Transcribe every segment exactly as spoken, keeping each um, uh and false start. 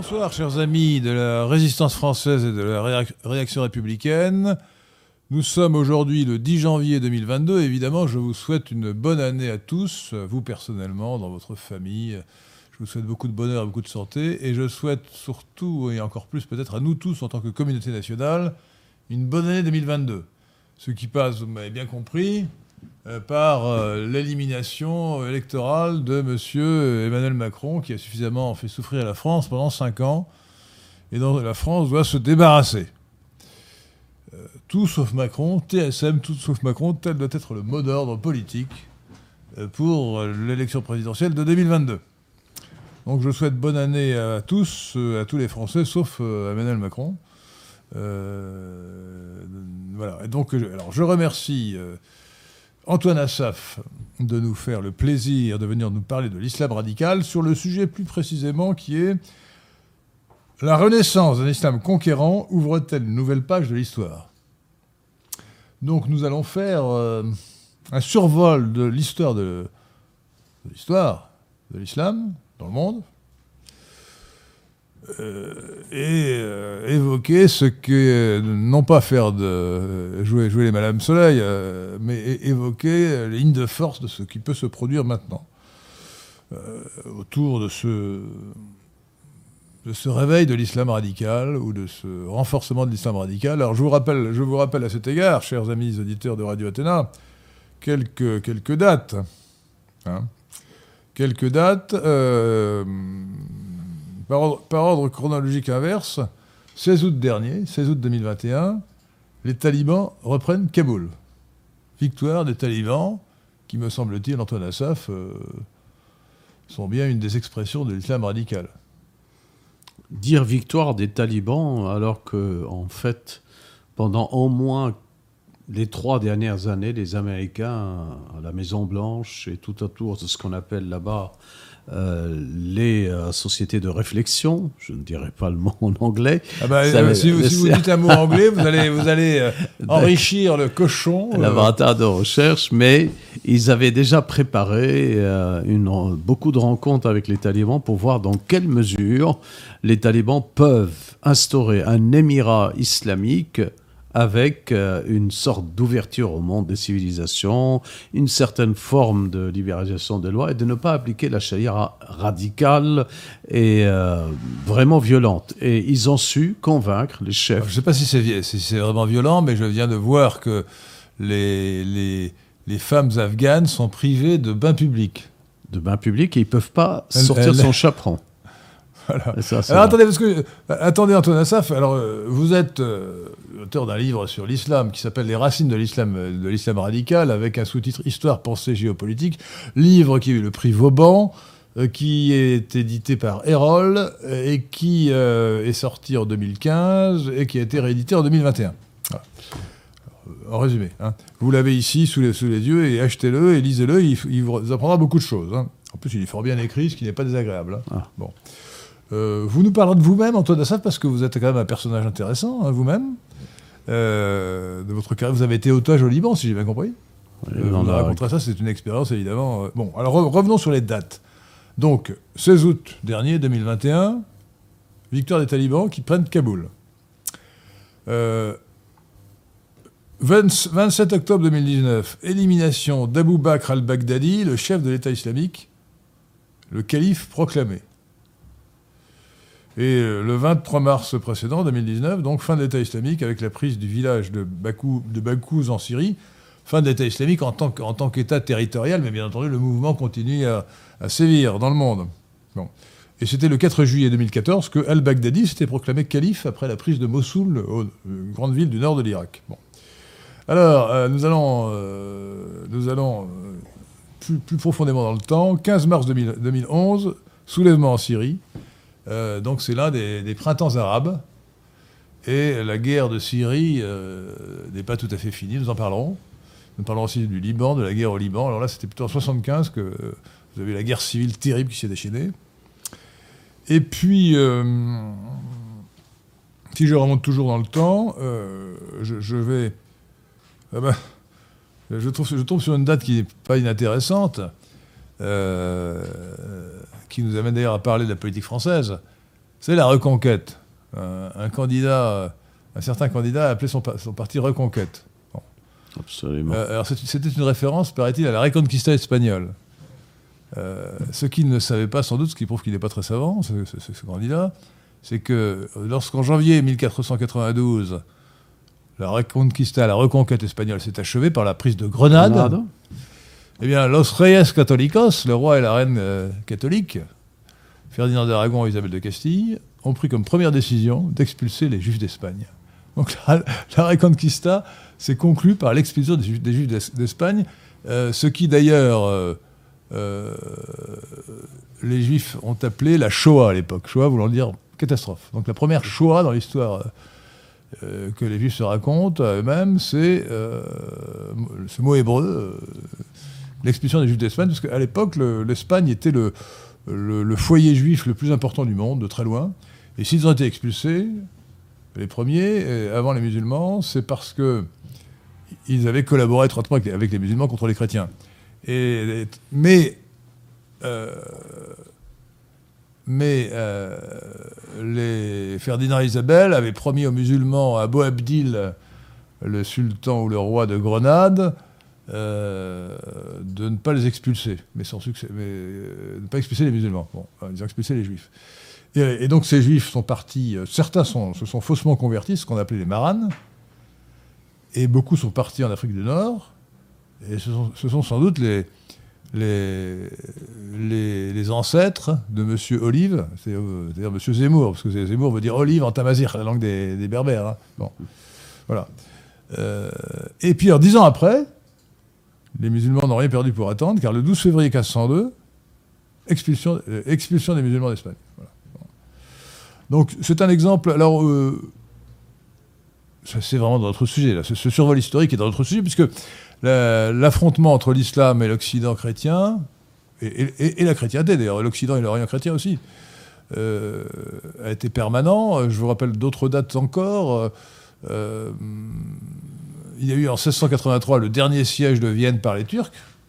Bonsoir, chers amis de la résistance française et de la réac- réaction républicaine. Nous sommes aujourd'hui le dix janvier deux mille vingt-deux. Évidemment, je vous souhaite une bonne année à tous, vous personnellement, dans votre famille. Je vous souhaite beaucoup de bonheur et beaucoup de santé. Et je souhaite surtout, et encore plus peut-être à nous tous en tant que communauté nationale, une bonne année deux mille vingt-deux. Ce qui passe, vous m'avez bien compris, euh, par euh, l'élimination électorale de M. Emmanuel Macron, qui a suffisamment fait souffrir la France pendant cinq ans, et dont la France doit se débarrasser. Euh, tout sauf Macron, T S M, tout sauf Macron, tel doit être le mot d'ordre politique euh, pour euh, l'élection présidentielle de deux mille vingt-deux. Donc je souhaite bonne année à tous, euh, à tous les Français, sauf euh, Emmanuel Macron. Euh, voilà. Et donc, je, alors, je remercie euh, Antoine Assaf de nous faire le plaisir de venir nous parler de l'islam radical sur le sujet plus précisément qui est la renaissance d'un islam conquérant ouvre-t-elle une nouvelle page de l'histoire. Donc nous allons faire euh, un survol de l'histoire de, de l'histoire de l'islam dans le monde. Euh, et euh, évoquer ce que, non pas faire de jouer, jouer les Madame Soleil, euh, mais é- évoquer les lignes de force de ce qui peut se produire maintenant euh, autour de ce, de ce réveil de l'islam radical ou de ce renforcement de l'islam radical. Alors je vous rappelle, je vous rappelle à cet égard, chers amis auditeurs de Radio Athéna, quelques, quelques dates. Hein, quelques dates. Euh, Par ordre, par ordre chronologique inverse, seize août dernier, seize août deux mille vingt et un, les talibans reprennent Kaboul. Victoire des talibans, qui, me semble-t-il, Antoine Assaf, euh, sont bien une des expressions de l'islam radical. Dire victoire des talibans, alors que, en fait, pendant au moins les trois dernières années, les Américains, à la Maison-Blanche et tout autour de ce qu'on appelle là-bas Euh, les euh, sociétés de réflexion, je ne dirais pas le mot en anglais. Ah bah, euh, si, vous, si vous dites un mot anglais, vous allez, vous allez euh, enrichir le cochon. Euh... L'avantage de recherche, mais ils avaient déjà préparé euh, une, beaucoup de rencontres avec les talibans pour voir dans quelle mesure les talibans peuvent instaurer un émirat islamique avec euh, une sorte d'ouverture au monde des civilisations, une certaine forme de libéralisation des lois et de ne pas appliquer la charia radicale et euh, vraiment violente. Et ils ont su convaincre les chefs. Alors, je ne sais pas si c'est, si c'est vraiment violent, mais je viens de voir que les, les, les femmes afghanes sont privées de bains publics. De bains publics et ils ne peuvent pas elle, sortir elle... son chaperon. Voilà. Ça, alors attendez, parce que, attendez Antoine Assaf, alors, euh, vous êtes euh, auteur d'un livre sur l'islam qui s'appelle Les racines de l'islam, de l'islam radical, avec un sous-titre Histoire, pensée, géopolitique, livre qui a eu le prix Vauban, euh, qui est édité par Erol et qui euh, est sorti en deux mille quinze et qui a été réédité en deux mille vingt et un. Voilà. En résumé, hein. Vous l'avez ici sous les, sous les yeux et achetez-le et lisez-le, il, il vous apprendra beaucoup de choses. Hein. En plus, il est fort bien écrit, ce qui n'est pas désagréable. Hein. Ah. Bon. Euh, vous nous parlerez de vous-même, Antoine Assaf, parce que vous êtes quand même un personnage intéressant, hein, vous-même. Euh, de votre carrière, vous avez été otage au Liban, si j'ai bien compris. Oui, euh, vous nous raconterez ça, c'est une expérience, évidemment. Bon, alors revenons sur les dates. Donc, seize août dernier, deux mille vingt et un, victoire des talibans qui prennent Kaboul. Euh, vingt, vingt-sept octobre deux mille dix-neuf, élimination d'Abou Bakr al-Baghdadi, le chef de l'État islamique, le calife proclamé. Et le vingt-trois mars précédent, deux mille dix-neuf, donc fin de l'État islamique avec la prise du village de, Bakou, de Bakouz en Syrie, fin de l'État islamique en tant, en tant qu'État territorial, mais bien entendu le mouvement continue à, à sévir dans le monde. Bon. Et c'était le quatre juillet deux mille quatorze que al-Baghdadi s'était proclamé calife après la prise de Mossoul, au, une grande ville du nord de l'Irak. Bon. Alors, euh, nous allons, euh, nous allons euh, plus, plus profondément dans le temps. quinze mars deux mille onze, soulèvement en Syrie. Euh, donc c'est l'un des, des printemps arabes. Et la guerre de Syrie euh, n'est pas tout à fait finie, nous en parlerons. Nous parlerons aussi du Liban, de la guerre au Liban. Alors là, c'était plutôt en soixante-quinze que euh, vous avez la guerre civile terrible qui s'est déchaînée. Et puis, euh, si je remonte toujours dans le temps, euh, je, je vais... Ah ben, je, trouve, je tombe sur une date qui n'est pas inintéressante. Euh, qui nous amène d'ailleurs à parler de la politique française. c'est la Reconquête. Un, un candidat, un certain candidat a appelé son, son parti Reconquête. Bon. Absolument. Euh, alors c'était une référence, paraît-il, à la Reconquista espagnole. Euh, ce qu'il ne savait pas, sans doute, ce qui prouve qu'il n'est pas très savant, ce, ce, ce, ce candidat, c'est que lorsqu'en janvier mille quatre cent quatre-vingt-douze, la Reconquista, la reconquête espagnole s'est achevée par la prise de Grenade, Grenade. Eh bien, Los Reyes Católicos, le roi et la reine euh, catholique, Ferdinand d'Aragon et Isabelle de Castille, ont pris comme première décision d'expulser les Juifs d'Espagne. Donc la, la Reconquista s'est conclue par l'expulsion des Juifs, des Juifs d'Espagne, euh, ce qui d'ailleurs... Euh, Euh, les Juifs ont appelé la Shoah à l'époque. Shoah voulant dire catastrophe. Donc la première Shoah dans l'histoire euh, que les Juifs se racontent à eux-mêmes, c'est euh, ce mot hébreu, euh, l'expulsion des Juifs d'Espagne, parce qu'à l'époque, le, l'Espagne était le, le, le foyer juif le plus important du monde, de très loin. Et s'ils ont été expulsés, les premiers, avant les musulmans, c'est parce qu'ils avaient collaboré étroitement avec les, avec les musulmans contre les chrétiens. Et, mais euh, mais euh, les Ferdinand et Isabelle avaient promis aux musulmans, à Boabdil, le sultan ou le roi de Grenade, euh, de ne pas les expulser, mais sans succès, mais euh, de ne pas expulser les musulmans. Bon, ils ont expulsé les juifs. Et, et donc ces juifs sont partis, euh, certains sont, se sont faussement convertis, ce qu'on appelait les maranes, et beaucoup sont partis en Afrique du Nord. Et ce sont, ce sont sans doute les, les, les, les ancêtres de M. Olive, c'est-à-dire M. Zemmour, parce que Zemmour veut dire Olive en tamazigh, la langue des, des Berbères. Hein. Bon, voilà. Euh, et puis, alors, dix ans après, les musulmans n'ont rien perdu pour attendre, car le douze février mille quatre cent deux, expulsion, euh, expulsion des musulmans d'Espagne. Voilà. Bon. Donc, c'est un exemple. Alors, euh, ça, c'est vraiment dans notre sujet, là. Ce, ce survol historique est dans notre sujet, puisque l'affrontement entre l'islam et l'Occident chrétien, et, et, et la chrétienté d'ailleurs, l'Occident et l'Orient chrétien aussi, euh, a été permanent. Je vous rappelle d'autres dates encore. Euh, il y a eu en seize cent quatre-vingt-trois le dernier siège de Vienne par les Turcs.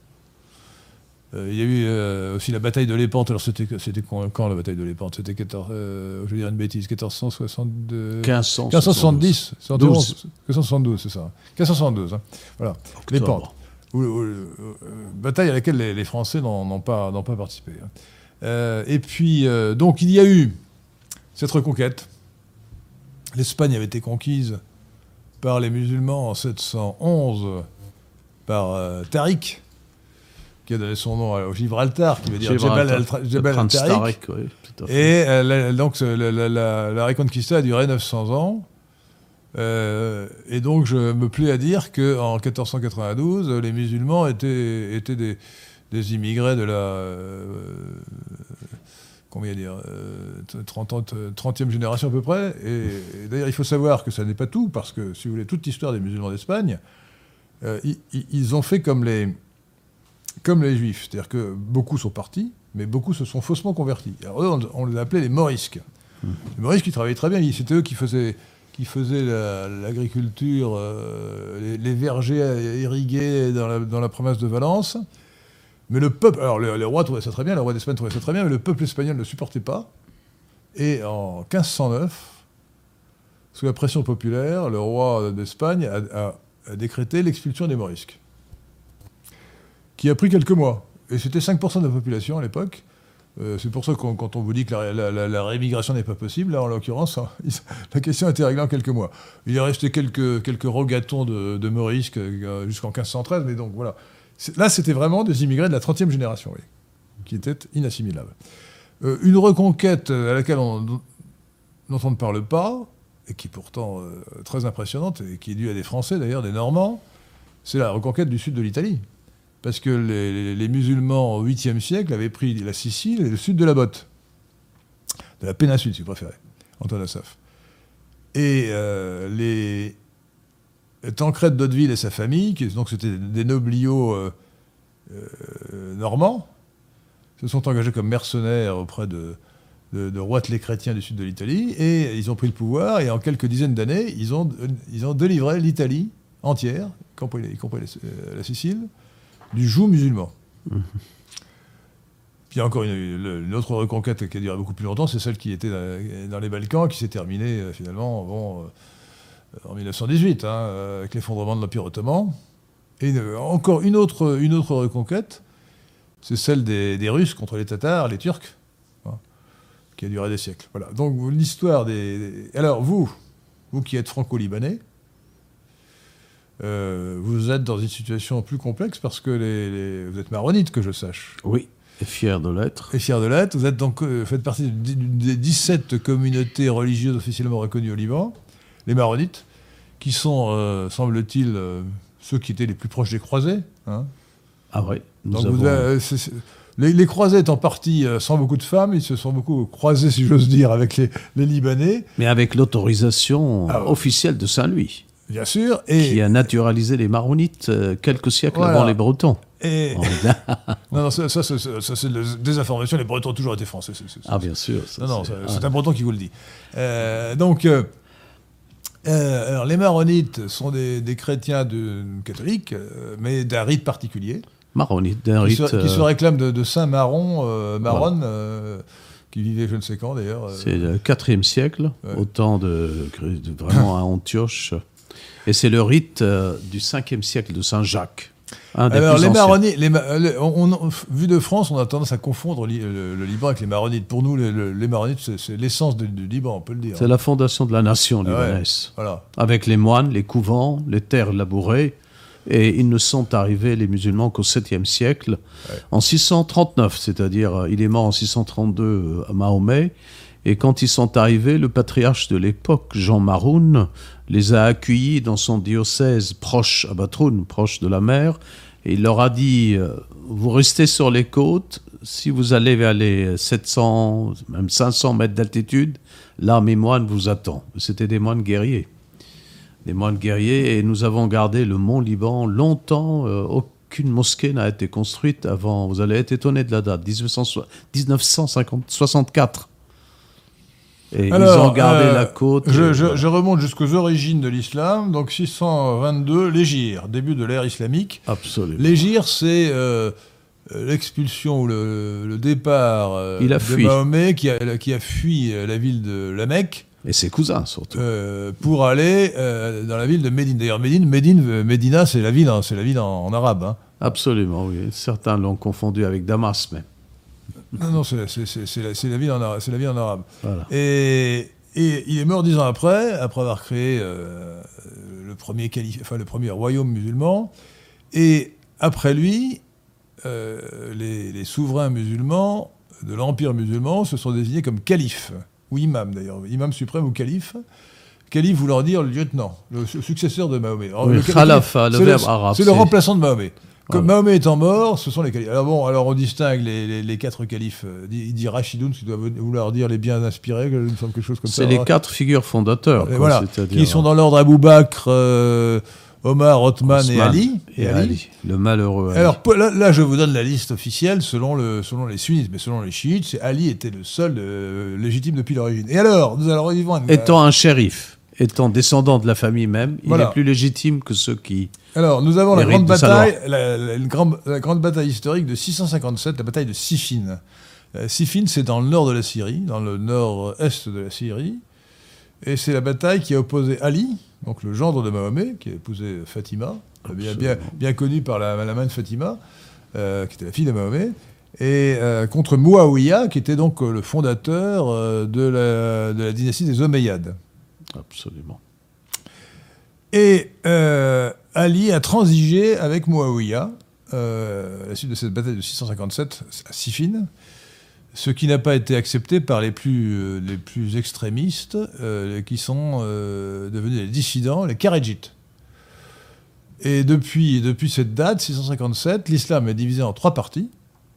Euh, il y a eu euh, aussi la bataille de Lépante. Alors c'était, c'était quand, quand la bataille de Lépante? C'était quatorze, euh, je vais dire une bêtise, quatorze cent soixante-deux... quinze cent soixante-dix. quinze cent soixante-douze, c'est ça. quinze cent soixante-douze, hein. Voilà. Lépante. Où, où, où, bataille à laquelle les, les Français n'ont, n'ont, pas, n'ont pas participé. Hein. Euh, et puis, euh, donc, il y a eu cette reconquête. L'Espagne avait été conquise par les musulmans en sept cent onze par euh, Tariq, qui a donné son nom au Gibraltar, qui veut dire Jebel al-Tariq. Oui, et euh, donc la, la, la, la Reconquista a duré neuf cents ans. Euh, et donc je me plais à dire qu'en quatorze cent quatre-vingt-douze, les musulmans étaient, étaient des, des immigrés de la... Euh, combien dire euh, trentième génération à peu près. Et, et d'ailleurs, il faut savoir que ça n'est pas tout, parce que, si vous voulez, toute l'histoire des musulmans d'Espagne, euh, ils, ils ont fait comme les... comme les Juifs, c'est-à-dire que beaucoup sont partis, mais beaucoup se sont faussement convertis. Alors eux, on, on les appelait les morisques. Mmh. Les morisques, qui travaillaient très bien, c'était eux qui faisaient, qui faisaient la, l'agriculture, euh, les, les vergers irrigués dans la, dans la province de Valence. Mais le peuple, alors le, le roi trouvait ça très bien, le roi d'Espagne trouvait ça très bien, mais le peuple espagnol ne supportait pas. Et en quinze cent neuf, sous la pression populaire, le roi d'Espagne a, a, a décrété l'expulsion des morisques, qui a pris quelques mois. Et c'était cinq pour cent de la population à l'époque. Euh, c'est pour ça que quand on vous dit que la, la, la, la rémigration n'est pas possible, là en l'occurrence, hein, la question a été réglée en quelques mois. Il est resté quelques, quelques rogatons de, de morisques euh, jusqu'en quinze cent treize, mais donc voilà. C'est, là, c'était vraiment des immigrés de la trentième génération, oui, qui étaient inassimilables. Euh, une reconquête à laquelle on, dont on ne parle pas, et qui est pourtant euh, très impressionnante, et qui est due à des Français d'ailleurs, des Normands, c'est la reconquête du sud de l'Italie. Parce que les, les, les musulmans au huitième siècle avaient pris la Sicile et le sud de la Botte, de la péninsule si vous préférez, Antoine Assaf. Et euh, les Tancred d'Hauteville et sa famille, qui, donc c'était des nobliaux euh, euh, normands, se sont engagés comme mercenaires auprès de, de, de rois les chrétiens du sud de l'Italie, et ils ont pris le pouvoir, et en quelques dizaines d'années, ils ont, ils ont délivré l'Italie entière, y compris, y compris les, euh, la Sicile, du joug musulman. Mmh. Puis il y a encore une, une autre reconquête qui a duré beaucoup plus longtemps, c'est celle qui était dans les Balkans, qui s'est terminée euh, finalement bon, euh, en mille neuf cent dix-huit, hein, euh, avec l'effondrement de l'Empire ottoman. Et une, encore une autre, une autre reconquête, c'est celle des, des Russes contre les Tatars, les Turcs, hein, qui a duré des siècles. Voilà. Donc l'histoire des, des... Alors vous, vous qui êtes franco-libanais, euh, vous êtes dans une situation plus complexe parce que les, les... vous êtes maronite, que je sache. Oui. Et fier de l'être. Et fier de l'être. Vous êtes donc, euh, faites partie des dix-sept communautés religieuses officiellement reconnues au Liban, les maronites, qui sont, euh, semble-t-il, euh, ceux qui étaient les plus proches des croisés. Hein. Ah oui. Donc avons... vous, euh, c'est, c'est, les, les croisés étant partis euh, sans beaucoup de femmes, ils se sont beaucoup croisés, si j'ose dire, avec les, les Libanais. Mais avec l'autorisation ah, officielle de Saint-Louis. Bien sûr. Et... Qui a naturalisé les maronites euh, quelques siècles voilà. avant les Bretons. Et... non, non, ça, ça, ça, ça, ça c'est des informations. Les Bretons ont toujours été français. C'est, c'est, ah, bien sûr. Ça, non, non, c'est, c'est ah. un Breton qui vous le dit. Euh, donc, euh, euh, alors, les maronites sont des, des chrétiens de, catholiques, euh, mais d'un rite particulier. Maronites, d'un rite. Qui se, qui se réclament de, de Saint Maron, euh, Maron, voilà. euh, qui vivait je ne sais quand d'ailleurs. Euh, c'est le quatrième siècle, ouais. au temps de, de vraiment à Antioche. Et c'est le rite euh, du cinquième siècle de Saint Jacques. Alors, les maronites, les, les, on, on, vu de France, on a tendance à confondre li, le, le Liban avec les maronites. Pour nous, les, les maronites, c'est, c'est l'essence du, du Liban, on peut le dire. C'est la fondation de la nation libanaise. Ah ouais, voilà. Avec les moines, les couvents, les terres labourées. Et ils ne sont arrivés, les musulmans, qu'au septième siècle, ouais. en six cent trente-neuf, c'est-à-dire, il est mort en six cent trente-deux à Mahomet. Et quand ils sont arrivés, le patriarche de l'époque, Jean Maroun, les a accueillis dans son diocèse proche à Batroun, proche de la mer, et il leur a dit euh, « Vous restez sur les côtes, si vous allez vers les sept cents, même cinq cents mètres d'altitude, l'armée moine vous attend. » C'était des moines guerriers. Des moines guerriers, et nous avons gardé le Mont Liban longtemps. Euh, aucune mosquée n'a été construite avant, vous allez être étonné de la date, dix-neuf cent soixante-quatre. Et alors, ils ont gardé euh, la côte. Je, je, je remonte jusqu'aux origines de l'islam, donc six cent vingt-deux, l'Hégire, début de l'ère islamique. Absolument. L'Hégire, c'est euh, l'expulsion ou le, le départ euh, Il a de fui. Mahomet qui a, qui a fui la ville de la Mecque. Et ses cousins, surtout. Euh, pour aller euh, dans la ville de Médine. D'ailleurs, Médine, Médine, Médina, c'est la ville, hein, c'est la ville en, en arabe. Hein. Absolument, oui. Certains l'ont confondu avec Damas, mais... Non, non, c'est, c'est, c'est, c'est, la, c'est, la, ville en arabe, c'est la ville en arabe. Voilà. Et, et il est mort dix ans après, après avoir créé euh, le, premier calife, enfin, le premier royaume musulman. Et après lui, euh, les, les souverains musulmans de l'empire musulman se sont désignés comme califes, ou imam d'ailleurs, imam suprême ou calife. Calife voulant dire le lieutenant, le successeur de Mahomet. Alors, oui, le khalafa, le verbe arabe. C'est, c'est le remplaçant de Mahomet. Comme voilà. Mahomet étant mort, ce sont les califes. Alors bon, alors on distingue les, les, les quatre califes. Il dit Rachidoun, ce qui doit vouloir dire les bien inspirés, il me semble quelque chose comme c'est ça. C'est les quatre figures fondateurs. Quoi, voilà, c'est-à-dire... qui sont dans l'ordre Abou Bakr, euh, Omar, Othman, Othman et Ali. Et, et Ali. Ali, le malheureux Ali. Alors là, là, je vous donne la liste officielle selon, le, selon les sunnites, mais selon les chiites, c'est Ali était le seul euh, légitime depuis l'origine. Et alors, nous allons revivre un... Étant un shérif, étant descendant de la famille même, voilà. il est plus légitime que ceux qui... Alors, nous avons la grande bataille, la, la, la, grande, la grande bataille historique de six cent cinquante-sept, la bataille de Siffin. Euh, Siffin, c'est dans le nord de la Syrie, dans le nord-est de la Syrie, et c'est la bataille qui a opposé Ali, donc le gendre de Mahomet, qui a épousé Fatima, bien, bien, bien connue par la, la main de Fatima, euh, qui était la fille de Mahomet, et euh, contre Mouawiya, qui était donc le fondateur euh, de, la, de la dynastie des Omeyyades. Absolument. Et euh, Ali a transigé avec Mouawiya euh, à la suite de cette bataille de six cent cinquante-sept à Siffin, ce qui n'a pas été accepté par les plus, euh, les plus extrémistes, euh, qui sont euh, devenus les dissidents, les Kharidjites. Et depuis, depuis cette date, six cent cinquante-sept, l'islam est divisé en trois parties.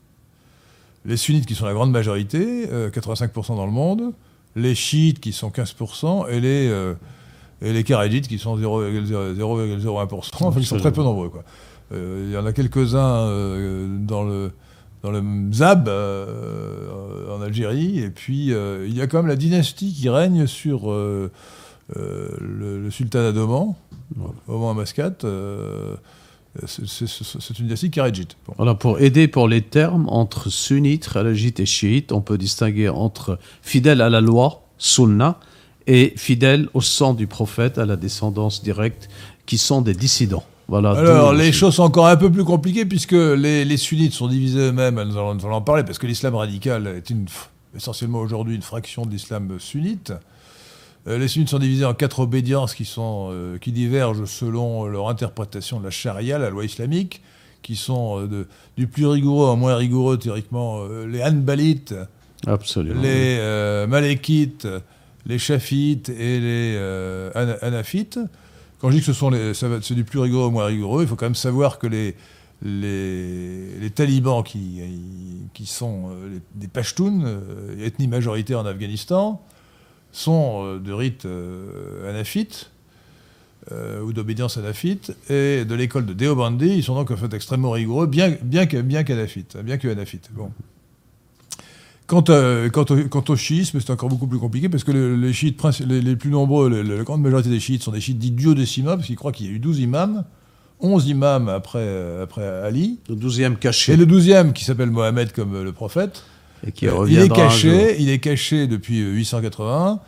Les sunnites, qui sont la grande majorité, euh, quatre-vingt-cinq pour cent dans le monde, les chiites, qui sont quinze pour cent, et les... Euh, et les Kharidjites qui sont zéro virgule zéro un pour cent, enfin ils sont très peu nombreux. Quoi. Euh, il y en a quelques-uns euh, dans le, dans le Mzab, euh, en Algérie, et puis euh, il y a quand même la dynastie qui règne sur euh, euh, le, le sultanat d'Oman, ouais. Oman à Mascate, euh, C'est, c'est, c'est une dynastie kharidjite. Bon. Alors pour aider pour les termes, entre sunnites, khalajites et chiites, on peut distinguer entre fidèles à la loi, sunna, et fidèles au sang du prophète, à la descendance directe, qui sont des dissidents. Voilà, alors les choses sont encore un peu plus compliquées, puisque les, les sunnites sont divisés eux-mêmes, nous allons, nous allons en parler, parce que l'islam radical est une, essentiellement aujourd'hui une fraction de l'islam sunnite. Les sunnites sont divisés en quatre obédiences qui, sont, euh, qui divergent selon leur interprétation de la charia, la loi islamique, qui sont euh, de, du plus rigoureux au moins rigoureux théoriquement, euh, les hanbalites, absolument, les euh, malékites, les chafites et les euh, hanafites. Quand je dis que ce sont les, ça va, c'est du plus rigoureux au moins rigoureux, il faut quand même savoir que les, les, les talibans qui, qui sont euh, les, des Pashtuns, euh, ethnie majoritaire en Afghanistan, sont euh, de rite euh, hanafite, euh, ou d'obédience hanafite, et de l'école de Deobandi, ils sont donc en fait extrêmement rigoureux, bien, bien, que, bien qu'hanafite, bien que hanafite. Bon. Quant, à, quant, au, quant au chiisme, c'est encore beaucoup plus compliqué, parce que le, les chiites, les, les plus nombreux, le, la grande majorité des chiites sont des chiites dits duodécima, parce qu'ils croient qu'il y a eu douze imams, onze imams après, après Ali. Le douzième caché. Et le douzième, qui s'appelle Mohammed comme le prophète. Et qui il est caché, il est caché depuis huit cent quatre-vingts.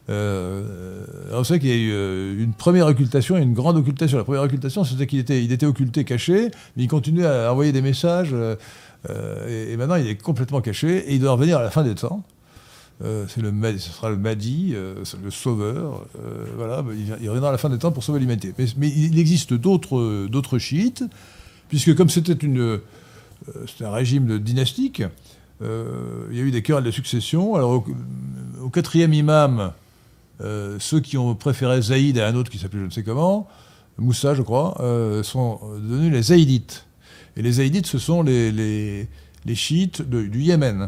Euh, alors vous savez qu'il y a eu une première occultation et une grande occultation. La première occultation, c'était qu'il était, il était occulté, caché, mais il continuait à envoyer des messages. Euh, et, et maintenant, il est complètement caché et il doit revenir à la fin des temps. Euh, c'est le, ce sera le Mahdi, euh, le sauveur. Euh, voilà, il, il reviendra à la fin des temps pour sauver l'humanité. Mais, mais il existe d'autres, d'autres chiites, puisque comme c'était une, euh, c'était un régime de dynastique. Euh, il y a eu des querelles de succession. Alors, au, au quatrième imam, euh, ceux qui ont préféré Zaïd à un autre qui s'appelait je ne sais comment, Moussa, je crois, euh, sont devenus les Zaïdites. Et les Zaïdites, ce sont les, les, les chiites de, du Yémen,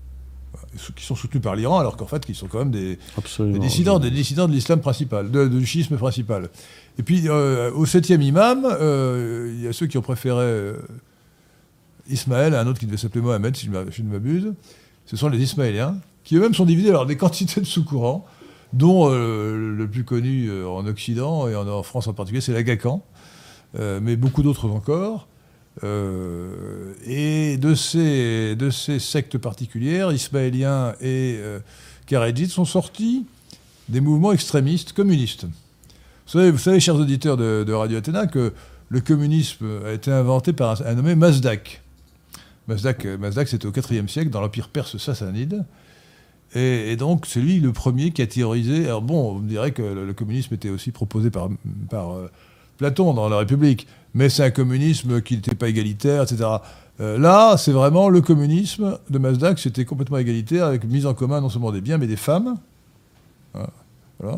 qui sont soutenus par l'Iran, alors qu'en fait, ils sont quand même des, des dissidents, des dissidents de l'islam principal, de, de, du chiisme principal. Et puis, euh, au septième imam, euh, il y a ceux qui ont préféré Euh, Ismaël, un autre qui devait s'appeler Mohamed, si je ne m'abuse. Ce sont les Ismaéliens, qui eux-mêmes sont divisés alors des quantités de sous-courants, dont euh, le plus connu euh, en Occident et en, en France en particulier, c'est l'Agacan, euh, mais beaucoup d'autres encore. Euh, et de ces, de ces sectes particulières, ismaéliens et euh, kharidjites, sont sortis des mouvements extrémistes communistes. Vous savez, vous savez chers auditeurs de, de Radio Athéna, que le communisme a été inventé par un, un nommé Mazdak. Mazdak, Mazdak, c'était au quatrième siècle, dans l'empire perse sassanide. Et, et donc, c'est lui le premier qui a théorisé... Alors bon, on me dirait que le, le communisme était aussi proposé par, par euh, Platon dans la République, mais c'est un communisme qui n'était pas égalitaire, et cetera. Euh, là, c'est vraiment le communisme de Mazdak, c'était complètement égalitaire, avec mise en commun non seulement des biens, mais des femmes. Voilà.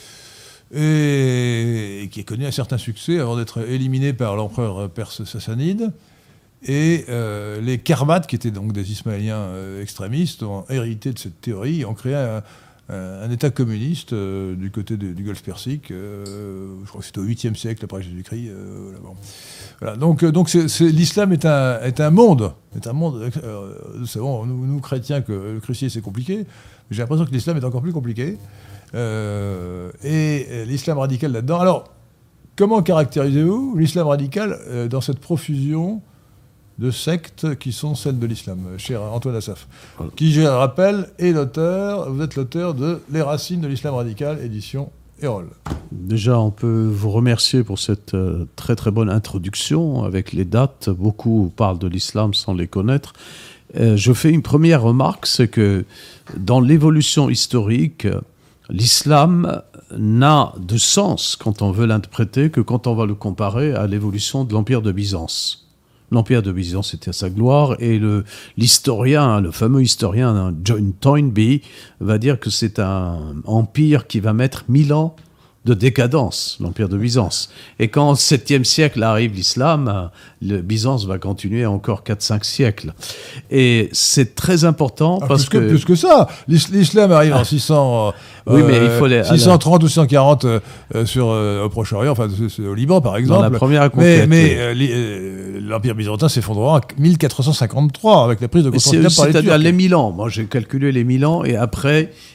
Et, et qui a connu un certain succès avant d'être éliminé par l'empereur perse sassanide. Et euh, les Karmates, qui étaient donc des Ismaéliens euh, extrémistes, ont hérité de cette théorie et ont créé un, un, un État communiste euh, du côté de, du Golfe Persique. Euh, je crois que c'était au huitième siècle après Jésus-Christ. Euh, voilà, bon. Voilà, donc, donc c'est, c'est, l'islam est un, est un monde. Est un monde euh, nous savons, nous, nous chrétiens, que le christianisme c'est compliqué, mais j'ai l'impression que l'islam est encore plus compliqué. Euh, et, et l'islam radical là-dedans. Alors, comment caractérisez-vous l'islam radical euh, dans cette profusion de sectes qui sont celles de l'islam, cher Antoine Assaf, qui, je le rappelle, est l'auteur, vous êtes l'auteur de Les Racines de l'islam radical, édition Erol. Déjà, on peut vous remercier pour cette euh, très très bonne introduction avec les dates. Beaucoup parlent de l'islam sans les connaître. Euh, je fais une première remarque, c'est que dans l'évolution historique, l'islam n'a de sens quand on veut l'interpréter que quand on va le comparer à l'évolution de l'Empire de Byzance. L'Empire de Byzance était à sa gloire et le, l'historien, le fameux historien John Toynbee va dire que c'est un empire qui va mettre mille ans de décadence, l'Empire de Byzance. Et quand au septième siècle arrive l'islam, le Byzance va continuer encore quatre cinq siècles. Et c'est très important ah, parce plus que... que... Plus que ça, l'islam arrive en six cents... Oui, mais il faut les... six cent trente ou six cent quarante euh, sur, euh, au Proche-Orient, enfin c'est au Liban par exemple. Dans la première conquête. Mais, mais euh, euh, l'Empire byzantin s'effondrera en mille quatre cent cinquante-trois avec la prise de Constantinople par les Turcs. C'est-à-dire les mille ans. Moi j'ai calculé les mille ans et après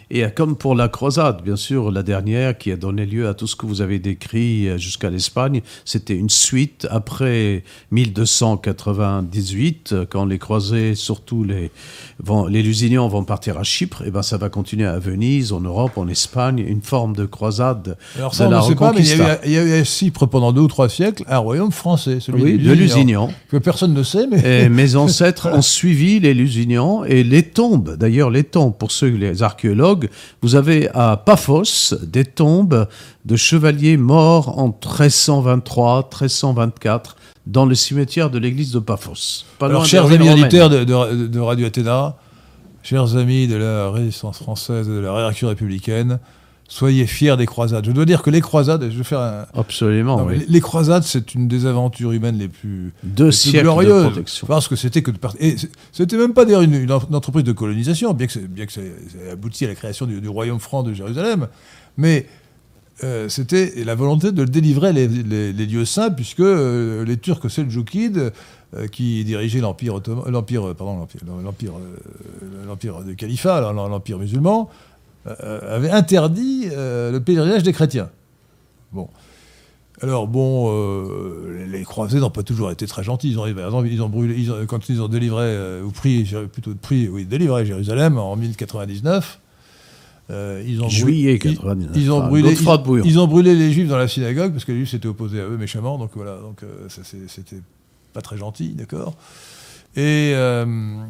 Et comme pour la croisade, bien sûr, la dernière qui a donné lieu à tout ce que vous avez décrit jusqu'à l'Espagne, c'était une suite après mille deux cent quatre-vingt-dix-huit, quand les croisés, surtout les, vont, les Lusignan vont partir à Chypre, et ben ça va continuer à Venise, en Europe, en Espagne, une forme de croisade. Alors ça, de on la ne sait pas, mais il y, a eu, il y a eu à Chypre pendant deux ou trois siècles un royaume français, celui oui, de Lusignan, que personne ne sait. Mais et mes ancêtres ont suivi les Lusignans et les tombes, d'ailleurs les tombes, pour ceux, les archéologues, vous avez à Paphos des tombes de chevaliers morts en treize cent vingt-trois, treize cent vingt-quatre, dans le cimetière de l'église de Paphos. Pas Alors, chers amis auditeurs de, de, de Radio Athéna, chers amis de la Résistance française et de la réaction républicaine, soyez fiers des croisades. Je dois dire que les croisades, je vais faire un... Absolument, non, oui. les, les croisades, c'est une des aventures humaines les plus, Deux les siècles plus glorieuses. De protection. Parce que c'était que de part... Et c'était même pas d'ailleurs une, une entreprise de colonisation, bien que c'est, bien que c'est, c'est abouti à la création du, du royaume franc de Jérusalem, mais euh, c'était la volonté de délivrer les, les, les lieux saints, puisque euh, les Turcs seldjoukides, euh, qui dirigeaient l'empire ottoman, l'empire, pardon, l'empire, l'empire, euh, l'empire du califat, l'empire musulman, Euh, avait interdit euh, le pèlerinage des chrétiens. Bon. Alors, bon, euh, les croisés n'ont pas toujours été très gentils. Ils ont, par exemple, ils ont brûlé, ils ont, quand ils ont délivré, euh, ou pris, plutôt pris, oui, délivré Jérusalem en mille quatre-vingt-dix-neuf, euh, ils ont Juillet quatre-vingt-dix-neuf. Ils, ils, ont brûlé, ils, ils ont brûlé les Juifs dans la synagogue, parce que les Juifs s'étaient opposés à eux méchamment, donc voilà, donc euh, ça, c'est, c'était pas très gentil, d'accord. Et, euh,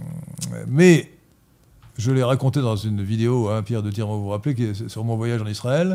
mais... Je l'ai raconté dans une vidéo, hein, Pierre de Tirmont, vous vous rappelez, qui est sur mon voyage en Israël.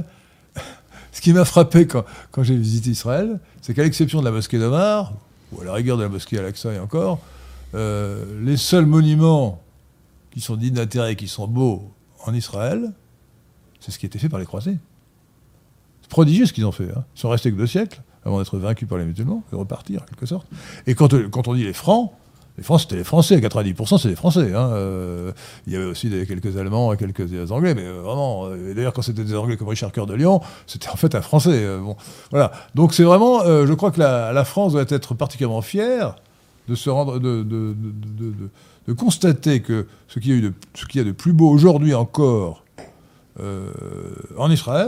Ce qui m'a frappé quand, quand j'ai visité Israël, c'est qu'à l'exception de la mosquée d'Omar, ou à la rigueur de la mosquée Al-Aqsa et encore, euh, les seuls monuments qui sont dignes d'intérêt et qui sont beaux en Israël, c'est ce qui a été fait par les croisés. C'est prodigieux ce qu'ils ont fait. Hein. Ils sont restés que deux siècles avant d'être vaincus par les musulmans, de repartir en quelque sorte. Et quand, quand on dit les Francs, les Francs, c'était les Français, quatre-vingt-dix pour cent c'est les Français. Hein. Euh, il y avait aussi des, quelques Allemands et quelques Anglais, mais euh, vraiment, euh, d'ailleurs quand c'était des Anglais comme Richard Cœur de Lion, c'était en fait un Français. Euh, bon, voilà. Donc c'est vraiment, euh, je crois que la, la France doit être particulièrement fière de se rendre, de, de, de, de, de, de constater que ce qu'il y a, eu de, ce qu'il y a de plus beau aujourd'hui encore euh, en Israël,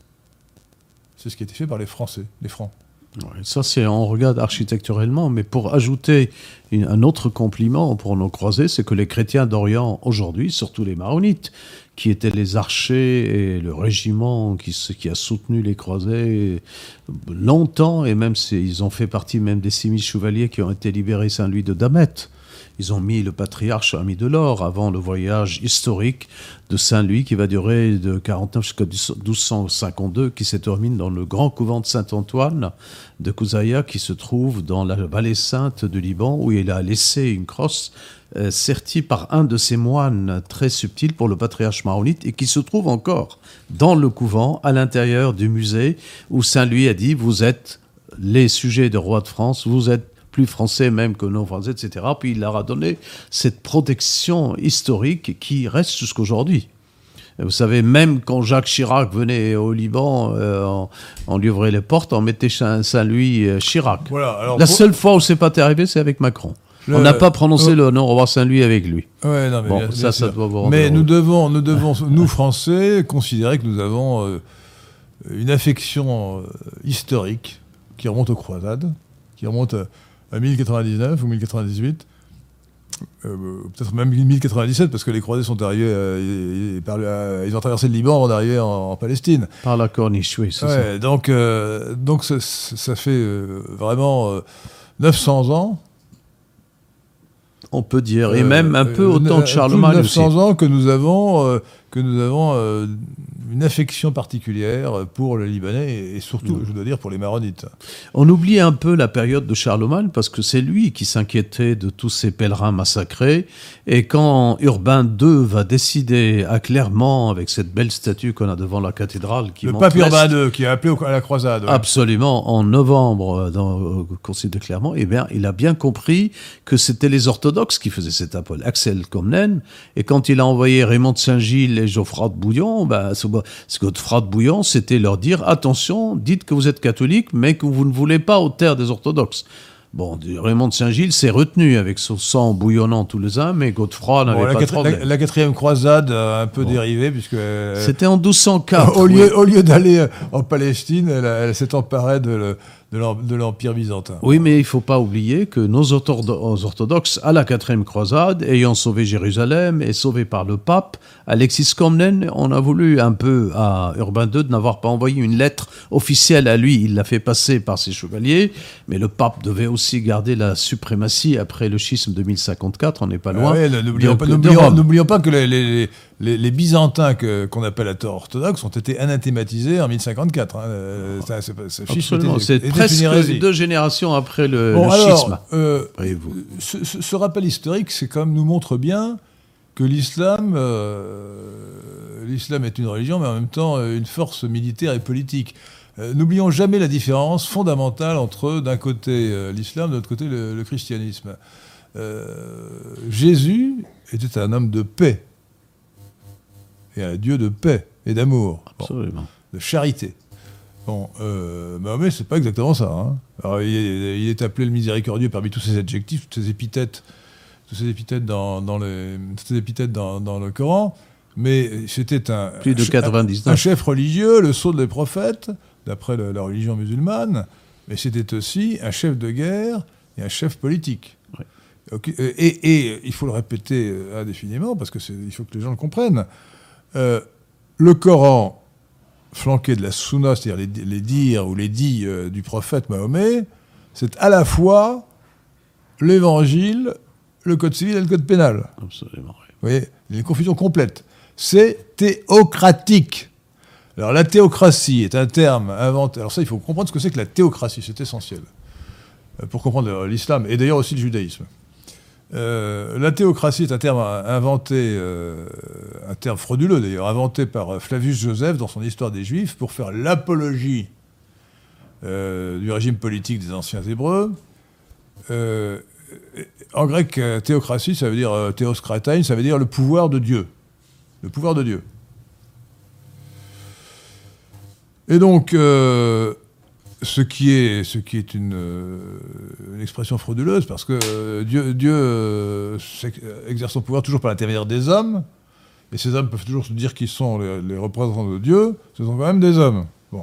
c'est ce qui a été fait par les Français, les Francs. Ouais, ça, c'est on regarde architecturellement, mais pour ajouter une, un autre compliment pour nos croisés, c'est que les chrétiens d'Orient aujourd'hui, surtout les maronites, qui étaient les archers et le régiment qui, qui a soutenu les croisés longtemps, et même ils ont fait partie même des six mille chevaliers qui ont été libérés Saint-Louis de Damet. Ils ont mis le patriarche a mis de l'or avant le voyage historique de Saint-Louis qui va durer de quarante-neuf jusqu'à douze cent cinquante-deux, qui se termine dans le grand couvent de Saint-Antoine de Kouzaïa, qui se trouve dans la vallée sainte du Liban, où il a laissé une crosse euh, sertie par un de ses moines très subtils pour le patriarche maronite, et qui se trouve encore dans le couvent, à l'intérieur du musée, où Saint-Louis a dit « Vous êtes les sujets de roi de France, vous êtes plus français même que non français, et cetera » Puis il leur a donné cette protection historique qui reste jusqu'aujourd'hui. Vous savez, même quand Jacques Chirac venait au Liban, euh, on, on lui ouvrait les portes, on mettait Saint-Louis euh, Chirac. Voilà, alors La pour... seule fois où c'est pas arrivé, c'est avec Macron. Le... On n'a pas prononcé oh. le nom au roi Saint-Louis avec lui. Ouais, non, mais bon, bien, ça, bien ça doit vous rendre Mais heureux. nous devons, nous devons, nous Français, considérer que nous avons euh, une affection euh, historique qui remonte aux croisades, qui remonte à à mille quatre-vingt-dix-neuf ou mille quatre-vingt-dix-huit, euh, peut-être même mille quatre-vingt-dix-sept, parce que les croisés sont arrivés, euh, ils, ils, ils ont traversé le Liban avant d'arriver en, en Palestine. Par la corniche, oui, c'est ouais, ça. Donc, euh, donc ça, ça fait euh, vraiment euh, neuf cents ans. On peut dire, et euh, même un peu autant de Charlemagne neuf cents aussi. ans que nous avons, euh, que nous avons euh, une affection particulière pour le Libanais et surtout, mmh. je dois dire, pour les Maronites. On oublie un peu la période de Charlemagne parce que c'est lui qui s'inquiétait de tous ces pèlerins massacrés. Et quand Urbain deux va décider à Clermont, avec cette belle statue qu'on a devant la cathédrale, qui le pape Urbain deux, qui a appelé à la croisade. Ouais. Absolument, en novembre, dans le concile de Clermont, eh bien, il a bien compris que c'était les orthodoxes qui faisaient cet appel, Axel Comnène. Et quand il a envoyé Raymond de Saint-Gilles et Geoffroy de Bouillon, ben, ce que Geoffroy de Bouillon, c'était leur dire, attention, dites que vous êtes catholique, mais que vous ne voulez pas aux terres des orthodoxes. Bon, Raymond de Saint-Gilles s'est retenu avec son sang bouillonnant tous les ans, mais Godefroy n'avait bon, pas la de problème. La, la quatrième croisade a un peu bon. dérivé, puisque... C'était en douze cent quatre. Au lieu, oui. au lieu d'aller en Palestine, elle, elle s'est emparée de... Le, de l'Empire byzantin. Oui, mais il ne faut pas oublier que nos orthodoxes, à la quatrième croisade, ayant sauvé Jérusalem et sauvé par le pape, Alexis Comnène, on a voulu un peu à Urbain deux de n'avoir pas envoyé une lettre officielle à lui. Il l'a fait passer par ses chevaliers, mais le pape devait aussi garder la suprématie après le schisme de mille cinquante-quatre, on n'est pas loin. Ah ouais, n'oublions, pas, n'oublions, n'oublions pas que les, les, les, les Byzantins que, qu'on appelle à tort orthodoxes ont été anathématisés en mille cinquante-quatre. Hein. Euh, ça, c'est, c'est, Absolument, était, c'est était presque deux générations après le, bon, le alors, schisme. Euh, ce, ce, ce rappel historique, c'est quand même nous montre bien que l'islam, euh, l'islam est une religion, mais en même temps une force militaire et politique. Euh, n'oublions jamais la différence fondamentale entre, d'un côté, euh, l'islam, de l'autre côté, le, le christianisme. Euh, Jésus était un homme de paix, et un Dieu de paix et d'amour, bon, de charité. Bon, euh, Mahomet, c'est pas exactement ça. Hein. Alors, il, est, il est appelé le miséricordieux parmi tous ces adjectifs, toutes ces épithètes, toutes ces épithètes dans, dans, les, toutes ces épithètes dans, dans le Coran, mais c'était un, Plus de quatre-vingt-dix un, un chef religieux, le sceau des prophètes, d'après le, la religion musulmane, mais c'était aussi un chef de guerre et un chef politique. Oui. Okay, et, et il faut le répéter indéfiniment, parce qu'il faut que les gens le comprennent. Euh, le Coran, flanqué de la sunna, c'est-à-dire les, les dires ou les dits euh, du prophète Mahomet, c'est à la fois l'évangile, le code civil et le code pénal. Absolument. Oui. Vous voyez, il y a une confusion complète. C'est théocratique. Alors la théocratie est un terme inventé. Alors ça, il faut comprendre ce que c'est que la théocratie, c'est essentiel euh, pour comprendre l'islam et d'ailleurs aussi le judaïsme. Euh, la théocratie est un terme inventé, euh, un terme frauduleux d'ailleurs, inventé par Flavius Joseph dans son Histoire des Juifs pour faire l'apologie euh, du régime politique des anciens Hébreux. Euh, en grec, théocratie, ça veut dire euh, théos kratein, ça veut dire le pouvoir de Dieu. Le pouvoir de Dieu. Et donc, euh, Ce qui est, ce qui est une, euh, une expression frauduleuse, parce que euh, Dieu, Dieu euh, exerce son pouvoir toujours par l'intermédiaire des hommes, et ces hommes peuvent toujours se dire qu'ils sont les, les représentants de Dieu, ce sont quand même des hommes. Bon.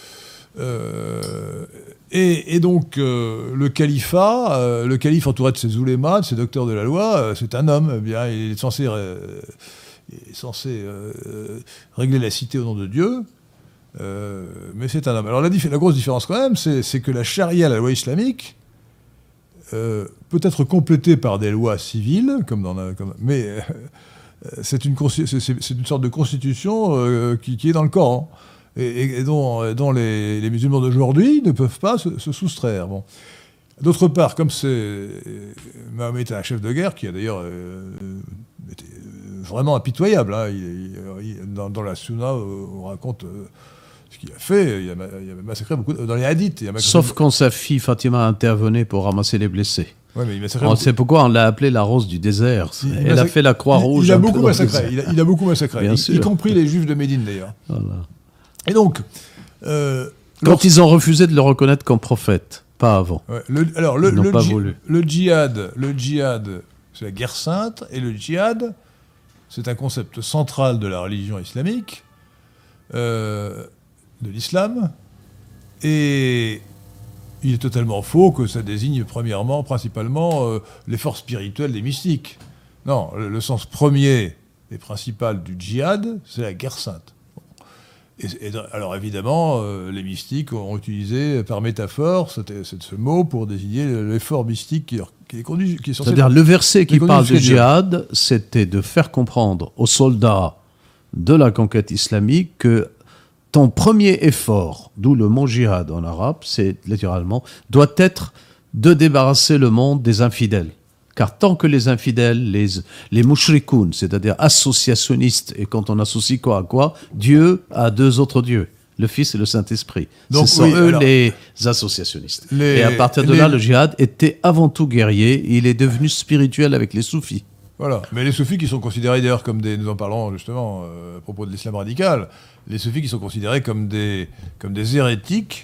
Euh, et, et donc, euh, le califat, euh, le calife entouré de ses oulémas, de ses docteurs de la loi, euh, c'est un homme, eh bien, il est censé, euh, il est censé euh, régler la cité au nom de Dieu. Euh, mais c'est un homme. Alors la, la grosse différence quand même, c'est, c'est que la charia, la loi islamique, euh, peut être complétée par des lois civiles, comme dans la, comme, mais euh, c'est, une, c'est, c'est une sorte de constitution euh, qui, qui est dans le Coran et, et dont, dont les, les musulmans d'aujourd'hui ne peuvent pas se, se soustraire. Bon. D'autre part, comme c'est Mahomet est un chef de guerre qui a d'ailleurs euh, été vraiment impitoyable, hein, il, il, dans, dans la Sunna, on raconte euh, ce qu'il a fait, il a, il a massacré beaucoup, dans les hadiths. Il a Sauf quand sa fille Fatima intervenait pour ramasser les blessés. Ouais, mais il on beaucoup... sait pourquoi on l'a appelée la rose du désert. Il, Elle massacre... a fait la croix il, rouge. Il a beaucoup massacré, il a, il a beaucoup massacré, Bien y, sûr. y compris les Juifs de Médine d'ailleurs. Voilà. Et donc... Euh, quand lorsqu'... ils ont refusé de le reconnaître comme prophète, pas avant. Ouais, le, alors, le, ils n'ont le, pas dji- voulu. Le djihad, le djihad, c'est la guerre sainte, et le djihad, c'est un concept central de la religion islamique, euh, de l'islam, et il est totalement faux que ça désigne premièrement, principalement, euh, l'effort spirituel des mystiques. Non, le, le sens premier et principal du djihad, c'est la guerre sainte. Et, et, alors évidemment, euh, les mystiques ont utilisé par métaphore cette, cette, ce mot pour désigner l'effort mystique qui, qui est conduit. Qui est censé C'est-à-dire le verset qui parle de djihad, c'était de faire comprendre aux soldats de la conquête islamique que ton premier effort, d'où le mot djihad en arabe, c'est littéralement, doit être de débarrasser le monde des infidèles. Car tant que les infidèles, les, les mushrikoun, c'est-à-dire associationnistes, et quand on associe quoi à quoi, Dieu a deux autres dieux, le Fils et le Saint-Esprit. Donc, Ce sont oui, eux alors, les associationnistes. Les, et à partir de les, là, le djihad était avant tout guerrier, il est devenu spirituel avec les soufis. Voilà, mais les soufis qui sont considérés d'ailleurs comme des, nous en parlons justement euh, à propos de l'islam radical, les soufis qui sont considérés comme des, comme des hérétiques,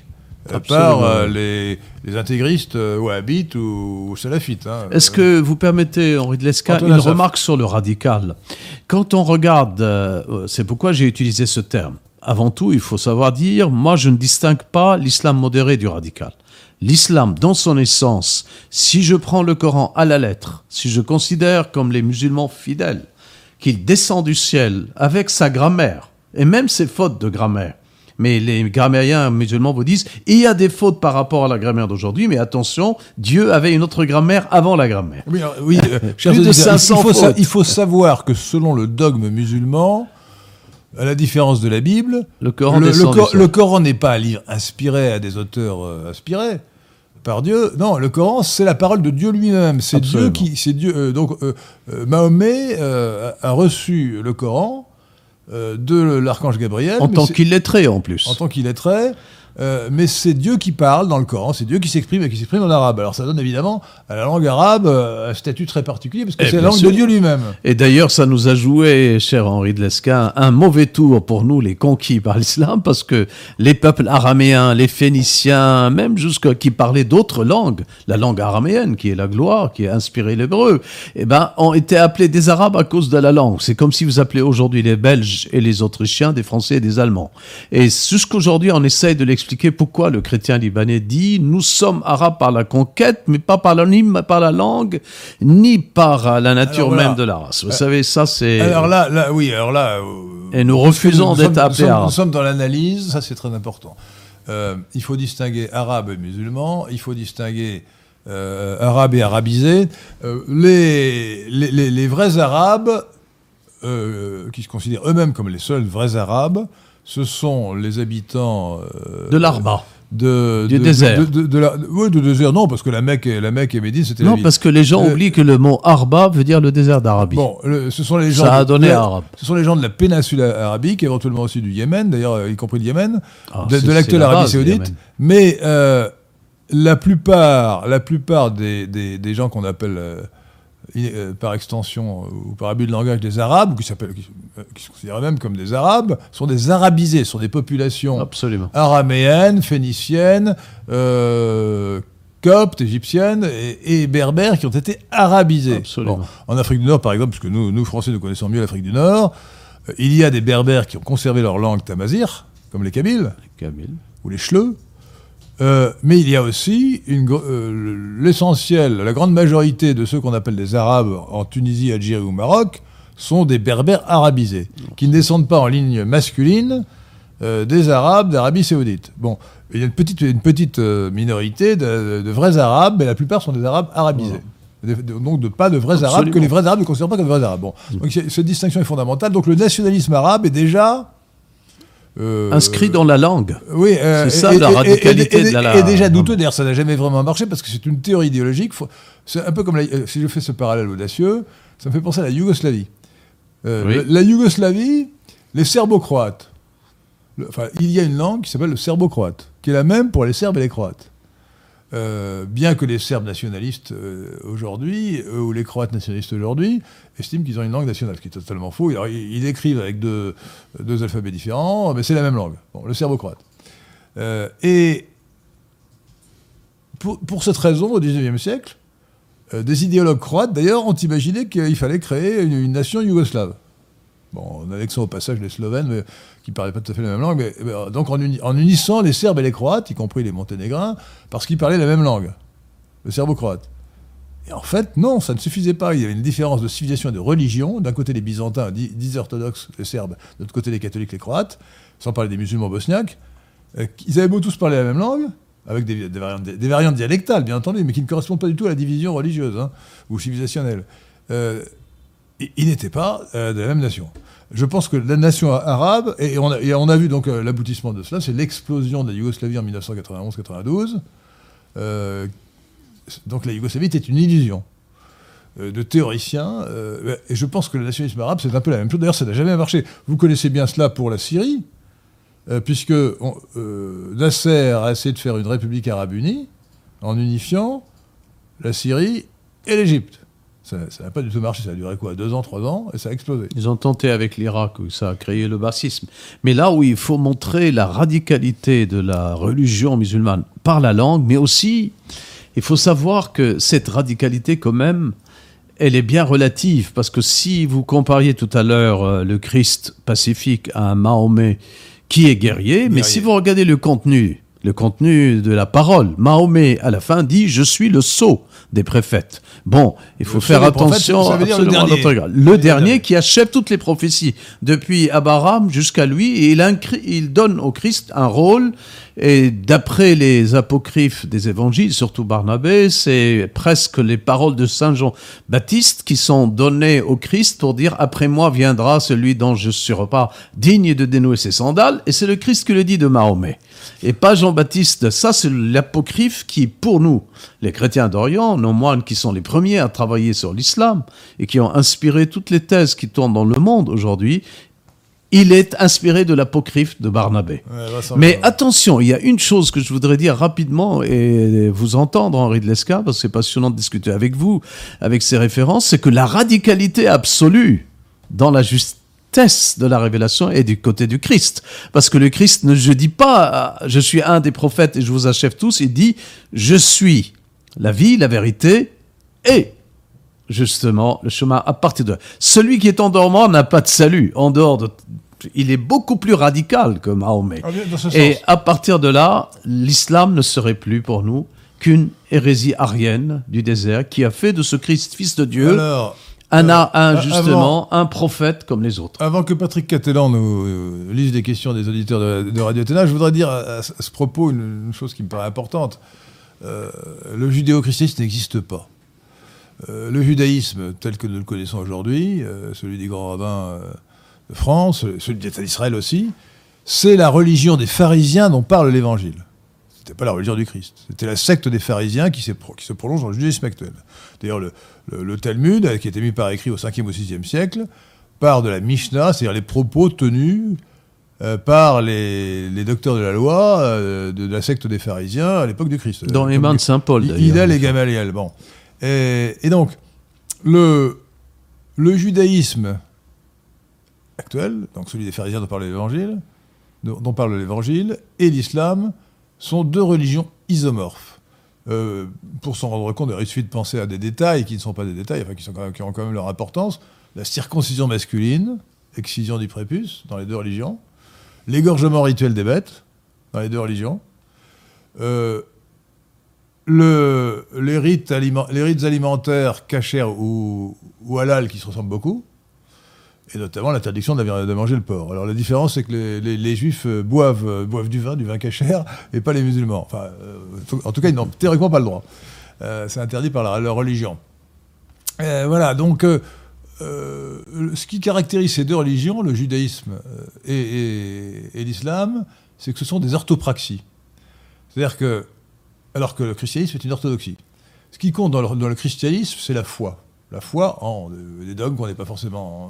euh, par euh, les, les intégristes euh, wahhabites ou, ou salafites. Hein. Est-ce que vous permettez, Henri de Lesquen, une Assaf. remarque sur le radical? Quand on regarde, euh, c'est pourquoi j'ai utilisé ce terme. Avant tout, il faut savoir dire, moi je ne distingue pas l'islam modéré du radical. L'islam, dans son essence, si je prends le Coran à la lettre, si je considère comme les musulmans fidèles qu'il descend du ciel avec sa grammaire, et même ses fautes de grammaire, mais les grammairiens musulmans vous disent il y a des fautes par rapport à la grammaire d'aujourd'hui, mais attention, Dieu avait une autre grammaire avant la grammaire. Oui, alors, oui euh, plus de cinq cents il, faut sa- il faut savoir que selon le dogme musulman, à la différence de la Bible, le Coran, le, le, Cor- le Coran n'est pas un livre inspiré à des auteurs euh, inspirés par Dieu. Non, le Coran, c'est la parole de Dieu lui-même. C'est Absolument. Dieu qui, c'est Dieu. Euh, donc, euh, euh, Mahomet euh, a reçu le Coran euh, de l'archange Gabriel. En tant qu'illettré, en plus. En tant qu'illettré. Euh, mais c'est Dieu qui parle dans le Coran, c'est Dieu qui s'exprime et qui s'exprime en arabe. Alors ça donne évidemment à la langue arabe euh, un statut très particulier parce que et c'est la langue sûr. de Dieu lui-même. Et d'ailleurs, ça nous a joué, cher Henri de Lesquen, un mauvais tour pour nous, les conquis par l'islam, parce que les peuples araméens, les Phéniciens, même jusqu'à qui parlaient d'autres langues, la langue araméenne qui est la gloire, qui a inspiré l'hébreu, eh ben, ont été appelés des Arabes à cause de la langue. C'est comme si vous appelez aujourd'hui les Belges et les Autrichiens des Français et des Allemands. Et jusqu'aujourd'hui, on essaye de l'expliquer. Expliquer pourquoi le chrétien libanais dit « Nous sommes arabes par la conquête, mais pas par la, ni par la langue, ni par la nature alors, même voilà. de la race. » Vous euh, savez, ça c'est... Alors là, là oui, alors là... Euh, Et nous refusons nous d'être appelés arabes. Nous sommes dans l'analyse, ça c'est très important. Euh, il faut distinguer arabe et musulman, il faut distinguer euh, arabe et arabisé. Euh, les, les, les, les vrais arabes, euh, qui se considèrent eux-mêmes comme les seuls vrais arabes, ce sont les habitants euh, de l'Arba, de, du de, désert. De, de, de, de la, oui, du désert, non, parce que la Mecque et, la Mecque et Médine, c'était non, la ville. parce que les gens euh, oublient que le mot Arba veut dire le désert d'Arabie. Bon, le, ce sont les gens. Ça a de, donné de, arabe. Ce sont les gens de la péninsule arabique, éventuellement aussi du Yémen, d'ailleurs, y compris le Yémen, ah, de, de l'actuelle Arabie Saoudite. Mais euh, la plupart, la plupart des, des, des gens qu'on appelle euh, Euh, par extension euh, ou par abus de langage des Arabes, qui, qui, qui se considèrent même comme des Arabes, sont des arabisés, sont des populations Absolument. araméennes, phéniciennes, euh, coptes, égyptiennes et, et berbères qui ont été arabisés. Absolument. Bon, en Afrique du Nord, par exemple, parce que nous, nous Français, nous connaissons mieux l'Afrique du Nord, euh, il y a des berbères qui ont conservé leur langue tamazir, comme les Kabyles, les Kabyles. ou les Chleux. Euh, mais il y a aussi une, euh, l'essentiel, la grande majorité de ceux qu'on appelle des Arabes en Tunisie, Algérie ou Maroc sont des berbères arabisés, qui ne descendent pas en ligne masculine euh, des Arabes d'Arabie Saoudite. Bon, il y a une petite, une petite euh, minorité de, de vrais Arabes, mais la plupart sont des Arabes arabisés. De, de, donc de, pas de vrais Absolument. Arabes, que les vrais Arabes ne considèrent pas comme des vrais Arabes. Bon, donc cette distinction est fondamentale. Donc le nationalisme arabe est déjà... Euh, inscrit dans la langue. Oui, euh, c'est ça et, la radicalité et, et, de la langue. Et déjà douteux, d'ailleurs ça n'a jamais vraiment marché parce que c'est une théorie idéologique. Faut, c'est un peu comme, la, si je fais ce parallèle audacieux, ça me fait penser à la Yougoslavie. Euh, oui. la, la Yougoslavie, les Serbo-Croates, le, enfin il y a une langue qui s'appelle le serbo-croate, qui est la même pour les Serbes et les Croates. Euh, bien que les Serbes nationalistes euh, aujourd'hui, euh, ou les Croates nationalistes aujourd'hui, estiment qu'ils ont une langue nationale, ce qui est totalement faux. Alors, ils, ils écrivent avec deux, deux alphabets différents, mais c'est la même langue, bon, le serbo-croate. Euh, et pour, pour cette raison, au dix-neuvième siècle, euh, des idéologues croates, d'ailleurs, ont imaginé qu'il fallait créer une, une nation yougoslave. Bon, on annexant au passage les Slovènes, mais, qui ne parlaient pas tout à fait la même langue. Mais, mais, donc en, uni, en unissant les Serbes et les Croates, y compris les Monténégrins, parce qu'ils parlaient la même langue, le serbo-croate. Et en fait, non, ça ne suffisait pas. Il y avait une différence de civilisation et de religion. D'un côté, les Byzantins, dits orthodoxes, les Serbes, de l'autre côté, les catholiques, les Croates, sans parler des musulmans bosniaques. Euh, ils avaient beau tous parler la même langue, avec des, des, variantes, des, des variantes dialectales, bien entendu, mais qui ne correspondent pas du tout à la division religieuse hein, ou civilisationnelle. Euh, ils n'étaient pas euh, de la même nation. Je pense que la nation arabe, et on a, et on a vu donc euh, l'aboutissement de cela, c'est l'explosion de la Yougoslavie en dix-neuf cent quatre-vingt-onze quatre-vingt-douze. Euh, donc la Yougoslavie était une illusion euh, de théoriciens, euh, et je pense que le nationalisme arabe, c'est un peu la même chose. D'ailleurs, ça n'a jamais marché. Vous connaissez bien cela pour la Syrie, euh, puisque on, euh, Nasser a essayé de faire une république arabe unie en unifiant la Syrie et l'Égypte. Ça n'a pas du tout marché, ça a duré quoi, deux ans, trois ans, et ça a explosé. Ils ont tenté avec l'Irak, où ça a créé le bassisme. Mais là où il faut montrer la radicalité de la religion musulmane par la langue, mais aussi, il faut savoir que cette radicalité, quand même, elle est bien relative, parce que si vous compariez tout à l'heure euh, le Christ pacifique à un Mahomet qui est guerrier, guerrier, mais si vous regardez le contenu, le contenu de la parole, Mahomet, à la fin, dit « Je suis le sceau des prophètes ». Bon, il faut le faire attention. Prophètes, ça veut dire le dernier. Le, le dernier qui achève toutes les prophéties, depuis Abraham jusqu'à lui, et il, incri- il donne au Christ un rôle. Et d'après les apocryphes des évangiles, surtout Barnabé, c'est presque les paroles de Saint Jean-Baptiste qui sont données au Christ pour dire « Après moi viendra celui dont je ne serai pas digne de dénouer ses sandales ». Et c'est le Christ qui le dit de Mahomet. Et pas Jean-Baptiste. Ça, c'est l'apocryphe qui, pour nous, les chrétiens d'Orient, nos moines qui sont les premiers à travailler sur l'islam et qui ont inspiré toutes les thèses qui tournent dans le monde aujourd'hui, il est inspiré de l'apocryphe de Barnabé. Ouais, mais attention, il y a une chose que je voudrais dire rapidement et vous entendre, Henri de Lescar, parce que c'est passionnant de discuter avec vous, avec ces références, c'est que la radicalité absolue dans la justesse de la révélation est du côté du Christ. Parce que le Christ ne je dis pas « je suis un des prophètes et je vous achève tous », il dit « je suis la vie, la vérité et justement le chemin à partir de là. Celui qui est endormant n'a pas de salut. En dehors de... Il est beaucoup plus radical que Mahomet. Ah, et à partir de là, l'islam ne serait plus pour nous qu'une hérésie arienne du désert qui a fait de ce Christ, fils de Dieu, Alors, un, euh, un, justement, avant, un prophète comme les autres. Avant que Patrick Catelan nous euh, lise des questions des auditeurs de, de Radio Athéna, je voudrais dire à, à ce propos une, une chose qui me paraît importante. Euh, le judéo-christianisme n'existe pas. Euh, le judaïsme tel que nous le connaissons aujourd'hui, euh, celui des grands rabbins euh, de France, celui d'État d'Israël aussi, c'est la religion des pharisiens dont parle l'Évangile. C'était pas la religion du Christ. C'était la secte des pharisiens qui, qui se prolonge dans le judaïsme actuel. D'ailleurs, le, le, le Talmud, qui a été mis par écrit au cinquième ou sixième siècle, part de la Mishnah, c'est-à-dire les propos tenus euh, par les, les docteurs de la loi euh, de, de la secte des pharisiens à l'époque du Christ. Dans les mains de Saint Paul, d'ailleurs. Hillel et Gamaliel, bon. Et, et donc, le, le judaïsme actuel, donc celui des pharisiens dont parle l'Évangile, dont parle l'Évangile, et l'islam sont deux religions isomorphes. Euh, pour s'en rendre compte, il suffit de penser à des détails qui ne sont pas des détails, enfin qui, sont quand même, qui ont quand même leur importance. La circoncision masculine, excision du prépuce, dans les deux religions. L'égorgement rituel des bêtes, dans les deux religions. Euh, le, les, rites aliment, les rites alimentaires cachers ou, ou halal qui se ressemblent beaucoup. Et notamment l'interdiction de, la, de manger le porc. Alors la différence, c'est que les, les, les juifs euh, boivent, euh, boivent du vin, du vin cachère, et pas les musulmans. Enfin, euh, en tout cas, ils n'ont théoriquement pas le droit. Euh, c'est interdit par la, leur religion. Euh, voilà, donc, euh, euh, ce qui caractérise ces deux religions, le judaïsme et, et, et l'islam, c'est que ce sont des orthopraxies. C'est-à-dire que, alors que le christianisme est une orthodoxie. Ce qui compte dans le, dans le christianisme, c'est la foi. La foi en euh, des dogmes qu'on n'est pas forcément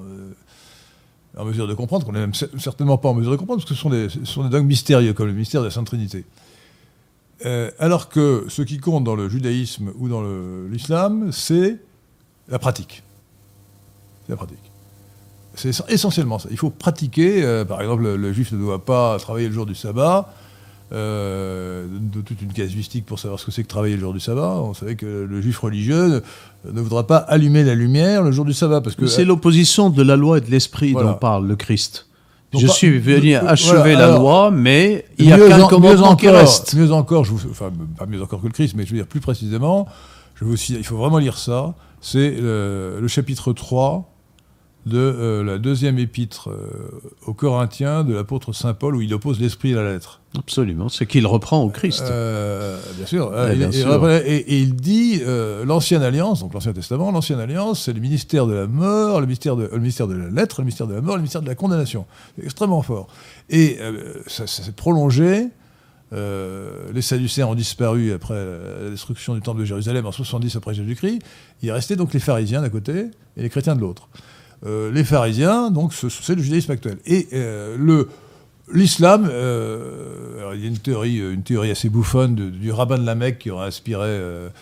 euh, en mesure de comprendre, qu'on n'est même certainement pas en mesure de comprendre, parce que ce sont des, ce sont des dogmes mystérieux, comme le mystère de la Sainte Trinité. Euh, alors que ce qui compte dans le judaïsme ou dans le, l'islam, c'est la pratique. C'est la pratique. C'est essentiellement ça. Il faut pratiquer. Euh, par exemple, le, le juif ne doit pas travailler le jour du sabbat. Euh, de toute une casuistique pour savoir ce que c'est que travailler le jour du sabbat. On savait que le juif religieux ne, ne voudra pas allumer la lumière le jour du sabbat. Parce que, c'est l'opposition de la loi et de l'esprit voilà. dont parle le Christ. Donc, je suis venu euh, achever voilà, la alors, loi, mais il y a qu'un commandement qui reste. Mieux encore, je vous, enfin, pas mieux encore que le Christ, mais je veux dire plus précisément, je vous, il faut vraiment lire ça, c'est le, le chapitre trois de euh, la deuxième épître euh, aux Corinthiens de l'apôtre Saint Paul, où il oppose l'esprit à la lettre. Absolument, c'est qu'il reprend au Christ. Euh, bien sûr. Ouais, bien et, sûr. Et, et, et il dit, euh, l'Ancienne Alliance, donc l'Ancien Testament, l'Ancienne Alliance, c'est le ministère de la mort, le ministère de, le ministère de la lettre, le ministère de la mort, le ministère de la condamnation. C'est extrêmement fort. Et euh, ça, ça s'est prolongé. Euh, les Sadducéens ont disparu après la destruction du temple de Jérusalem en soixante-dix après Jésus-Christ. Il restait donc les pharisiens d'un côté et les chrétiens de l'autre. Euh, les pharisiens, donc c'est le judaïsme actuel. Et euh, le, l'islam, euh, alors il y a une théorie, une théorie assez bouffonne de, du rabbin de la Mecque qui aurait inspiré, euh, qui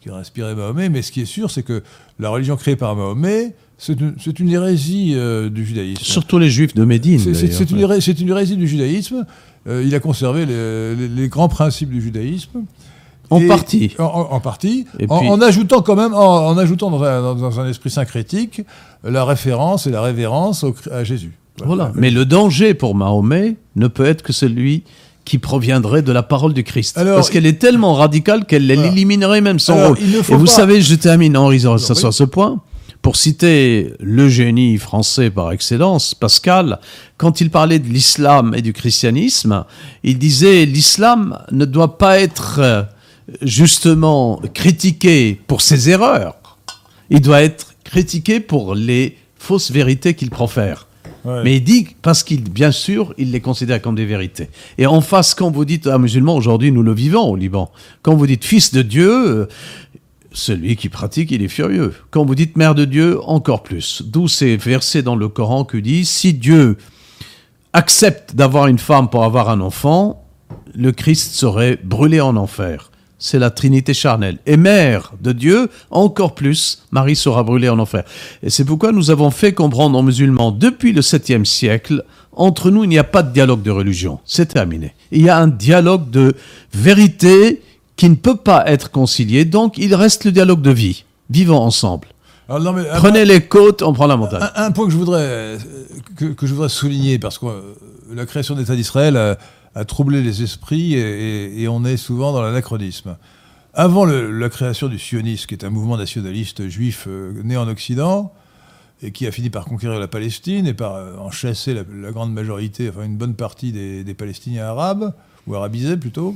qui aurait inspiré Mahomet, mais ce qui est sûr, c'est que la religion créée par Mahomet, c'est une, c'est une hérésie euh, du judaïsme. Surtout les juifs de Médine. C'est, c'est, c'est, une, hérésie, c'est une hérésie du judaïsme. Euh, il a conservé les, les, les grands principes du judaïsme. En partie. En, en, en partie, et en, puis, en ajoutant quand même, en, en ajoutant dans un, dans un esprit syncrétique, la référence et la révérence au, à Jésus. Voilà. voilà. Mais le danger pour Mahomet ne peut être que celui qui proviendrait de la parole du Christ. Alors, parce qu'elle est tellement radicale qu'elle voilà. éliminerait même son Alors, rôle. Et vous pas... savez, je termine, Henri, sur oui. ce point. Pour citer le génie français par excellence, Pascal, quand il parlait de l'islam et du christianisme, il disait l'islam ne doit pas être justement critiqué pour ses erreurs, il doit être critiqué pour les fausses vérités qu'il profère. Ouais. Mais il dit, parce qu'il, bien sûr, il les considère comme des vérités. Et en face, quand vous dites, un musulman, aujourd'hui, nous le vivons au Liban, quand vous dites fils de Dieu, celui qui pratique, il est furieux. Quand vous dites mère de Dieu, encore plus. D'où ces versets dans le Coran qui disent, si Dieu accepte d'avoir une femme pour avoir un enfant, le Christ serait brûlé en enfer. C'est la Trinité charnelle. Et mère de Dieu, encore plus, Marie sera brûlée en enfer. Et c'est pourquoi nous avons fait comprendre aux musulmans, depuis le septième siècle, entre nous, il n'y a pas de dialogue de religion. C'est terminé. Il y a un dialogue de vérité qui ne peut pas être concilié, donc il reste le dialogue de vie. Vivons ensemble. Alors, non, mais, Prenez un, les côtes, on prend la montagne. Un, un point que je voudrais, que, que je voudrais souligner, parce que la création de l'État d'Israël a, a troublé les esprits et, et, et on est souvent dans l'anachronisme. Avant le, la création du sionisme, qui est un mouvement nationaliste juif euh, né en Occident et qui a fini par conquérir la Palestine et par euh, en chasser la, la grande majorité, enfin une bonne partie des, des Palestiniens arabes, ou arabisés plutôt,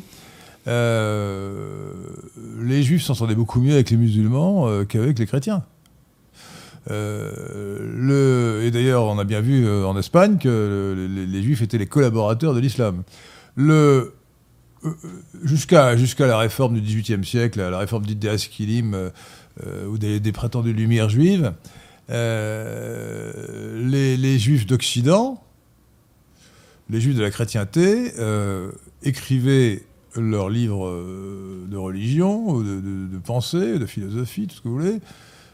euh, les juifs s'entendaient beaucoup mieux avec les musulmans euh, qu'avec les chrétiens. Euh, le, et d'ailleurs, on a bien vu euh, en Espagne que le, les, les juifs étaient les collaborateurs de l'islam. Le, euh, jusqu'à, jusqu'à la réforme du dix-huitième siècle, la réforme dite des Haskilim, euh, ou des, des prétendues lumières juives, euh, les, les juifs d'Occident, les juifs de la chrétienté, euh, écrivaient leurs livres de religion, de, de, de pensée, de philosophie, tout ce que vous voulez,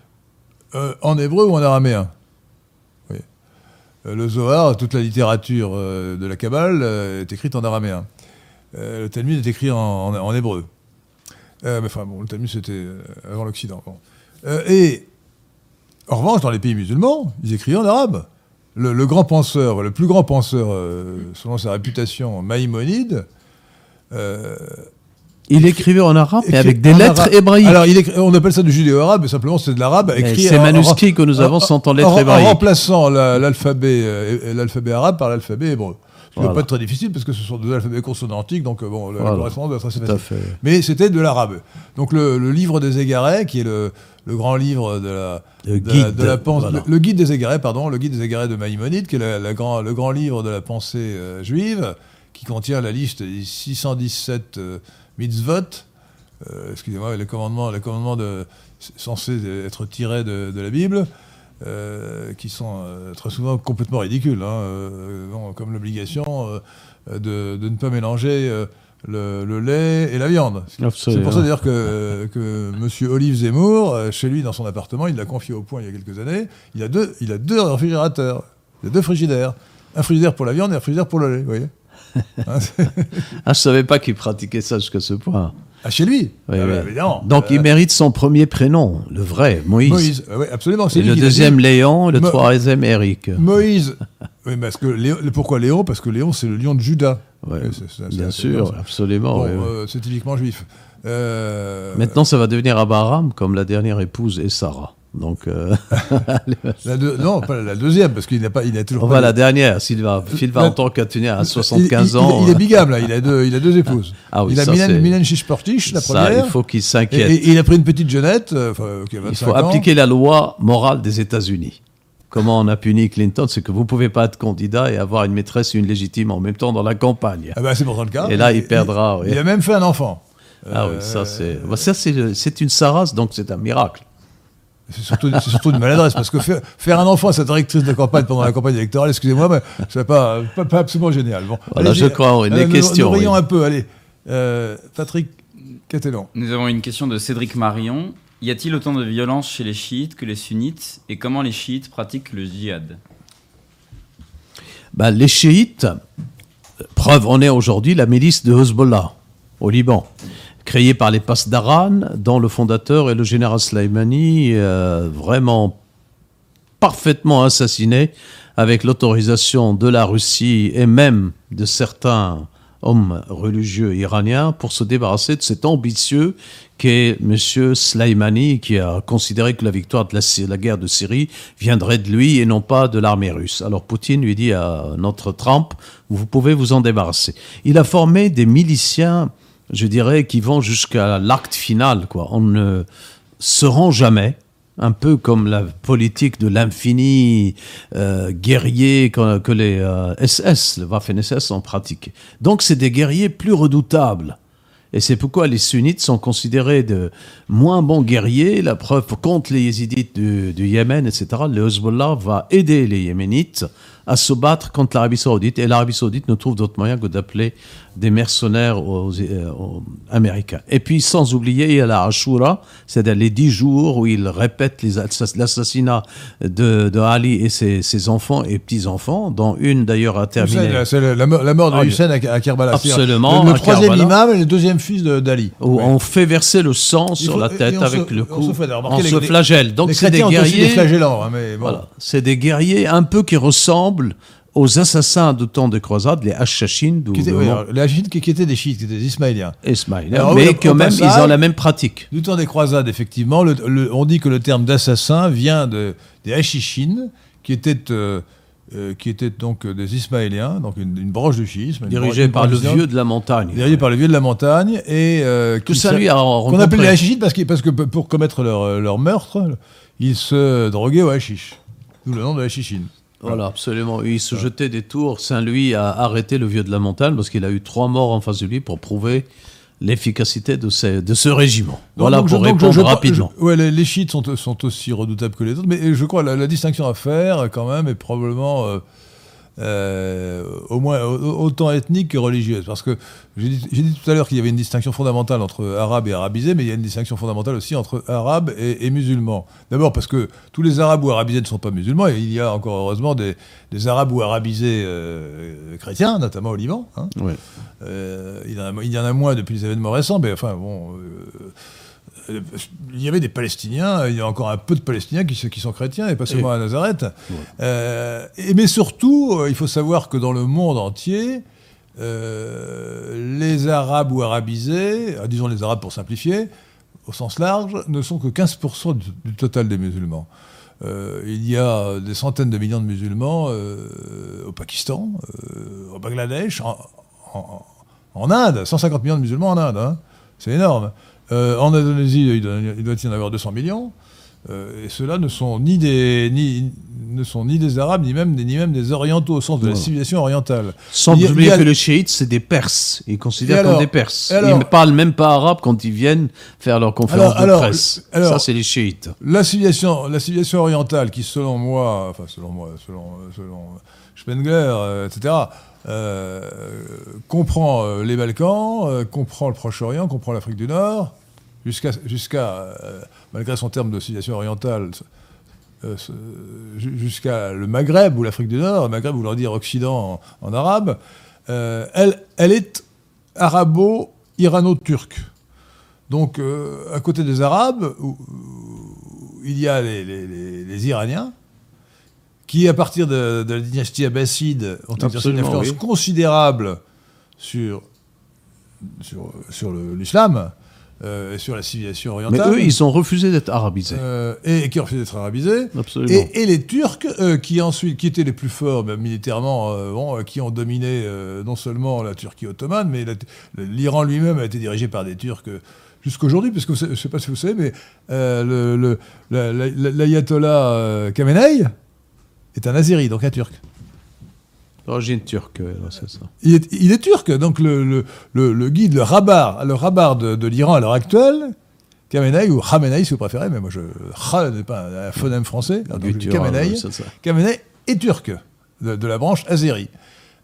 Euh, en hébreu ou en araméen. Oui. Euh, le Zohar, toute la littérature euh, de la Kabbale euh, est écrite en araméen. Euh, le Talmud est écrit en, en, en hébreu. Euh, mais enfin, bon, le Talmud, c'était avant l'Occident. Bon. Euh, et, en revanche, dans les pays musulmans, ils écrivaient en arabe. Le, le grand penseur, le plus grand penseur, euh, selon sa réputation, Maïmonide, euh, il écrivait en arabe, mais avec des lettres arabe. hébraïques. Alors, il écrit, on appelle ça du judéo-arabe, mais simplement c'est de l'arabe écrit. Ces manuscrits que nous avons sont en lettres en, hébraïques. En remplaçant la, l'alphabet, euh, l'alphabet arabe par l'alphabet hébreu. Ce qui ne voilà. va pas être très difficile, parce que ce sont deux alphabets consonantiques, donc bon, la voilà. correspondance doit être assez facile. Fait. Mais c'était de l'arabe. Donc le, le livre des égarés, qui est le, le grand livre de la... Le de guide. La, de la pensée, voilà. le, le guide des égarés, pardon, le guide des égarés de Maïmonide, qui est la, la grand, le grand livre de la pensée euh, juive, qui contient la liste des six cent dix-sept euh, mitzvot, Euh, excusez-moi, les commandements, les commandements de, censés être tirés de, de la Bible, euh, qui sont euh, très souvent complètement ridicules, hein, euh, bon, comme l'obligation euh, de, de ne pas mélanger euh, le, le lait et la viande. Absolument. C'est pour ça d'ailleurs que, que M. Olive Zemmour, chez lui dans son appartement, il l'a confié au point il y a quelques années, il a deux, il a deux réfrigérateurs, il a deux frigidaires, un frigidaire pour la viande et un frigidaire pour le lait, vous voyez. Hein, ah, je ne savais pas qu'il pratiquait ça jusqu'à ce point. Ah, chez lui oui, ah, oui. Bah, évidemment. Donc euh, il mérite son premier prénom, le vrai, Moïse. Moïse, oui, absolument. C'est et lui le qui deuxième, Léon, et le Mo- troisième, Éric. Moïse. Oui, parce que Léon, pourquoi Léon ? Parce que Léon, c'est le lion de Juda. Ouais, oui, c'est, c'est, bien c'est, sûr, c'est, absolument. Bon, oui, oui. Euh, c'est typiquement juif. Euh... Maintenant, ça va devenir Abraham, comme la dernière épouse et Sarah. Donc, euh... la deux, non, pas la deuxième, parce qu'il n'a pas, il a toujours. On pas va de... la dernière. Sylvain, Sylvain en tant qu'athénien à soixante-quinze il, ans. Il, il, il est bigame là. Il a deux, il a deux épouses. Ah oui, il a ça, Mylène, c'est... Mylène Chiche-Portiche, la ça, première. Il faut qu'il s'inquiète. Et, et il a pris une petite jeunette, euh, qui a vingt-cinq ans. Il faut ans. appliquer la loi morale des États-Unis. Comment on a puni Clinton, c'est que vous ne pouvez pas être candidat et avoir une maîtresse et une légitime en même temps dans la campagne. Ah ben c'est pourtant le cas. Et là, il, il perdra. Il, oui. il a même fait un enfant. Ah euh, oui, ça c'est, bah, ça c'est, c'est une Saras, donc c'est un miracle. C'est surtout, c'est surtout une maladresse, parce que faire, faire un enfant à sa directrice de campagne pendant la campagne électorale, excusez-moi, mais c'est pas, pas, pas absolument génial. Bon, voilà, allez, je crois, une allez, question. Nous, nous rions oui. un peu, allez. Euh, Patrick, Catelan. Nous avons une question de Cédric Marion. Y a-t-il autant de violence chez les chiites que les sunnites et comment les chiites pratiquent le djihad? Ben, les chiites, preuve en est aujourd'hui la milice de Hezbollah au Liban, créée par les Pasdaran, dont le fondateur est le général Slimani, euh, vraiment parfaitement assassiné avec l'autorisation de la Russie et même de certains hommes religieux iraniens pour se débarrasser de cet ambitieux qu'est M. Slimani, qui a considéré que la victoire de la, la guerre de Syrie viendrait de lui et non pas de l'armée russe. Alors Poutine lui dit à notre Trump, vous pouvez vous en débarrasser. Il a formé des miliciens, je dirais, qui vont jusqu'à l'acte final, quoi. On ne se rend jamais. Un peu comme la politique de l'infini euh, guerrier que, que les euh, S S, le Waffen-S S, ont pratiqué. Donc c'est des guerriers plus redoutables. Et c'est pourquoi les sunnites sont considérés de moins bons guerriers. La preuve contre les yézidites du, du Yémen, et cetera. Le Hezbollah va aider les Yéménites à se battre contre l'Arabie Saoudite. Et l'Arabie Saoudite ne trouve d'autre moyen que d'appeler des mercenaires aux, aux, aux Américains. Et puis, sans oublier, il y a la Ashura, c'est-à-dire les dix jours où ils répètent les, l'assassinat de, de Ali et ses, ses enfants et petits-enfants, dont une d'ailleurs a terminé... C'est, c'est la, la, la mort de Hussein à, à Kerbala. Absolument. Le, le troisième imam et le deuxième fils de, d'Ali. Où oui. on fait verser le sang sur faut, la tête avec se, le cou. On se, fait, on les, se flagelle. Donc les c'est des guerriers... des flagellants. Hein, mais bon. Voilà. C'est des guerriers un peu qui ressemblent aux assassins du temps des croisades, les Hachachines. Oui, les Hachachines qui, qui étaient des chiites, qui étaient des Ismaéliens. Ismaéliens, alors, mais quand même, passage, ils ont la même pratique. Du temps des croisades, effectivement, le, le, on dit que le terme d'assassin vient de, des Hachachines, qui étaient, euh, euh, qui étaient donc des Ismaéliens, donc une, une branche du chiisme. Dirigée par le vieux de la montagne. Dirigée ouais. par le vieux de la montagne. Et, euh, que ça lui a rencontré. Qu'on appelle les Hachachines parce que, parce que pour commettre leur, leur meurtre, ils se droguaient au hashish. D'où le nom de Hachachines. Voilà, absolument. Il se jetait des tours. Saint-Louis a arrêté le vieux de la montagne parce qu'il a eu trois morts en face de lui pour prouver l'efficacité de, ces, de ce régiment. Donc, voilà donc, pour donc, répondre je, je, rapidement. Je, ouais, les, les chiites sont, sont aussi redoutables que les autres, mais je crois que la, la distinction à faire, quand même, est probablement euh, euh, au moins autant ethnique que religieuse. Parce que j'ai dit, j'ai dit tout à l'heure qu'il y avait une distinction fondamentale entre arabes et arabisés, mais il y a une distinction fondamentale aussi entre arabes et, et musulmans. D'abord parce que tous les arabes ou arabisés ne sont pas musulmans, et il y a encore heureusement des, des arabes ou arabisés euh, chrétiens, notamment au Liban. Hein. Oui. Euh, il, y en a, il y en a moins depuis les événements récents, mais enfin bon... Euh, il y avait des Palestiniens, il y a encore un peu de Palestiniens qui, qui sont chrétiens, et pas seulement et... à Nazareth. Ouais. Euh, et, mais surtout, il faut savoir que dans le monde entier, euh, les Arabes ou arabisés, disons les Arabes pour simplifier, au sens large, ne sont que quinze pour cent du, du total des musulmans. Euh, il y a des centaines de millions de musulmans euh, au Pakistan, euh, au Bangladesh, en, en, en Inde, cent cinquante millions de musulmans en Inde, hein. C'est énorme. Euh, en Indonésie, il doit, il doit y en avoir deux cents millions, euh, et ceux-là ne sont ni des, ni, ne sont ni des Arabes, ni même, ni même des Orientaux, au sens de ouais. la civilisation orientale. Sans oublier a... que les chiites, c'est des Perses. Ils considèrent alors, comme des Perses. Alors, ils ne parlent même pas arabe quand ils viennent faire leur conférence alors, de alors, presse. Alors, ça, c'est les chiites. La civilisation, la civilisation orientale, qui selon moi, enfin selon moi, selon, selon Spengler, euh, et cetera, Euh, comprend euh, les Balkans, euh, comprend le Proche-Orient, comprend l'Afrique du Nord, jusqu'à, jusqu'à euh, malgré son terme de civilisation orientale, euh, jusqu'à le Maghreb ou l'Afrique du Nord, le Maghreb voulant dire Occident en, en arabe, euh, elle, elle est arabo-irano-turque. Donc, euh, à côté des Arabes, où, où il y a les, les, les, les Iraniens, qui, à partir de, de la dynastie abbasside, ont exercé une influence oui. considérable sur, sur, sur le, l'islam euh, et sur la civilisation orientale. Mais eux, ils ont refusé d'être arabisés. Euh, et, et qui ont refusé d'être arabisés. Absolument. Et, et les Turcs, euh, qui ensuite, qui étaient les plus forts ben, militairement, euh, bon, qui ont dominé euh, non seulement la Turquie ottomane, mais la, l'Iran lui-même a été dirigé par des Turcs jusqu'aujourd'hui, parce que je ne sais pas si vous savez, mais euh, le, le, la, la, l'ayatollah euh, Khamenei est un Azéri, donc un Turc. D'origine turque, c'est ça. Il est, il est turc, donc le, le, le, le guide, le rabar, le rabar de, de l'Iran à l'heure actuelle, Khamenei, ou Khamenei si vous préférez, mais moi je... Kha n'est pas un, un phonème français, donc Khamenei, Khamenei est turc, de, de la branche Azéri.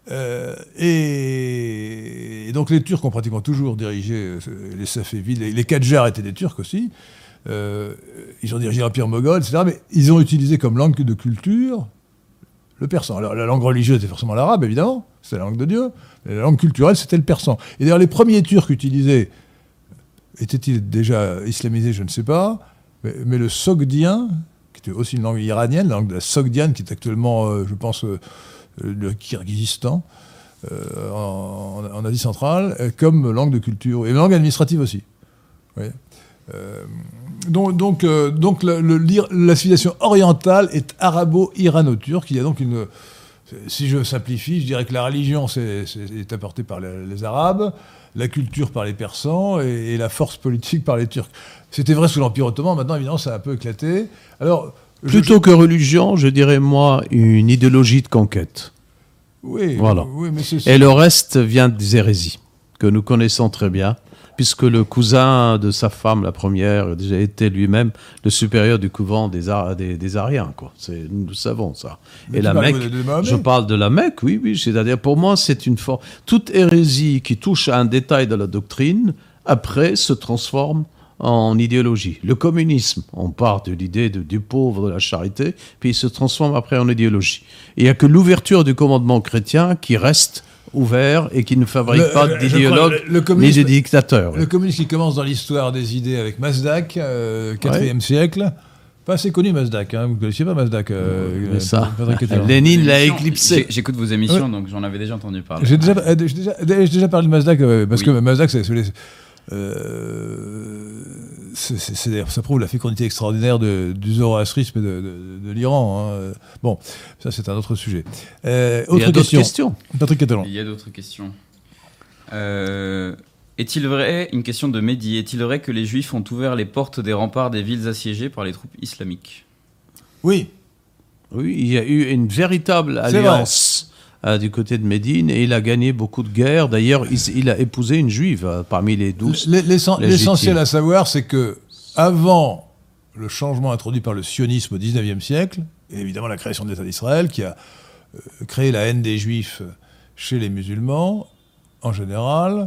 Euh, et, et donc les Turcs ont pratiquement toujours dirigé les Safévides, les, les Kadjars étaient des Turcs aussi, euh, ils ont dirigé l'Empire moghol, et cetera. Mais ils ont utilisé comme langue de culture le persan. Alors la langue religieuse était forcément l'arabe, évidemment, c'était la langue de Dieu, mais la langue culturelle c'était le persan. Et d'ailleurs les premiers Turcs utilisés, étaient-ils déjà islamisés, je ne sais pas, mais, mais le sogdien, qui était aussi une langue iranienne, la langue de la Sogdiane, qui est actuellement, euh, je pense... Euh, le Kirghizistan, euh, en, en Asie centrale, comme langue de culture, et langue administrative aussi. Oui. Euh, donc donc, euh, donc le, le, la civilisation orientale est arabo-irano-turque. Il y a donc une... Si je simplifie, je dirais que la religion c'est, c'est, est apportée par les, les Arabes, la culture par les Persans, et, et la force politique par les Turcs. C'était vrai sous l'Empire ottoman, maintenant évidemment ça a un peu éclaté. Alors... Plutôt je, que religion, je dirais, moi, une idéologie de conquête. Oui, voilà. Oui, mais c'est... Et le reste vient des hérésies, que nous connaissons très bien, puisque le cousin de sa femme, la première, a déjà été lui-même le supérieur du couvent des, Ar- des, des Ariens. Quoi. C'est, nous le savons, ça. Mais et la Mecque, de, de je parle de la Mecque, oui, oui. C'est-à-dire, pour moi, c'est une forme... Toute hérésie qui touche à un détail de la doctrine, après, se transforme en idéologie. Le communisme, on part de l'idée de, du pauvre, de la charité, puis il se transforme après en idéologie. Il n'y a que l'ouverture du commandement chrétien qui reste ouvert et qui ne fabrique le, pas d'idéologues ni de dictateurs. Le communisme qui commence dans l'histoire des idées avec Mazdak, euh, quatrième ouais. siècle. Pas assez connu Mazdak, hein. Vous ne connaissiez pas Mazdak. Euh, Mais ça, Lénine l'a éclipsé. J'écoute vos émissions, ouais. donc j'en avais déjà entendu parler. J'ai déjà, j'ai déjà, j'ai déjà parlé de Mazdak, euh, parce oui. que Mazdak, c'est... c'est Euh, c'est, c'est, c'est, ça prouve la fécondité extraordinaire de, du zoroastrisme de, de, de l'Iran. Hein. Bon, ça c'est un autre sujet. Euh, autre Il y a question. d'autres questions. Patrick Catalan. Il y a d'autres questions. Euh, est-il vrai, une question de Mehdi, est-il vrai que les Juifs ont ouvert les portes des remparts des villes assiégées par les troupes islamiques ? Oui. Oui, il y a eu une véritable alliance du côté de Médine, et il a gagné beaucoup de guerres. D'ailleurs, il, il a épousé une juive euh, parmi les douze. L'essentiel, l'essentiel à savoir, c'est que avant le changement introduit par le sionisme au dix-neuvième siècle, et évidemment la création de l'État d'Israël, qui a euh, créé la haine des Juifs chez les musulmans, en général,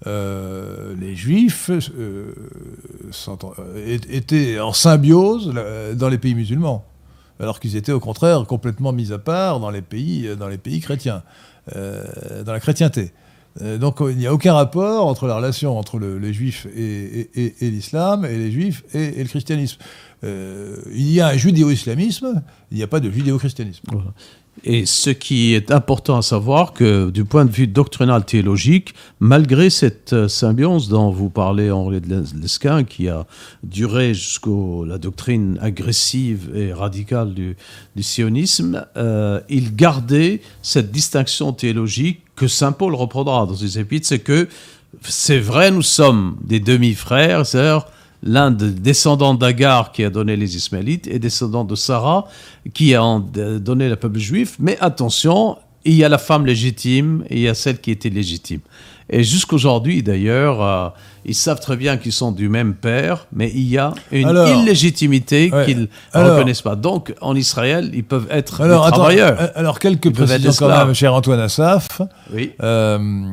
euh, les Juifs euh, sont, euh, étaient en symbiose dans les pays musulmans, alors qu'ils étaient au contraire complètement mis à part dans les pays, dans les pays chrétiens, euh, dans la chrétienté. Euh, donc il n'y a aucun rapport entre la relation entre le, les Juifs et, et, et, et l'islam, et les Juifs et, et le christianisme. Euh, il y a un judéo-islamisme, il n'y a pas de judéo-christianisme. Voilà. Et ce qui est important à savoir, que du point de vue doctrinal théologique, malgré cette symbiose dont vous parlez, Henri de Lesquen, qui a duré jusqu'à la doctrine agressive et radicale du, du sionisme, euh, il gardait cette distinction théologique que saint Paul reprendra dans ses épîtres, c'est que c'est vrai, nous sommes des demi-frères, c'est-à-dire l'un des descendants d'Agar qui a donné les Ismaélites et descendant de Sarah qui a donné le peuple juif. Mais attention, il y a la femme légitime et il y a celle qui était légitime. Et jusqu'aujourd'hui, d'ailleurs, euh, ils savent très bien qu'ils sont du même père, mais il y a une alors, illégitimité ouais, qu'ils ne reconnaissent pas. Donc, en Israël, ils peuvent être alors, des attends, travailleurs. Alors, quelques précisions quand même, cher Antoine Assaf. Oui. Euh,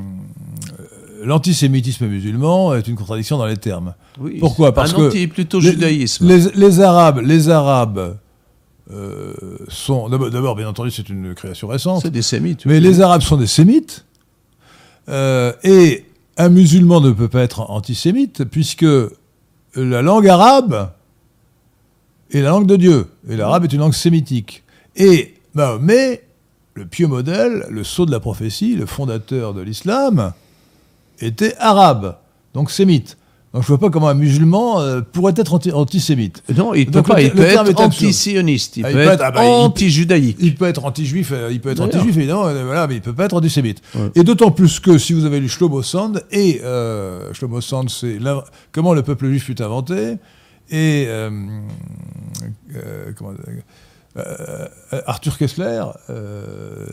L'antisémitisme musulman est une contradiction dans les termes. Oui, pourquoi ? Parce un que anti, plutôt les, judaïsme. Les, les Arabes, les Arabes euh, sont d'abord, d'abord, bien entendu, c'est une création récente. C'est des sémites. Mais oui. Les Arabes sont des sémites, euh, et un musulman ne peut pas être antisémite puisque la langue arabe est la langue de Dieu, et l'arabe est une langue sémitique. Et Mahomet, le pieux modèle, le sceau de la prophétie, le fondateur de l'islam, était arabe, donc sémite. Donc je ne vois pas comment un musulman euh, pourrait être anti- antisémite. Non, il, donc, peut, pas, le, il peut être anti-sioniste, il, ah, il peut être, être ah, bah, anti-judaïque. Il, il peut être anti-juif, euh, il peut être D'ailleurs. anti-juif évidemment, euh, voilà, mais il ne peut pas être antisémite. Ouais. Et d'autant plus que si vous avez lu Shlomo Sand, et euh, Shlomo Sand, c'est comment le peuple juif fut inventé, et euh, euh, comment, euh, Arthur Kessler, euh,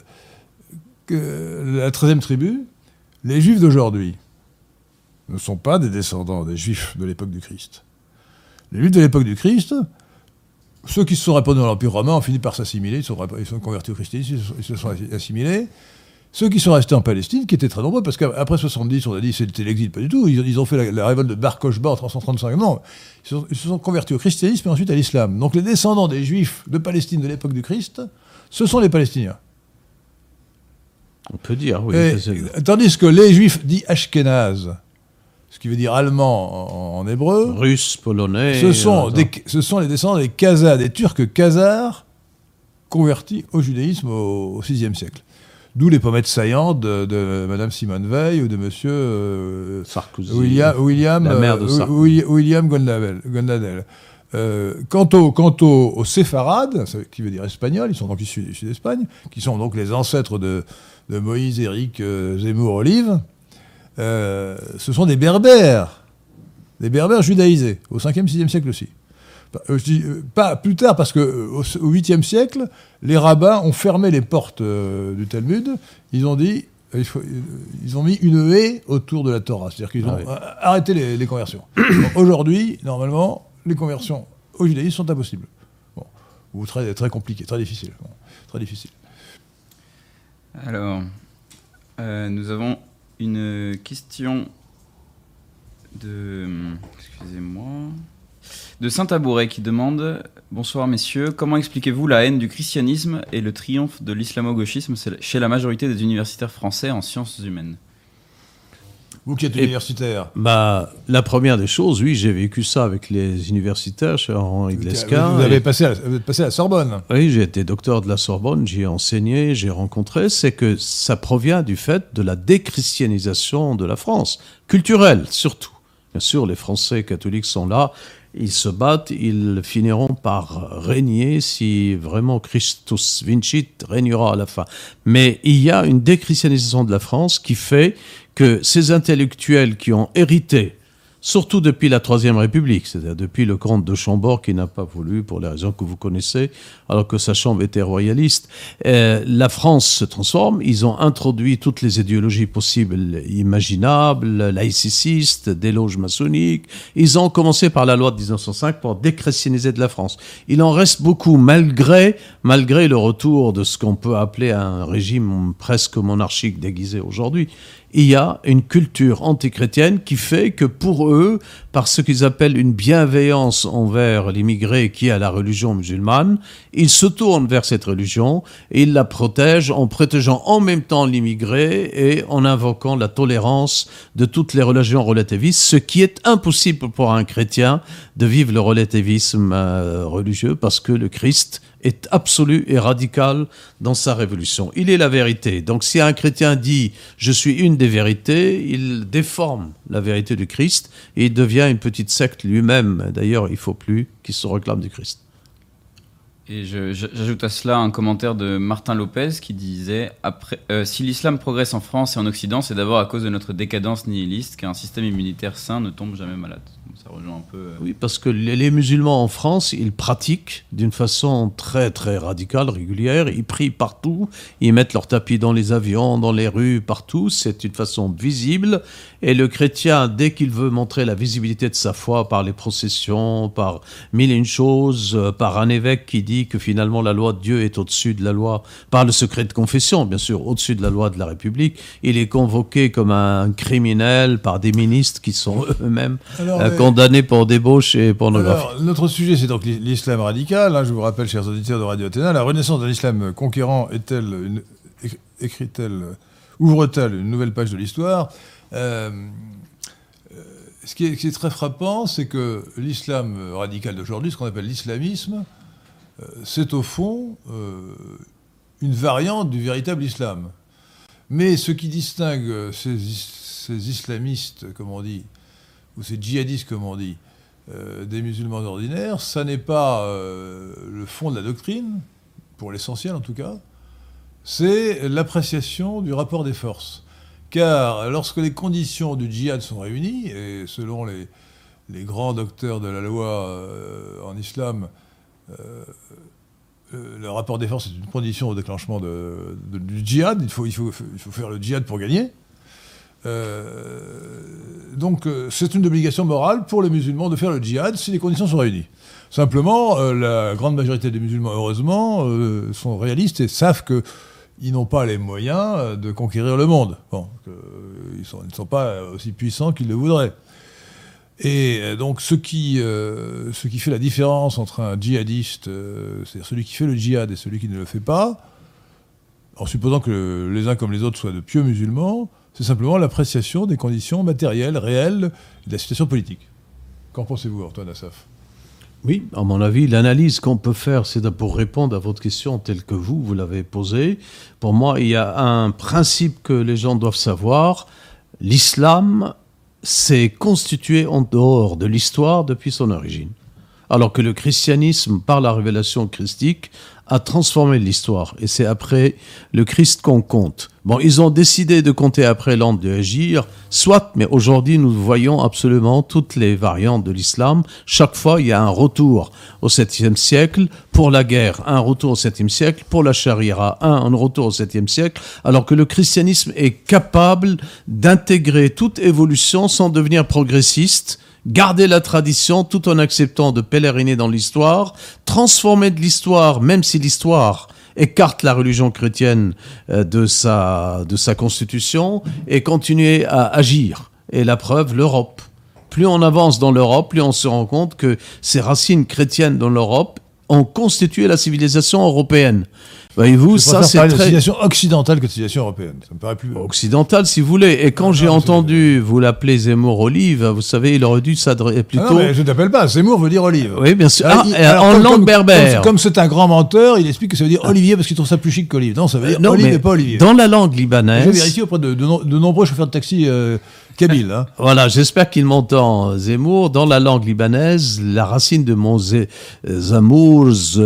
que, la treizième tribu, les Juifs d'aujourd'hui ne sont pas des descendants des Juifs de l'époque du Christ. Les Juifs de l'époque du Christ, ceux qui se sont répandus dans l'Empire romain ont fini par s'assimiler, ils sont, ils sont convertis au christianisme, ils se sont assimilés, ceux qui sont restés en Palestine, qui étaient très nombreux, parce qu'après soixante-dix, on a dit c'était l'exil, pas du tout. Ils, ils ont fait la, la révolte de Bar Kokhba en trois cent trente-cinq. Non, ils, sont, ils se sont convertis au christianisme et ensuite à l'islam. Donc les descendants des Juifs de Palestine de l'époque du Christ, ce sont les Palestiniens. On peut dire, oui. Et, tandis que les Juifs dits Ashkénazes, ce qui veut dire allemand en, en hébreu, russe, polonais, ce sont, euh, des, ce sont les descendants des Khazars, des Turcs khazars convertis au judaïsme au, au sixième siècle. D'où les pommettes saillantes de, de Madame Simone Veil ou de Monsieur euh, Sarkozy, William, William, la mère de Sarkozy. William Gondadel. Gondadel. Euh, quant aux, quant aux, aux séfarades, qui veut dire espagnol, ils sont donc issus, issus d'Espagne, qui sont donc les ancêtres de, de Moïse, Éric, euh, Zemmour, Olive, euh, ce sont des berbères, des berbères judaïsés, au cinquième, sixième siècle aussi. Je dis, pas plus tard, parce qu'au huitième siècle, les rabbins ont fermé les portes euh, du Talmud. Ils ont dit, il faut, ils ont mis une haie autour de la Torah. C'est-à-dire qu'ils ont ah oui. arrêté les, les conversions. Aujourd'hui, normalement, les conversions au judaïsme sont impossibles. Bon, ou très, très compliquées, très difficiles. Bon, très difficiles. Alors, euh, nous avons une question de... Excusez-moi... De Saint-Tabouret qui demande « Bonsoir messieurs, comment expliquez-vous la haine du christianisme et le triomphe de l'islamo-gauchisme chez la majorité des universitaires français en sciences humaines ?» Vous qui êtes universitaire. Bah, la première des choses, oui, j'ai vécu ça avec les universitaires chez Henri de Lesquen. Vous, avez passé à, vous êtes passé à la Sorbonne. Oui, j'ai été docteur de la Sorbonne, j'y ai enseigné, j'ai rencontré. C'est que ça provient du fait de la déchristianisation de la France, culturelle surtout. Bien sûr, les Français catholiques sont là. Ils se battent, ils finiront par régner si vraiment Christus vincit régnera à la fin. Mais il y a une déchristianisation de la France qui fait que ces intellectuels qui ont hérité, surtout depuis la Troisième République, c'est-à-dire depuis le comte de Chambord qui n'a pas voulu, pour les raisons que vous connaissez, alors que sa chambre était royaliste, euh, la France se transforme, ils ont introduit toutes les idéologies possibles, imaginables, laïcistes, des loges maçonniques, ils ont commencé par la loi de dix-neuf cent cinq pour déchristianiser de la France. Il en reste beaucoup, malgré, malgré le retour de ce qu'on peut appeler un régime presque monarchique déguisé aujourd'hui. Il y a une culture antichrétienne qui fait que pour eux, par ce qu'ils appellent une bienveillance envers l'immigré qui a la religion musulmane, ils se tournent vers cette religion et ils la protègent en protégeant en même temps l'immigré et en invoquant la tolérance de toutes les religions relativistes, ce qui est impossible pour un chrétien de vivre le relativisme euh, religieux parce que le Christ est absolu et radical dans sa révolution. Il est la vérité. Donc si un chrétien dit « je suis une des vérités », il déforme la vérité du Christ et il devient une petite secte lui-même. D'ailleurs, il ne faut plus qu'il se réclame du Christ. Et je, j'ajoute à cela un commentaire de Martin Lopez qui disait après, euh, « Si l'islam progresse en France et en Occident, c'est d'abord à cause de notre décadence nihiliste qu'un système immunitaire sain ne tombe jamais malade. » Ça rejoint un peu... Euh... Oui, parce que les, les musulmans en France, ils pratiquent d'une façon très très radicale, régulière. Ils prient partout, ils mettent leurs tapis dans les avions, dans les rues, partout. C'est une façon visible. Et le chrétien, dès qu'il veut montrer la visibilité de sa foi par les processions, par mille et une choses, par un évêque qui dit que finalement la loi de Dieu est au-dessus de la loi, par le secret de confession, bien sûr, au-dessus de la loi de la République, il est convoqué comme un criminel par des ministres qui sont eux-mêmes Alors, euh, condamnés pour débauche et pornographie. Alors, notre sujet, c'est donc l'islam radical. Hein, je vous rappelle, chers auditeurs de Radio Athéna, la renaissance de l'islam conquérant est-elle, une, écrit-elle, ouvre-t-elle une nouvelle page de l'histoire ? euh, ce, qui est, ce qui est très frappant, c'est que l'islam radical d'aujourd'hui, ce qu'on appelle l'islamisme, euh, c'est au fond euh, une variante du véritable islam. Mais ce qui distingue ces, ces islamistes, comme on dit, ou ces djihadistes, comme on dit, euh, des musulmans ordinaires, ça n'est pas euh, le fond de la doctrine, pour l'essentiel en tout cas, c'est l'appréciation du rapport des forces. Car lorsque les conditions du djihad sont réunies, et selon les, les grands docteurs de la loi euh, en islam, euh, le rapport des forces est une condition au déclenchement de, de, du djihad, il faut, il, faut, il faut faire le djihad pour gagner. Euh, donc c'est une obligation morale pour les musulmans de faire le djihad si les conditions sont réunies. Simplement, euh, la grande majorité des musulmans, heureusement, euh, sont réalistes et savent que ils n'ont pas les moyens de conquérir le monde. Bon, euh, ils, sont, ils ne sont pas aussi puissants qu'ils le voudraient. Et donc, ce qui, euh, ce qui fait la différence entre un djihadiste, euh, c'est-à-dire celui qui fait le djihad et celui qui ne le fait pas, en supposant que les uns comme les autres soient de pieux musulmans, c'est simplement l'appréciation des conditions matérielles, réelles, de la situation politique. Qu'en pensez-vous, Antoine Assaf ? Oui, à mon avis, l'analyse qu'on peut faire, c'est de, pour répondre à votre question telle que vous, vous l'avez posée. Pour moi, il y a un principe que les gens doivent savoir. L'islam s'est constitué en dehors de l'histoire depuis son origine. Alors que le christianisme, par la révélation christique, a transformé l'histoire. Et c'est après le Christ qu'on compte. Bon, ils ont décidé de compter après l'an de Hégire, soit, mais aujourd'hui, nous voyons absolument toutes les variantes de l'islam. Chaque fois, il y a un retour au septième siècle pour la guerre, un retour au septième siècle pour la charia, un, un retour au septième siècle, alors que le christianisme est capable d'intégrer toute évolution sans devenir progressiste, garder la tradition tout en acceptant de pèleriner dans l'histoire, transformer de l'histoire, même si l'histoire écarte la religion chrétienne de sa, de sa constitution, et continuer à agir. Et la preuve, l'Europe. Plus on avance dans l'Europe, plus on se rend compte que ces racines chrétiennes dans l'Europe ont constitué la civilisation européenne. Voyez-vous, ça c'est très... très... de civilisation occidentale que de civilisation européenne. Ça me paraît plus... Occidentale, si vous voulez. Et quand ah, j'ai non, entendu, vous l'appelez Zemmour Olive, vous savez, il aurait dû s'adresser plutôt... Ah non, mais je ne t'appelle pas, Zemmour veut dire Olive. Oui, bien sûr. Ah, il, alors, en comme, langue comme, berbère. Comme c'est un grand menteur, il explique que ça veut dire Olivier parce qu'il trouve ça plus chic qu'Olive. Non, ça veut dire euh, non, Olive et pas Olivier. Dans la langue libanaise... J'ai vérifié auprès de, de, de, de nombreux chauffeurs de taxi euh, kabyles. Hein. Voilà, j'espère qu'il m'entend, Zemmour. Dans la langue libanaise, la racine de mon Zamour,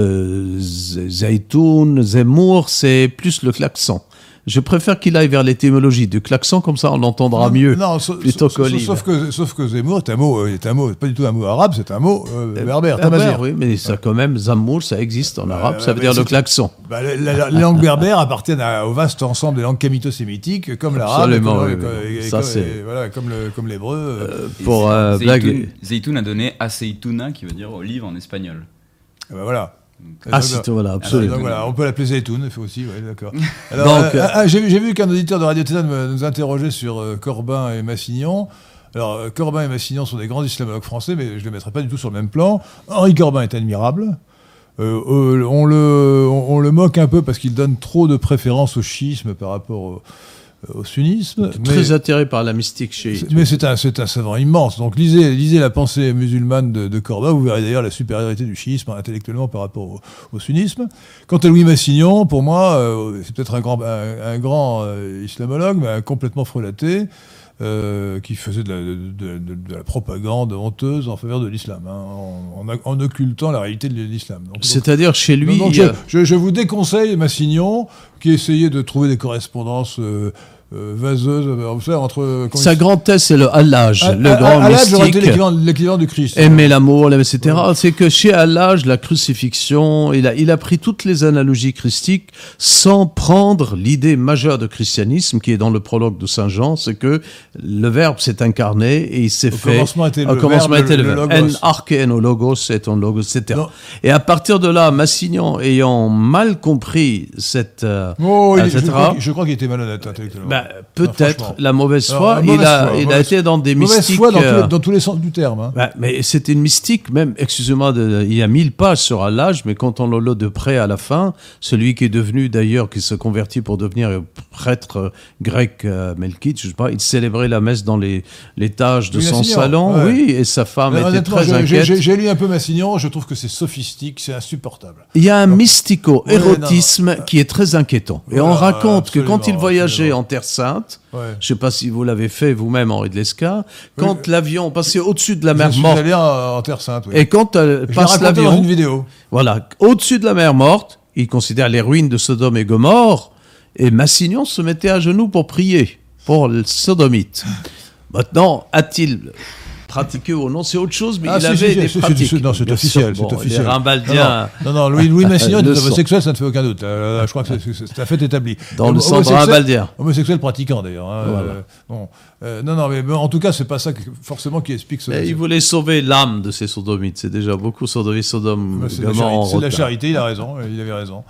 Zaitoun, Zemmour, c'est plus le klaxon. Je préfère qu'il aille vers l'étymologie du klaxon, comme ça on l'entendra non, mieux. Non, so, plutôt so, so, sauf que sauf que Zemmour est un mot, est un mot, pas du tout un mot arabe, c'est un mot euh, berbère, berbère. Oui, mais ça quand même, Zamour, ça existe en arabe, euh, ça veut dire le klaxon. Bah, la, la, les langues berbères appartiennent à, au vaste ensemble des langues camito-sémitiques, comme l'arabe, absolument, comme, oui, comme, oui. Et, ça comme, c'est et, voilà, comme le, comme l'hébreu. Euh, pour euh, blaguer. Zeytoun a donné aceituna, qui veut dire olive en espagnol. Bah, voilà. Ah, si, voilà, absolument. Donc, voilà, on peut l'appeler Zeytoun, il faut aussi, ouais, d'accord. Alors, donc, euh, euh, j'ai, j'ai vu qu'un auditeur de Radio Ténèbres nous interrogeait sur euh, Corbin et Massignon. Alors, euh, Corbin et Massignon sont des grands islamologues français, mais je ne les mettrai pas du tout sur le même plan. Henri Corbin est admirable. Euh, euh, on, le, on, on le moque un peu parce qu'il donne trop de préférence au chiisme par rapport au, au sunnisme. Très mais, attiré par la mystique chiite. Mais c'est un, c'est un savant immense. Donc lisez, lisez la pensée musulmane de, de Corbin, vous verrez d'ailleurs la supériorité du chiisme intellectuellement par rapport au, au sunnisme. Quant à Louis Massignon, pour moi, euh, c'est peut-être un grand, un, un grand euh, islamologue, mais un complètement frelaté, euh, qui faisait de la, de, de, de, de la propagande honteuse en faveur de l'islam, hein, en, en, en occultant la réalité de l'islam. Donc, c'est-à-dire donc, chez lui... donc, je, je, je vous déconseille Massignon, qui essayait de trouver des correspondances... Euh, Euh, vaseuse, euh, entre... Sa grandesse, c'est le Hallaj, à, le à, grand à, mystique. J'aurais été l'équivalent, l'équivalent du Christ. Aimer l'amour, et cetera. Ouais. C'est que chez Hallaj, la crucifixion, il a, il a pris toutes les analogies christiques sans prendre l'idée majeure de christianisme qui est dans le prologue de Saint Jean, c'est que le Verbe s'est incarné et il s'est au fait... Commencement était au le commencement verbe, était le, le, le Verbe. En arche en logos et en logos, et cetera. Non. Et à partir de là, Massignon, ayant mal compris cette... Euh, oh, il, je, crois, je crois qu'il était malhonnête intellectuellement. Bah, peut-être non, la mauvaise foi, Alors, la mauvaise il a, foi, il mauvaise, a été dans des mauvaise mystiques... Mauvaise foi dans, euh, tous les, dans tous les sens du terme. Hein. Bah, mais c'était une mystique, même, excusez-moi, de, il y a mille pages sur Hallaj, mais quand on le lit de près à la fin, celui qui est devenu d'ailleurs, qui se convertit pour devenir prêtre grec euh, melkite, je sais pas, il célébrait la messe dans les, les étages de oui, son salon, ouais. oui, et sa femme mais était très je, inquiète. J'ai, j'ai lu un peu Massignon, je trouve que c'est sophistique, c'est insupportable. Il y a un Donc, mystico-érotisme ouais, qui est très inquiétant. Et voilà, on raconte que quand il voyageait absolument. en Terre Sainte, ouais. je ne sais pas si vous l'avez fait vous-même, Henri de Lescar, quand oui. l'avion passait au-dessus de la mer je morte. Je suis allé en, en Terre Sainte, oui. Et quand euh, passe l'avion. dans une vidéo. Voilà, au-dessus de la mer morte, il considère les ruines de Sodome et Gomorrhe, et Massignon se mettait à genoux pour prier pour le sodomite. Maintenant, a-t-il pratiqué ou non, c'est autre chose, mais ah, il si, avait si, des si, pratiques. Si, non, c'est officiel, c'est bon, officiel. Les Rimbaldiens... Non, non, non, Louis, Louis Massignon est homosexuel, ça ne fait aucun doute. Là, là, je crois que c'est, c'est, c'est un fait établi. Dans le sang de Rimbaldien. Homosexuel pratiquant, d'ailleurs. Hein, voilà. euh, bon. euh, non, non, mais bon, en tout cas, c'est pas ça que, forcément qui explique ce... Mais il voulait sauver l'âme de ces sodomites. C'est déjà beaucoup Sodomie, Sodome, c'est, c'est, de la, charité, c'est de la charité, il a raison, il avait raison.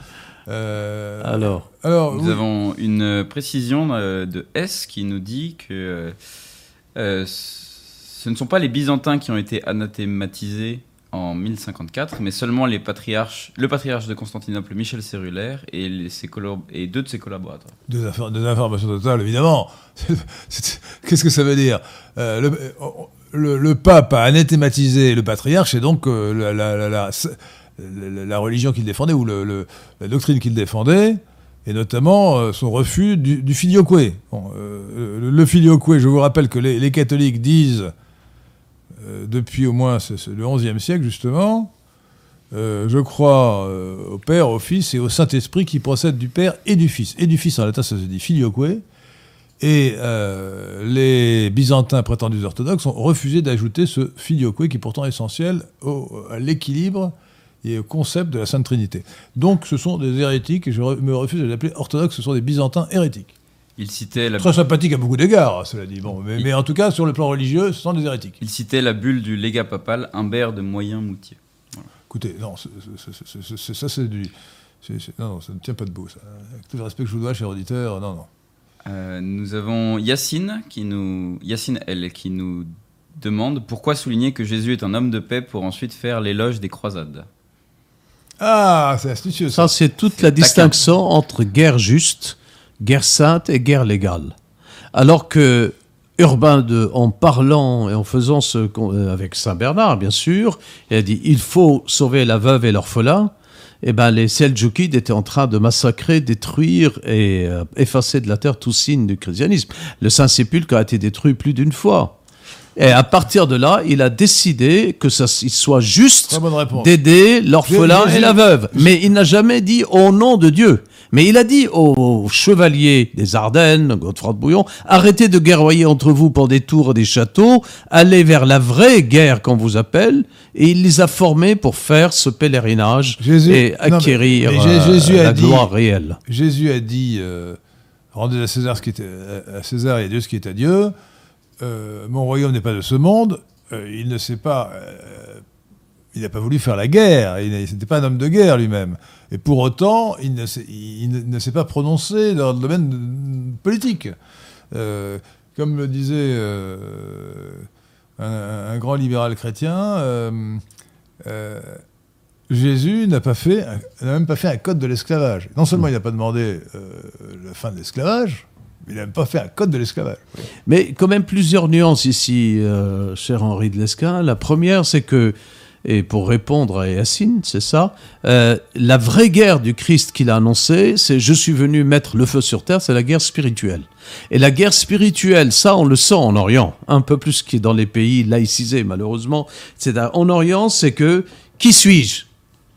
Euh, alors, alors, Nous oui. avons une précision de S qui nous dit que euh, ce ne sont pas les Byzantins qui ont été anathématisés en mille cinquante-quatre, mais seulement les patriarches, le patriarche de Constantinople, Michel Cérulaire, et, les, ses collab- et deux de ses collaborateurs. Deux, affaires, deux informations totales, évidemment. C'est, c'est, qu'est-ce que ça veut dire euh, le, le, le pape a anathématisé le patriarche, et donc euh, la, la, la, la, la, la religion qu'il défendait, ou le, le, la doctrine qu'il défendait, et notamment euh, son refus du, du filioque. Bon, euh, le, le filioque, je vous rappelle que les, les catholiques disent, euh, depuis au moins c'est, c'est le onzième siècle justement, euh, je crois euh, au Père, au Fils et au Saint-Esprit qui procèdent du Père et du Fils. Et du Fils en latin ça se dit filioque. Et euh, les Byzantins prétendus orthodoxes ont refusé d'ajouter ce filioque qui est pourtant essentiel au, à l'équilibre et au concept de la Sainte Trinité. Donc ce sont des hérétiques, et je me refuse de les appeler orthodoxes, ce sont des Byzantins hérétiques. Il citait la... Très sympathique à beaucoup d'égards, cela dit. Bon, mais, Il... mais en tout cas, sur le plan religieux, ce sont des hérétiques. Il citait la bulle du légat papal Humbert de Moyen-Moutier. Voilà. Écoutez, non, c'est, c'est, c'est, c'est, ça c'est du... C'est, c'est, non, non, ça ne tient pas debout, ça. Avec tout le respect que je vous dois, cher auditeur, non, non. Euh, nous avons Yacine, qui nous... Yacine L, qui nous demande pourquoi souligner que Jésus est un homme de paix pour ensuite faire l'éloge des croisades. Ah, c'est astucieux. Ça, ça c'est toute la distinction entre guerre juste, guerre sainte et guerre légale. Alors que Urbain deux, en parlant et en faisant ce avec Saint Bernard, bien sûr, il a dit il faut sauver la veuve et l'orphelin. Eh ben, les Seldjoukides étaient en train de massacrer, détruire et euh, effacer de la terre tout signe du christianisme. Le Saint-Sépulcre a été détruit plus d'une fois. Et à partir de là, il a décidé que ça il soit juste d'aider l'orphelin j'ai, j'ai, et la veuve. J'ai... Mais il n'a jamais dit au nom de Dieu. Mais il a dit aux chevaliers des Ardennes, Godefroy de Bouillon, arrêtez de guerroyer entre vous pour des tours et des châteaux, allez vers la vraie guerre qu'on vous appelle. Et il les a formés pour faire ce pèlerinage Jésus... et acquérir non, mais, mais Jésus euh, la dit, gloire réelle. Jésus a dit euh, rendez à César ce qui est à César et à Dieu ce qui est à Dieu. Euh, mon royaume n'est pas de ce monde. Euh, il ne sait pas. Euh, il n'a pas voulu faire la guerre. Il n'était pas un homme de guerre lui-même. Et pour autant, il ne s'est, il ne s'est pas prononcé dans le domaine politique. Euh, comme le disait euh, un, un grand libéral chrétien, euh, euh, Jésus n'a pas fait, n'a même pas fait un code de l'esclavage. Non seulement il n'a pas demandé euh, la fin de l'esclavage. Il n'a même pas fait un code de l'esclavage. Mais quand même plusieurs nuances ici, euh, cher Henri de Lesquen. La première, c'est que, et pour répondre à Yacine, c'est ça, euh, la vraie guerre du Christ qu'il a annoncée, c'est « je suis venu mettre le feu sur terre », c'est la guerre spirituelle. Et la guerre spirituelle, ça on le sent en Orient, un peu plus que dans les pays laïcisés malheureusement. C'est en Orient, c'est que « qui suis-je »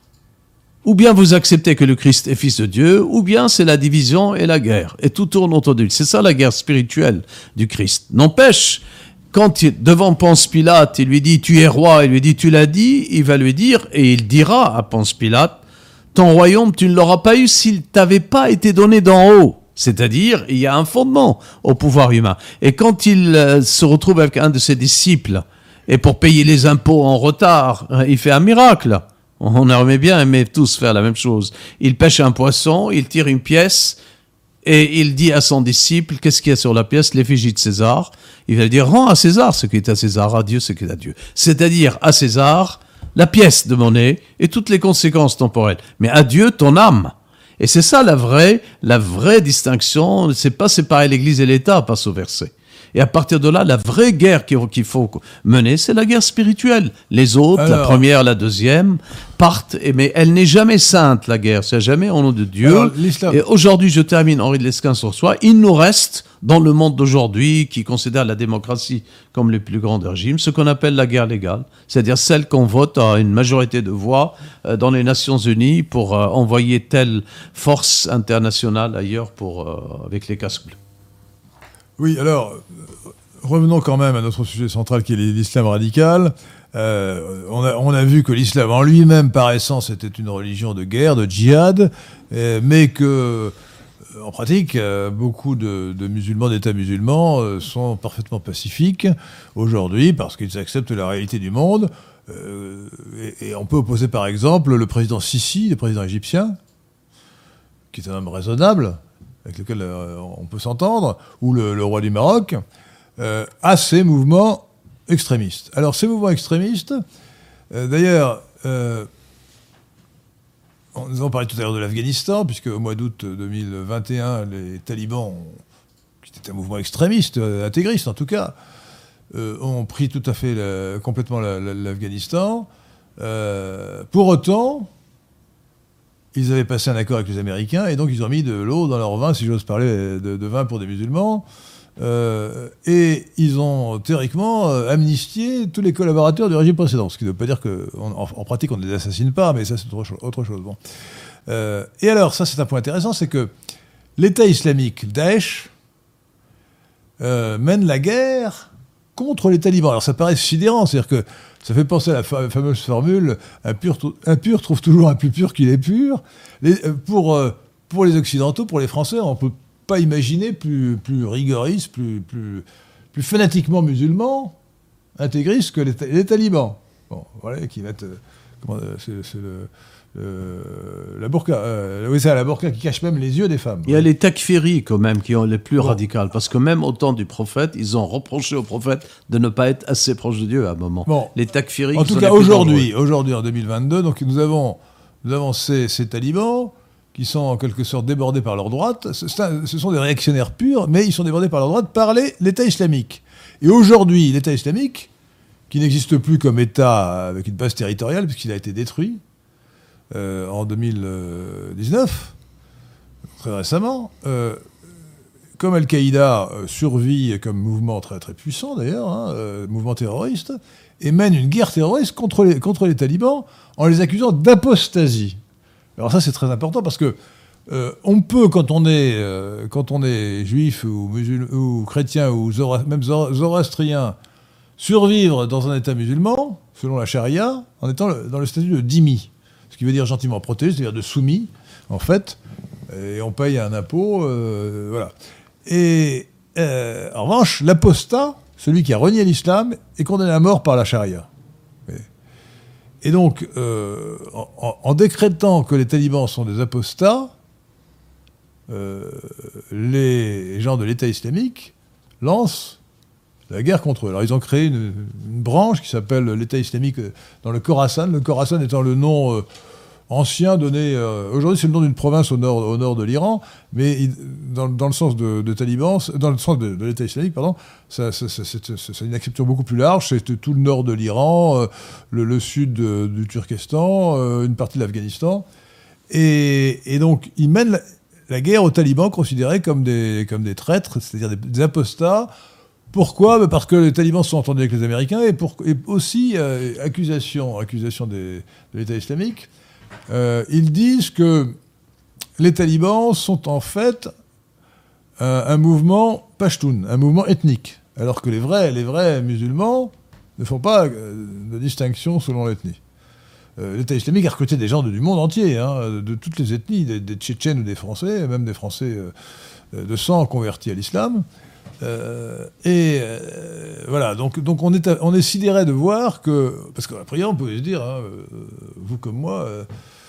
Ou bien vous acceptez que le Christ est fils de Dieu, ou bien c'est la division et la guerre. Et tout tourne autour de lui. C'est ça la guerre spirituelle du Christ. N'empêche, quand il, devant Ponce Pilate, il lui dit « tu es roi », il lui dit « tu l'as dit », il va lui dire, et il dira à Ponce Pilate « ton royaume, tu ne l'auras pas eu s'il t'avait pas été donné d'en haut ». C'est-à-dire, il y a un fondement au pouvoir humain. Et quand il euh, se retrouve avec un de ses disciples, et pour payer les impôts en retard, il fait un miracle. On aurait bien aimé tous faire la même chose. Il pêche un poisson, il tire une pièce et il dit à son disciple, qu'est-ce qu'il y a sur la pièce? L'effigie de César. Il va lui dire, rends à César ce qui est à César, à Dieu ce qui est à Dieu. C'est-à-dire à César la pièce de monnaie et toutes les conséquences temporelles. Mais à Dieu ton âme. Et c'est ça la vraie, la vraie distinction. C'est pas séparer l'Église et l'État par ce verset. Et à partir de là, la vraie guerre qu'il faut mener, c'est la guerre spirituelle. Les autres, alors, la première, la deuxième, partent, mais elle n'est jamais sainte, la guerre. C'est jamais au nom de Dieu. Alors, et aujourd'hui, je termine, Henri de Lesquen sur soi, il nous reste, dans le monde d'aujourd'hui, qui considère la démocratie comme le plus grand régime, ce qu'on appelle la guerre légale. C'est-à-dire celle qu'on vote à une majorité de voix dans les Nations Unies pour envoyer telle force internationale ailleurs pour, avec les casques bleus. Oui, alors, revenons quand même à notre sujet central qui est l'islam radical. Euh, on, a, on a vu que l'islam en lui-même, par essence, était une religion de guerre, de djihad, euh, mais que, en pratique, euh, beaucoup de, de musulmans, d'États musulmans, euh, sont parfaitement pacifiques aujourd'hui parce qu'ils acceptent la réalité du monde. Euh, et, et on peut opposer, par exemple, le président Sisi, le président égyptien, qui est un homme raisonnable, avec lequel euh, on peut s'entendre, ou le, le roi du Maroc, euh, a ces mouvements extrémistes. Alors, ces mouvements extrémistes, euh, d'ailleurs, euh, nous avons parlé tout à l'heure de l'Afghanistan, puisque au mois d'août deux mille vingt et un, les talibans, qui était un mouvement extrémiste, euh, intégriste en tout cas, euh, ont pris tout à fait la, complètement la, la, l'Afghanistan. Euh, pour autant, ils avaient passé un accord avec les Américains, et donc ils ont mis de l'eau dans leur vin, si j'ose parler de, de vin pour des musulmans, euh, et ils ont théoriquement euh, amnistié tous les collaborateurs du régime précédent, ce qui ne veut pas dire qu'en en, en pratique on ne les assassine pas, mais ça c'est autre chose. Autre chose bon. euh, et alors, ça c'est un point intéressant, c'est que l'État islamique, Daesh, euh, mène la guerre contre les talibans. Alors ça paraît sidérant, c'est-à-dire que ça fait penser à la fa- fameuse formule « un pur, un pur trouve toujours un plus pur qu'il est pur ». Les, pour, euh, pour les Occidentaux, pour les Français, on ne peut pas imaginer plus, plus rigoriste, plus, plus, plus fanatiquement musulman, intégriste que les, ta- les talibans. Bon, voilà, qui mettent... Euh, comment, euh, c'est, c'est le... Euh, la burqa, euh, oui, c'est la burqa qui cache même les yeux des femmes. Il y a les takfiris quand même qui sont les plus bon. radicales, parce que même au temps du prophète, ils ont reproché au prophète de ne pas être assez proche de Dieu à un moment. Bon. Les takfiris. En tout cas, aujourd'hui, aujourd'hui, en deux mille vingt-deux, donc nous avons, nous avons ces, ces talibans qui sont en quelque sorte débordés par leur droite. C'est un, ce sont des réactionnaires purs, mais ils sont débordés par leur droite par les, l'État islamique. Et aujourd'hui, l'État islamique, qui n'existe plus comme État avec une base territoriale, puisqu'il a été détruit, Euh, en deux mille dix-neuf, très récemment, euh, comme Al-Qaïda euh, survit comme mouvement très très puissant d'ailleurs, hein, euh, mouvement terroriste, et mène une guerre terroriste contre les, contre les talibans en les accusant d'apostasie. Alors ça c'est très important parce que euh, on peut, quand on est, euh, quand on est juif ou, musul- ou chrétien ou zora- même zora- zoroastrien, survivre dans un État musulman, selon la charia, en étant le, dans le statut de dhimmi. Ce qui veut dire gentiment protégé, c'est-à-dire de soumis, en fait, et on paye un impôt, euh, voilà. Et euh, en revanche, l'apostat, celui qui a renié l'islam, est condamné à mort par la charia. Et, et donc, euh, en, en décrétant que les talibans sont des apostats, euh, les gens de l'État islamique lancent la guerre contre eux. Alors ils ont créé une, une branche qui s'appelle l'État islamique dans le Khorasan, le Khorasan étant le nom euh, ancien donné... Euh, aujourd'hui c'est le nom d'une province au nord, au nord de l'Iran, mais il, dans, dans le sens de, de talibans, dans le sens de, de l'État islamique, pardon, ça, ça, ça, c'est, c'est une acception beaucoup plus large, c'est tout le nord de l'Iran, euh, le, le sud de, du Turkestan, euh, une partie de l'Afghanistan, et, et donc ils mènent la, la guerre aux talibans considérés comme des, comme des traîtres, c'est-à-dire des, des apostats. Pourquoi ? Parce que les talibans sont entendus avec les Américains et, pour, et aussi, euh, accusation, accusation des, de l'État islamique, euh, ils disent que les talibans sont en fait un, un mouvement pashtoun, un mouvement ethnique, alors que les vrais, les vrais musulmans ne font pas euh, de distinction selon l'ethnie. Euh, L'État islamique a recruté des gens de, du monde entier, hein, de, de toutes les ethnies, des, des Tchétchènes ou des Français, même des Français euh, de sang convertis à l'islam. Euh, et euh, voilà, donc, donc on, est, on est sidéré de voir que, parce qu'après on peut se dire, hein, euh, vous comme moi, euh,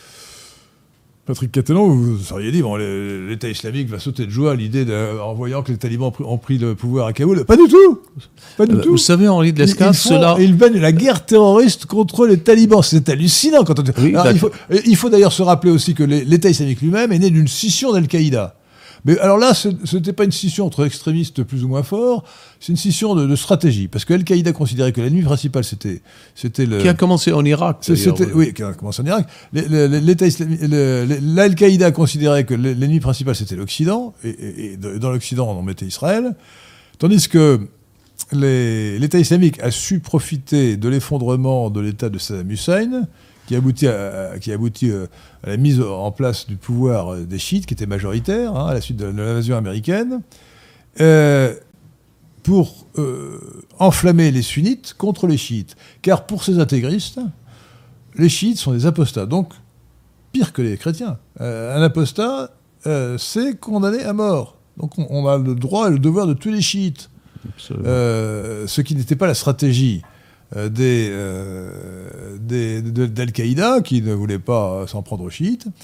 Patrick Cattelan, vous seriez dit, bon, l'État islamique va sauter de joie à l'idée de, en voyant que les talibans ont pris le pouvoir à Kaboul. Pas du tout, pas du euh, tout. Vous savez, Henri de Lescas, cela... Ils mènent la guerre terroriste contre les talibans. C'est hallucinant. Quand on... oui, Alors, il faut, il faut d'ailleurs se rappeler aussi que l'État islamique lui-même est né d'une scission d'Al-Qaïda. Mais alors là, ce n'était pas une scission entre extrémistes plus ou moins forts, c'est une scission de, de stratégie. Parce que Al-Qaïda considérait que l'ennemi principal, c'était, c'était le... Qui a commencé en Irak, c'était, Oui, qui a commencé en Irak. L'État islamique, l'Al-Qaïda considérait que l'ennemi principal, c'était l'Occident, et, et, et dans l'Occident, on en mettait Israël. Tandis que l'État islamique a su profiter de l'effondrement de l'État de Saddam Hussein, qui aboutit, à, qui aboutit à la mise en place du pouvoir des chiites, qui était majoritaire, hein, à la suite de l'invasion américaine, euh, pour euh, enflammer les sunnites contre les chiites. Car pour ces intégristes, les chiites sont des apostats, donc pire que les chrétiens. Euh, un apostat, euh, c'est condamné à mort. Donc on, on a le droit et le devoir de tuer les chiites. Euh, ce qui n'était pas la stratégie Des, euh, des, de, d'Al-Qaïda, qui ne voulait pas s'en prendre aux chiites.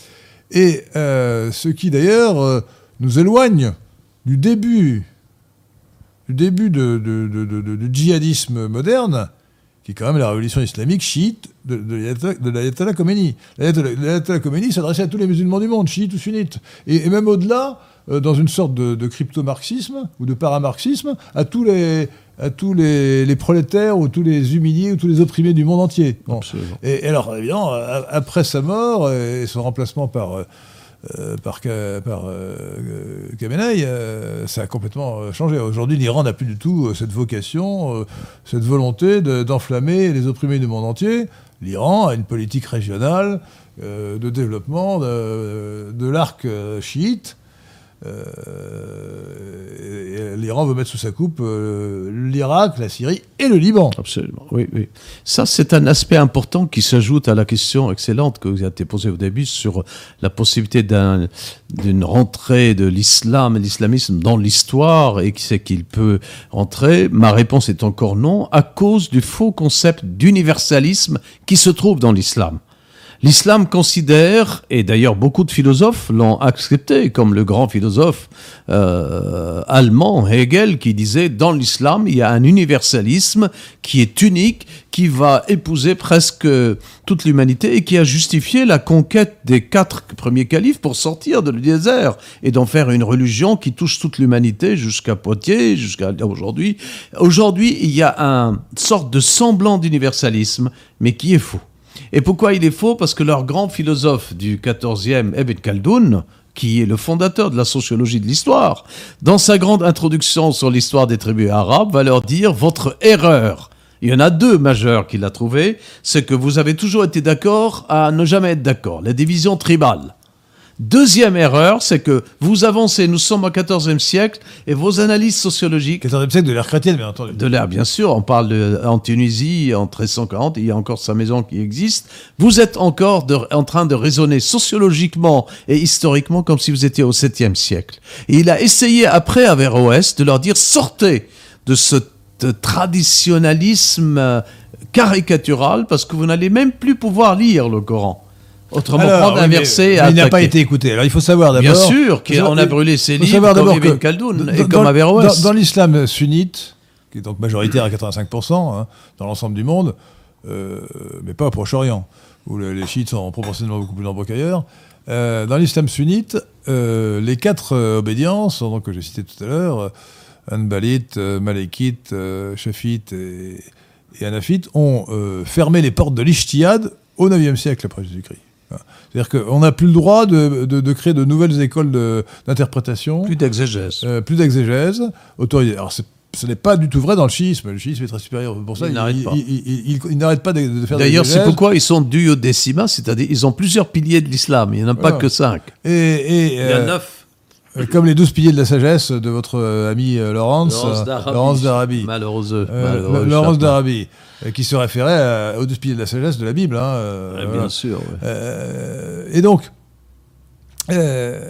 Et euh, ce qui d'ailleurs euh, nous éloigne du début, du début de, de, de, de, de, du djihadisme moderne, qui est quand même la révolution islamique chiite de, de, de l'ayatollah Khomeini. L'ayatollah Khomeini s'adressait à tous les musulmans du monde, chiites ou sunnites. Et, et même au-delà, euh, dans une sorte de, de crypto-marxisme ou de paramarxisme, à tous les... à tous les, les prolétaires ou tous les humiliés ou tous les opprimés du monde entier. Bon. Et, et alors, évidemment, après sa mort et son remplacement par, euh, par, par euh, Khamenei, euh, ça a complètement changé. Aujourd'hui, l'Iran n'a plus du tout cette vocation, euh, cette volonté de, d'enflammer les opprimés du monde entier. L'Iran a une politique régionale euh, de développement de, de l'arc chiite. Euh, l'Iran veut mettre sous sa coupe euh, l'Irak, la Syrie et le Liban. Absolument, oui, oui. Ça, c'est un aspect important qui s'ajoute à la question excellente que vous avez posée au début sur la possibilité d'un, d'une rentrée de l'islam et de l'islamisme dans l'histoire et qui c'est qu'il peut entrer. Ma réponse est encore non, à cause du faux concept d'universalisme qui se trouve dans l'islam. L'islam considère, et d'ailleurs beaucoup de philosophes l'ont accepté, comme le grand philosophe euh, allemand Hegel, qui disait dans l'islam il y a un universalisme qui est unique, qui va épouser presque toute l'humanité et qui a justifié la conquête des quatre premiers califes pour sortir de le désert et d'en faire une religion qui touche toute l'humanité jusqu'à Poitiers, jusqu'à aujourd'hui. Aujourd'hui, il y a une sorte de semblant d'universalisme, mais qui est faux. Et pourquoi il est faux ? Parce que leur grand philosophe du quatorzième, Ibn Khaldoun, qui est le fondateur de la sociologie de l'histoire, dans sa grande introduction sur l'histoire des tribus arabes, va leur dire « Votre erreur ». Il y en a deux majeures qu'il a trouvées, c'est que vous avez toujours été d'accord à ne jamais être d'accord, la division tribale. Deuxième erreur, c'est que vous avancez, nous sommes au quatorzième siècle, et vos analyses sociologiques... quatorzième siècle de l'ère chrétienne, bien entendu. De l'ère, bien sûr. On parle de, en Tunisie, en treize cent quarante, il y a encore sa maison qui existe. Vous êtes encore de, en train de raisonner sociologiquement et historiquement comme si vous étiez au septième siècle. Et il a essayé, après Averroès, de leur dire, sortez de ce traditionnalisme caricatural, parce que vous n'allez même plus pouvoir lire le Coran. Autrement, alors, prendre un verset mais, à mais il n'a attaquer. pas été écouté. Alors il faut savoir d'abord... Bien sûr qu'on a brûlé ses livres comme Ibn Khaldoun et dans, comme Averroès. Dans, dans l'islam sunnite, qui est donc majoritaire à quatre-vingt-cinq pour cent hein, dans l'ensemble du monde, euh, mais pas au Proche-Orient, où le, les chiites sont proportionnellement beaucoup plus nombreux qu'ailleurs, euh, dans l'islam sunnite, euh, les quatre euh, obédiences, donc, que j'ai citées tout à l'heure, euh, Hanbalites, euh, Malékites, euh, Shafites et, et Hanafites, ont euh, fermé les portes de l'Ijtihad au neuvième siècle après Jésus-Christ. C'est-à-dire qu'on n'a plus le droit de, de, de créer de nouvelles écoles de, d'interprétation. Plus d'exégèse. Euh, plus d'exégèse. Autorisé. Alors, c'est, ce n'est pas du tout vrai dans le chiisme. Le chiisme est très supérieur. Pour ça, il, il n'arrête pas. Il, il, il, il n'arrête pas de, de faire D'ailleurs, d'exégèse. c'est pourquoi ils sont duodécimas, c'est-à-dire ils ont plusieurs piliers de l'islam. Il n'y en a voilà. pas que cinq. Et, et, il y a euh, neuf. Comme les douze piliers de la sagesse de votre euh, ami euh, Laurence, Laurence d'Arabie. Laurence d'Arabie. Malheureux. Euh, Malheureux Laurence d'Arabie. Qui se référait à, aux deux piliers de la sagesse de la Bible. Hein, euh, ouais, voilà. Bien sûr. Ouais. Euh, et donc, euh,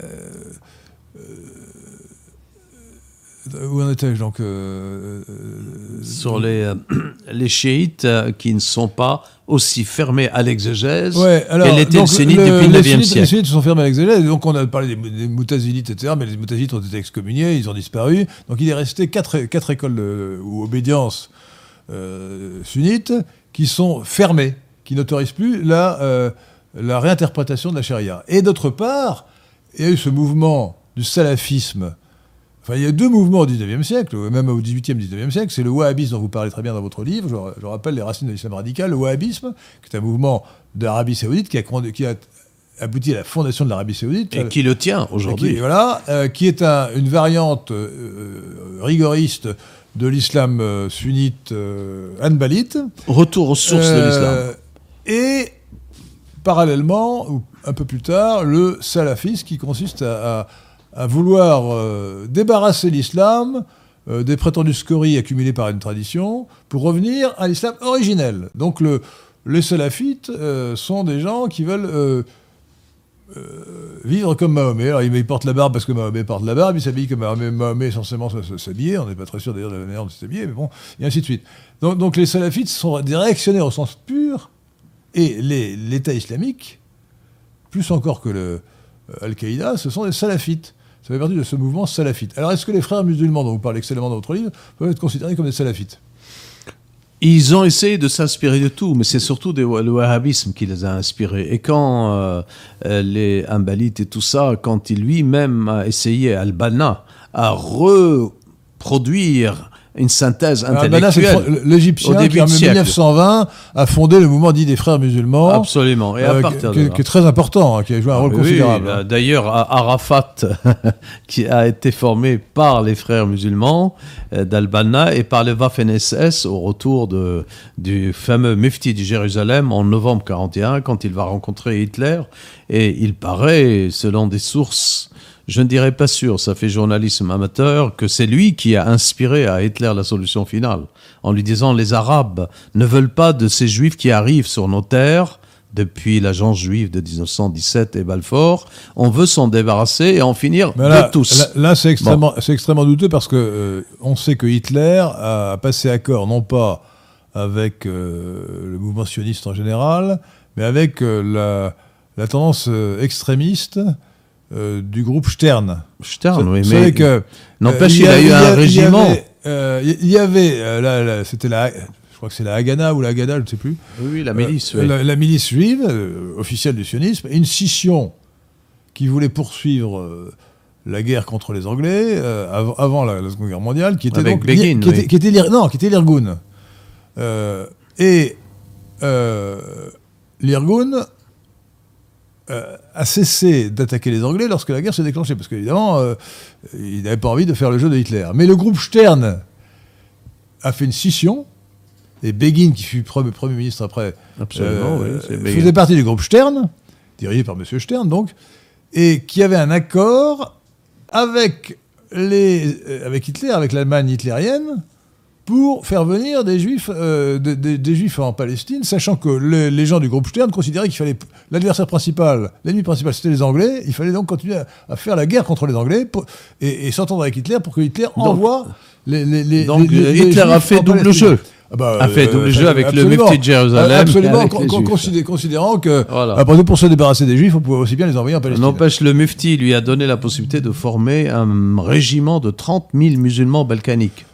euh, où en étais-je donc euh, Sur les, euh, les chiites euh, qui ne sont pas aussi fermés à l'exégèse ouais, alors, qu'elle était le sunnite depuis le neuvième siècle. Les sunnites se sont fermés à l'exégèse, donc on a parlé des, des moutazilites, et cetera, mais les moutazilites ont été excommuniés, ils ont disparu. Donc il est resté quatre, quatre écoles de, ou obédiences Euh, sunnites qui sont fermés, qui n'autorisent plus la, euh, la réinterprétation de la charia. Et d'autre part, il y a eu ce mouvement du salafisme. Enfin, il y a deux mouvements au dix-neuvième siècle, même au dix-huitième, dix-neuvième siècle. C'est le wahhabisme dont vous parlez très bien dans votre livre. Je, je rappelle les racines de l'islam radical. Le wahhabisme, qui est un mouvement d'Arabie Saoudite qui a, qui a abouti à la fondation de l'Arabie Saoudite. Et qui le tient aujourd'hui. Qui, voilà, euh, qui est un, une variante euh, rigoriste de l'islam euh, sunnite euh, hanbalite. Retour aux sources euh, de l'islam. Et parallèlement, ou un peu plus tard, le salafisme qui consiste à, à, à vouloir euh, débarrasser l'islam euh, des prétendus scories accumulés par une tradition pour revenir à l'islam originel. Donc le, les salafites euh, sont des gens qui veulent... Euh, Euh, vivre comme Mahomet. Alors, il porte la barbe parce que Mahomet porte la barbe, il s'habille comme Mahomet, Mahomet censément s'habiller, on n'est pas très sûr d'ailleurs de la manière de s'habiller, mais bon, et ainsi de suite. Donc, donc les salafites sont des réactionnaires au sens pur, et les, l'État islamique, plus encore que le, Al-Qaïda, ce sont des salafites. Ça fait partie de ce mouvement salafite. Alors, est-ce que les frères musulmans, dont vous parlez excellemment dans votre livre, peuvent être considérés comme des salafites ? Ils ont essayé de s'inspirer de tout, mais c'est surtout des, le wahhabisme qui les a inspirés. Et quand euh, les Hanbalites et tout ça, quand il lui-même a essayé, Al-Banna, à reproduire une synthèse intellectuelle. Al-Banna, c'est l'Égyptien qui, en mille neuf cent vingt, a fondé le mouvement dit des frères musulmans. Absolument. Et à euh, partir qui, de là. qui est très important, hein, qui a joué un rôle oui, considérable. Oui, d'ailleurs, Arafat, qui a été formé par les frères musulmans euh, d'Al-Banna et par le Waffen-S S au retour de, du fameux mufti de Jérusalem en novembre quarante et un, quand il va rencontrer Hitler. Et il paraît, selon des sources, je ne dirais pas sûr, ça fait journalisme amateur, que c'est lui qui a inspiré à Hitler la solution finale, en lui disant les Arabes ne veulent pas de ces Juifs qui arrivent sur nos terres depuis l'agence juive de dix-neuf cent dix-sept et Balfour, on veut s'en débarrasser et en finir là, de tous. Là, là c'est extrêmement, bon. c'est extrêmement douteux parce que euh, on sait que Hitler a passé accord non pas avec euh, le mouvement sioniste en général, mais avec euh, la, la tendance euh, extrémiste Euh, du groupe Stern. Stern, oui, mais que, n'empêche, euh, il, il a eu un il régiment. Il y avait, euh, il y avait euh, là, là, c'était la, je crois que c'est la Haganah ou la Haganah, je ne sais plus. Oui, la milice. Euh, oui. la, la milice juive, euh, officielle du sionisme, et une scission qui voulait poursuivre euh, la guerre contre les Anglais euh, av- avant la, la Seconde Guerre mondiale, qui était Avec donc Begin, qui, oui. était, qui était l'Ir- non, qui était l'Irgun. Euh, et euh, l'Irgun Euh, a cessé d'attaquer les Anglais lorsque la guerre s'est déclenchée, parce qu'évidemment, euh, il n'avait pas envie de faire le jeu de Hitler. Mais le groupe Stern a fait une scission, et Begin, qui fut premier, premier ministre après, Absolument, euh, oui, faisait partie du groupe Stern, dirigé par M. Stern, donc, et qui avait un accord avec, les, euh, avec Hitler, avec l'Allemagne hitlérienne, pour faire venir des juifs, euh, des, des, des juifs en Palestine, sachant que les, les gens du groupe Stern considéraient qu'il fallait l'adversaire principal, l'ennemi principal, c'était les Anglais. Il fallait donc continuer à, à faire la guerre contre les Anglais pour, et, et s'entendre avec Hitler pour que Hitler donc, envoie les, les, les donc les, les, Hitler les a fait double jeu. Ah bah, a fait double euh, jeu avec absolument. le mufti de Jérusalem. Absolument, con, con, considé, considérant que voilà. après, pour se débarrasser des Juifs, on pouvait aussi bien les envoyer en Palestine. N'empêche, le mufti lui a donné la possibilité de former un régiment de trente mille musulmans balkaniques.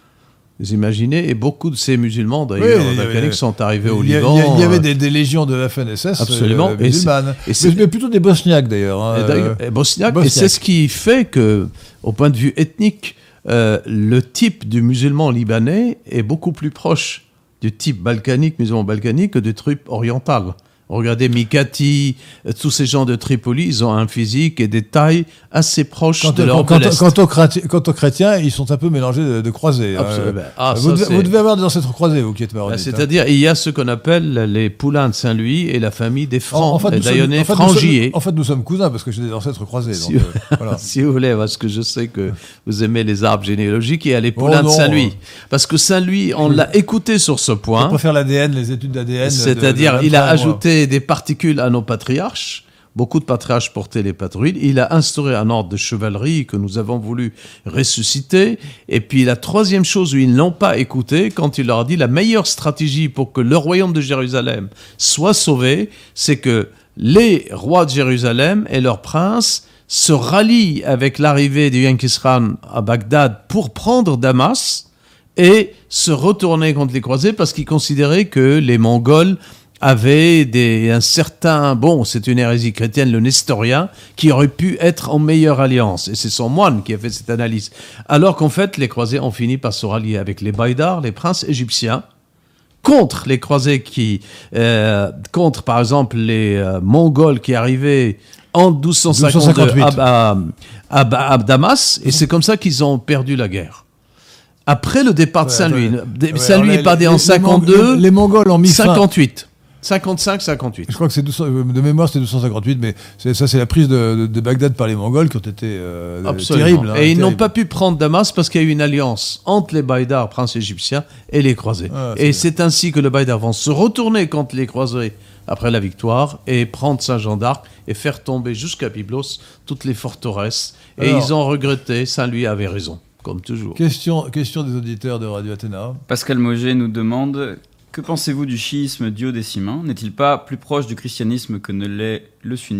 Vous imaginez, et beaucoup de ces musulmans, d'ailleurs, oui, balkaniques, sont arrivés au il y a, Liban. Il y avait des, des légions de la F N S S absolument. Euh, musulmanes. Et c'est, et c'est, mais plutôt des Bosniaques, d'ailleurs. Hein, et, et, Bosniaques, Bosniaques. Et c'est ce qui fait que, au point de vue ethnique, euh, le type du musulman libanais est beaucoup plus proche du type balkanique, musulman balkanique, que du type oriental. Regardez Mikati, tous ces gens de Tripoli, ils ont un physique et des tailles assez proches quant, de leur quant, de l'Est. Quant aux, chrétiens, quant aux chrétiens, ils sont un peu mélangés de, de croisés. Absolument. Hein. Ah, vous, ça, devez, vous devez avoir des ancêtres croisés, vous qui êtes maronite. C'est-à-dire, hein. Il y a ce qu'on appelle les poulains de Saint-Louis et la famille des Francs, en fait, les Dayonnais en fait, Frangiers. En fait, nous sommes cousins parce que j'ai des ancêtres croisés. Si, donc, vous, euh, voilà. si vous voulez, parce que je sais que vous aimez les arbres généalogiques, il y a les poulains oh, de Saint-Louis. Parce que Saint-Louis, on l'a écouté sur ce point. On préfère l'A D N, les études d'A D N. C'est-à-dire, de, de il a ajouté des particules à nos patriarches. Beaucoup de patriarches portaient les patrouilles. Il a instauré un ordre de chevalerie que nous avons voulu ressusciter. Et puis la troisième chose où ils n'ont pas écouté, quand il leur a dit la meilleure stratégie pour que le royaume de Jérusalem soit sauvé, c'est que les rois de Jérusalem et leurs princes se rallient avec l'arrivée du Genghis Khan à Bagdad pour prendre Damas et se retourner contre les croisés parce qu'ils considéraient que les Mongols avaient des, un certain, bon, c'est une hérésie chrétienne, le nestorien, qui aurait pu être en meilleure alliance. Et c'est son moine qui a fait cette analyse. Alors qu'en fait, les croisés ont fini par se rallier avec les Baïdars, les princes égyptiens, contre les croisés qui, euh, contre par exemple les euh, Mongols qui arrivaient en douze cent cinquante-deux à, à, à, à Damas. Et c'est comme ça qu'ils ont perdu la guerre. Après le départ de Saint-Louis. Ouais, Saint-Louis est parti en cinquante-deux. Les, les Mongols ont mis fin. cinquante-huit. cinquante-cinq cinquante-huit. Je crois que c'est douze cents, de mémoire c'était douze cent cinquante-huit, mais c'est, ça c'est la prise de, de, de Bagdad par les Mongols qui ont été euh, terribles. Hein, et ils terribles. n'ont pas pu prendre Damas parce qu'il y a eu une alliance entre les Baïdars, princes égyptiens, et les croisés. Ah, c'est et bien. C'est ainsi que les Baïdars vont se retourner contre les croisés après la victoire et prendre Saint-Jean d'Arc et faire tomber jusqu'à Byblos toutes les forteresses. Et alors, ils ont regretté, Saint-Louis avait raison, comme toujours. Question, question des auditeurs de Radio Athéna. Pascal Moget nous demande... Que pensez-vous du chiisme duodécimain ? N'est-il pas plus proche du christianisme que ne l'est le sunnisme ?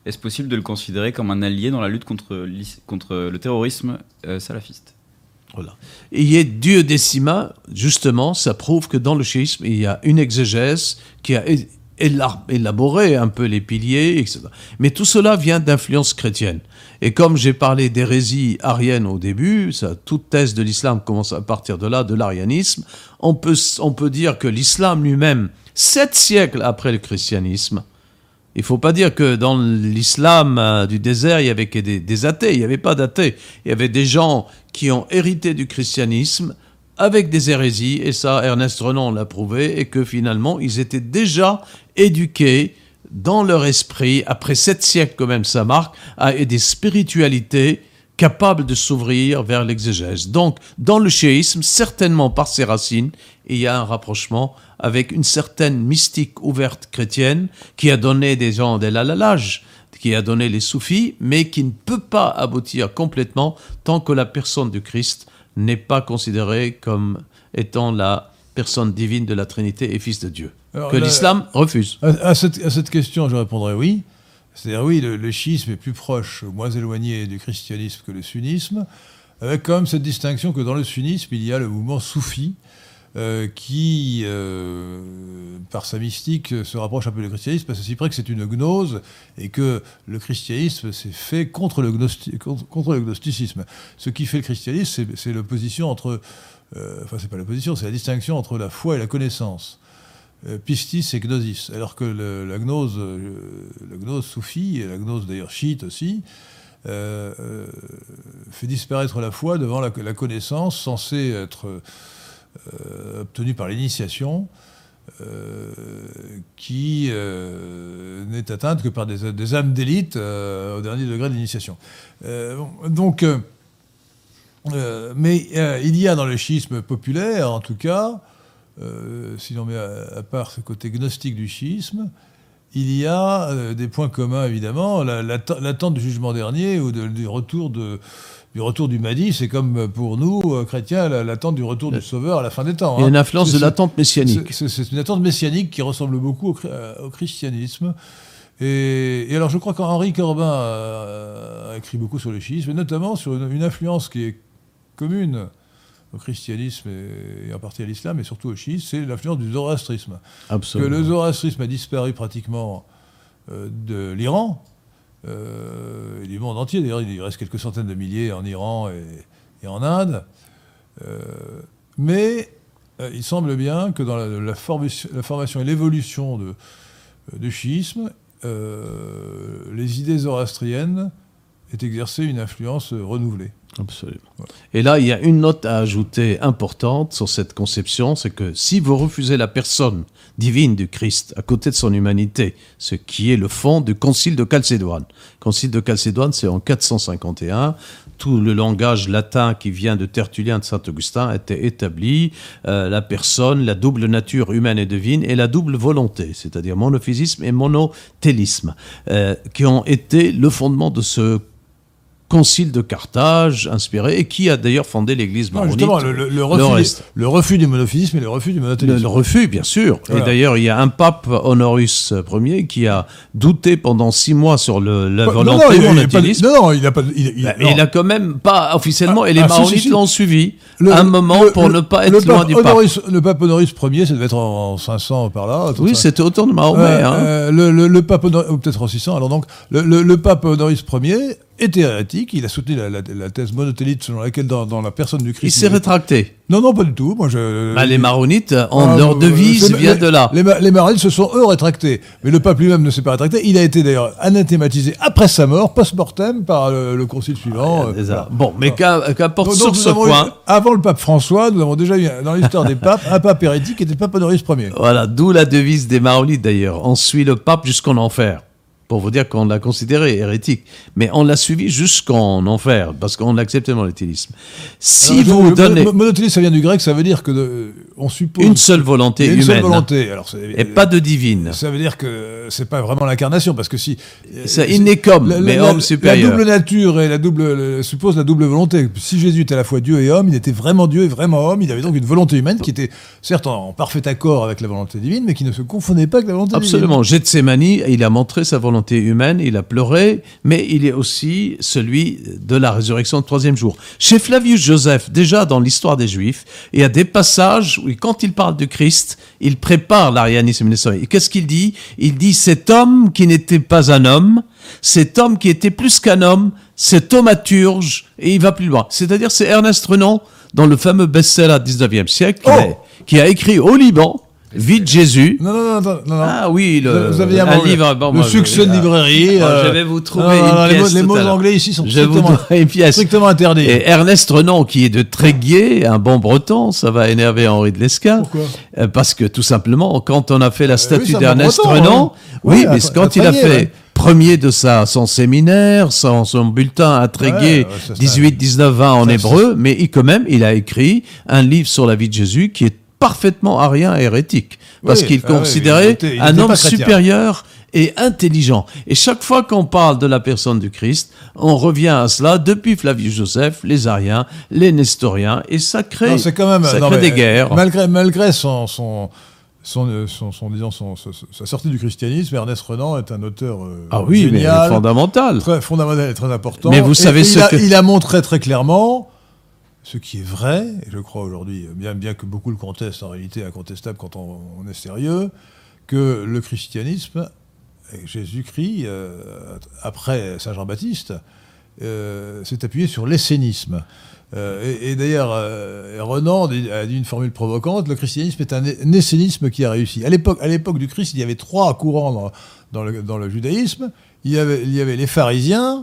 est-ce possible de le considérer comme un allié dans la lutte contre, contre le terrorisme euh, salafiste ? Voilà. Et il y a duodécima, justement, ça prouve que dans le chiisme, il y a une exégèse qui a élaboré un peu les piliers, et cetera. Mais tout cela vient d'influence chrétienne. Et comme j'ai parlé d'hérésie arienne au début, ça, toute thèse de l'islam commence à partir de là, de l'arianisme, on peut, on peut dire que l'islam lui-même, sept siècles après le christianisme, il ne faut pas dire que dans l'islam euh, du désert, il y avait que des, des athées. Il n'y avait pas d'athées. Il y avait des gens qui ont hérité du christianisme avec des hérésies, et ça, Ernest Renan l'a prouvé, et que finalement, ils étaient déjà éduqués dans leur esprit, après sept siècles quand même, ça marque, à des spiritualités capables de s'ouvrir vers l'exégèse. Donc, dans le chiisme, certainement par ses racines, il y a un rapprochement avec une certaine mystique ouverte chrétienne qui a donné des gens des lalalages, qui a donné les soufis, mais qui ne peut pas aboutir complètement tant que la personne du Christ n'est pas considérée comme étant la personne divine de la Trinité et Fils de Dieu. Alors, que là, l'islam refuse. À, à, cette, à cette question, je répondrai oui. C'est-à-dire, oui, le, le chiisme est plus proche, moins éloigné du christianisme que le sunnisme, avec quand même cette distinction que dans le sunnisme, il y a le mouvement soufi, euh, qui, euh, par sa mystique, se rapproche un peu du christianisme, parce que c'est près que c'est une gnose, et que le christianisme s'est fait contre le, gnosti- contre, contre le gnosticisme. Ce qui fait le christianisme, c'est, c'est l'opposition entre... Euh, enfin, c'est pas l'opposition, c'est la distinction entre la foi et la connaissance. Pistis et gnosis, alors que le, la gnose, la gnose soufie, et la gnose d'ailleurs chiite aussi, euh, euh, fait disparaître la foi devant la, la connaissance censée être euh, obtenue par l'initiation, euh, qui euh, n'est atteinte que par des, des âmes d'élite euh, au dernier degré de l'initiation. Euh, donc, euh, euh, mais euh, il y a dans le chiisme populaire, en tout cas, Euh, si l'on met à, à part ce côté gnostique du chiisme, il y a euh, des points communs, évidemment. La, la, l'attente du jugement dernier ou de, du, retour de, du retour du Mahdi, c'est comme pour nous, euh, chrétiens, la, l'attente du retour du Sauveur à la fin des temps. Il y a hein. une influence c'est, de l'attente messianique. C'est, c'est, c'est une attente messianique qui ressemble beaucoup au, au christianisme. Et, et alors, je crois qu'Henri Corbin a, a écrit beaucoup sur le chiisme, et notamment sur une, une influence qui est commune au christianisme et, et en partie à l'islam, et surtout au chiisme, c'est l'influence du zoroastrisme. Absolument. Que le zoroastrisme a disparu pratiquement euh, de l'Iran, euh, et du monde entier. D'ailleurs, il reste quelques centaines de milliers en Iran et, et en Inde. Euh, mais euh, il semble bien que dans la, la, formation, la formation et l'évolution de, euh, du chiisme, euh, les idées zoroastriennes aient exercé une influence renouvelée. Absolument. Ouais. Et là, il y a une note à ajouter importante sur cette conception, c'est que si vous refusez la personne divine du Christ à côté de son humanité, ce qui est le fond du Concile de Chalcédoine. Le Concile de Chalcédoine, c'est en quatre cent cinquante et un. Tout le langage latin qui vient de Tertullien de Saint-Augustin était établi. Euh, la personne, la double nature humaine et divine et la double volonté, c'est-à-dire monophysisme et monothélisme, euh, qui ont été le fondement de ce Concile de Carthage, inspiré, et qui a d'ailleurs fondé l'Église maronite. Non, justement, le, le, le, refus, le, le refus du monophysisme et le refus du monothélisme. Le, le refus, bien sûr. Voilà. Et d'ailleurs, il y a un pape, Honorius Ier, qui a douté pendant six mois sur le, la volonté monothélisme. Non, non, il n'a pas... Il, il, bah, il a quand même pas officiellement, ah, et les ah, maronites si, si, si. l'ont suivi le, un moment le, pour le, ne pas être loin du Honoris, pape. Le pape Honorius Ier, ça devait être en cinq cents par là. Oui, ça. C'était au temps de Mahomet. Euh, hein. euh, le, le, le pape, ou peut-être en six cents, alors donc, le, le, le pape Honorius Ier était hérétique, il a soutenu la, la, la thèse monotélite selon laquelle dans, dans la personne du Christ... Il s'est il rétracté. Non, non, pas du tout. Moi, je, bah, les maronites, en ah, leur devise, vient les, de là. Les, les maronites se sont, eux, rétractés. Mais le pape lui-même ne s'est pas rétracté. Il a été d'ailleurs anathématisé après sa mort, post-mortem, par le, le concile suivant. Ah, euh, voilà. Bon, mais qu'à, qu'importe sur ce point... Eu, avant le pape François, nous avons déjà eu, dans l'histoire des papes, un pape hérétique qui était le pape Honorius Ier. Voilà, d'où la devise des maronites, d'ailleurs. On suit le pape jusqu'en enfer. Pour vous dire qu'on l'a considéré hérétique. Mais on l'a suivi jusqu'en enfer, parce qu'on acceptait le monothélisme. Si Alors, vous le, donnez... Le monothélisme, ça vient du grec, ça veut dire que de, on suppose... Une seule volonté une humaine. Une seule volonté. Alors, c'est, et pas de divine. Ça veut dire que c'est pas vraiment l'incarnation, parce que si... Ça, il n'est comme, la, mais la, homme supérieur. La double nature et la double, le, suppose la double volonté. Si Jésus était à la fois Dieu et homme, il était vraiment Dieu et vraiment homme. Il avait donc une volonté humaine qui était, certes, en, en parfait accord avec la volonté divine, mais qui ne se confondait pas avec la volonté Absolument. divine. Absolument. Gethsémani, il a montré sa volonté volonté humaine, il a pleuré, mais il est aussi celui de la résurrection du troisième jour. Chez Flavius Joseph, déjà dans l'histoire des Juifs, il y a des passages où, quand il parle de Christ, il prépare l'arianisme nestorien. Et qu'est-ce qu'il dit? Il dit, cet homme qui n'était pas un homme, cet homme qui était plus qu'un homme, cet thaumaturge, et il va plus loin. C'est-à-dire, c'est Ernest Renan, dans le fameux best-seller du dix-neuvième siècle, qui, oh a, qui a écrit au Liban, Vie de Jésus. Non, non, non, non, non. Ah oui, le, vous avez un, un livre. Bon, le moi, succès je, de librairie. Ah, euh, je vais vous trouver non, non, une les pièce. Mots, les mots anglais ici sont je vous strictement, une pièce. strictement interdits. Et Ernest Renan, qui est de Tréguier, un bon breton, ça va énerver Henri de Lesquen. Pourquoi? euh, Parce que tout simplement, quand on a fait la statue euh, oui, d'Ernest breton, Renan, hein. oui, ouais, mais à, quand à il a Tréguier, fait ouais. premier de sa, son séminaire, son, son bulletin à Tréguier, ouais, ouais, dix-huit, dix-neuf, vingt en ça, hébreu, mais il, quand même, il a écrit un livre sur la vie de Jésus qui est parfaitement arien et hérétique, parce oui, qu'il ah considérait oui, il était, il un était homme pas chrétien. supérieur et intelligent. Et chaque fois qu'on parle de la personne du Christ, on revient à cela depuis Flavius Joseph, les Ariens, les Nestoriens, et ça crée, non, c'est quand même, ça non, crée mais, des guerres. Malgré, malgré son, son, son, son, son, disons, son, son, sa sortie du christianisme, Ernest Renan est un auteur euh, Ah oui, génial, mais fondamental. très fondamental et très important. Mais vous et, savez et ce il a, que... il a montré très clairement ce qui est vrai, et je crois aujourd'hui, bien, bien que beaucoup le contestent, en réalité incontestable quand on, on est sérieux, que le christianisme, et Jésus-Christ, euh, après Saint Jean-Baptiste, euh, s'est appuyé sur l'essénisme. Euh, et, et d'ailleurs, euh, Renan a dit une formule provocante, le christianisme est un, un essénisme qui a réussi. À l'époque, à l'époque du Christ, il y avait trois courants dans, dans, le, dans le judaïsme. Il y avait, il y avait les pharisiens,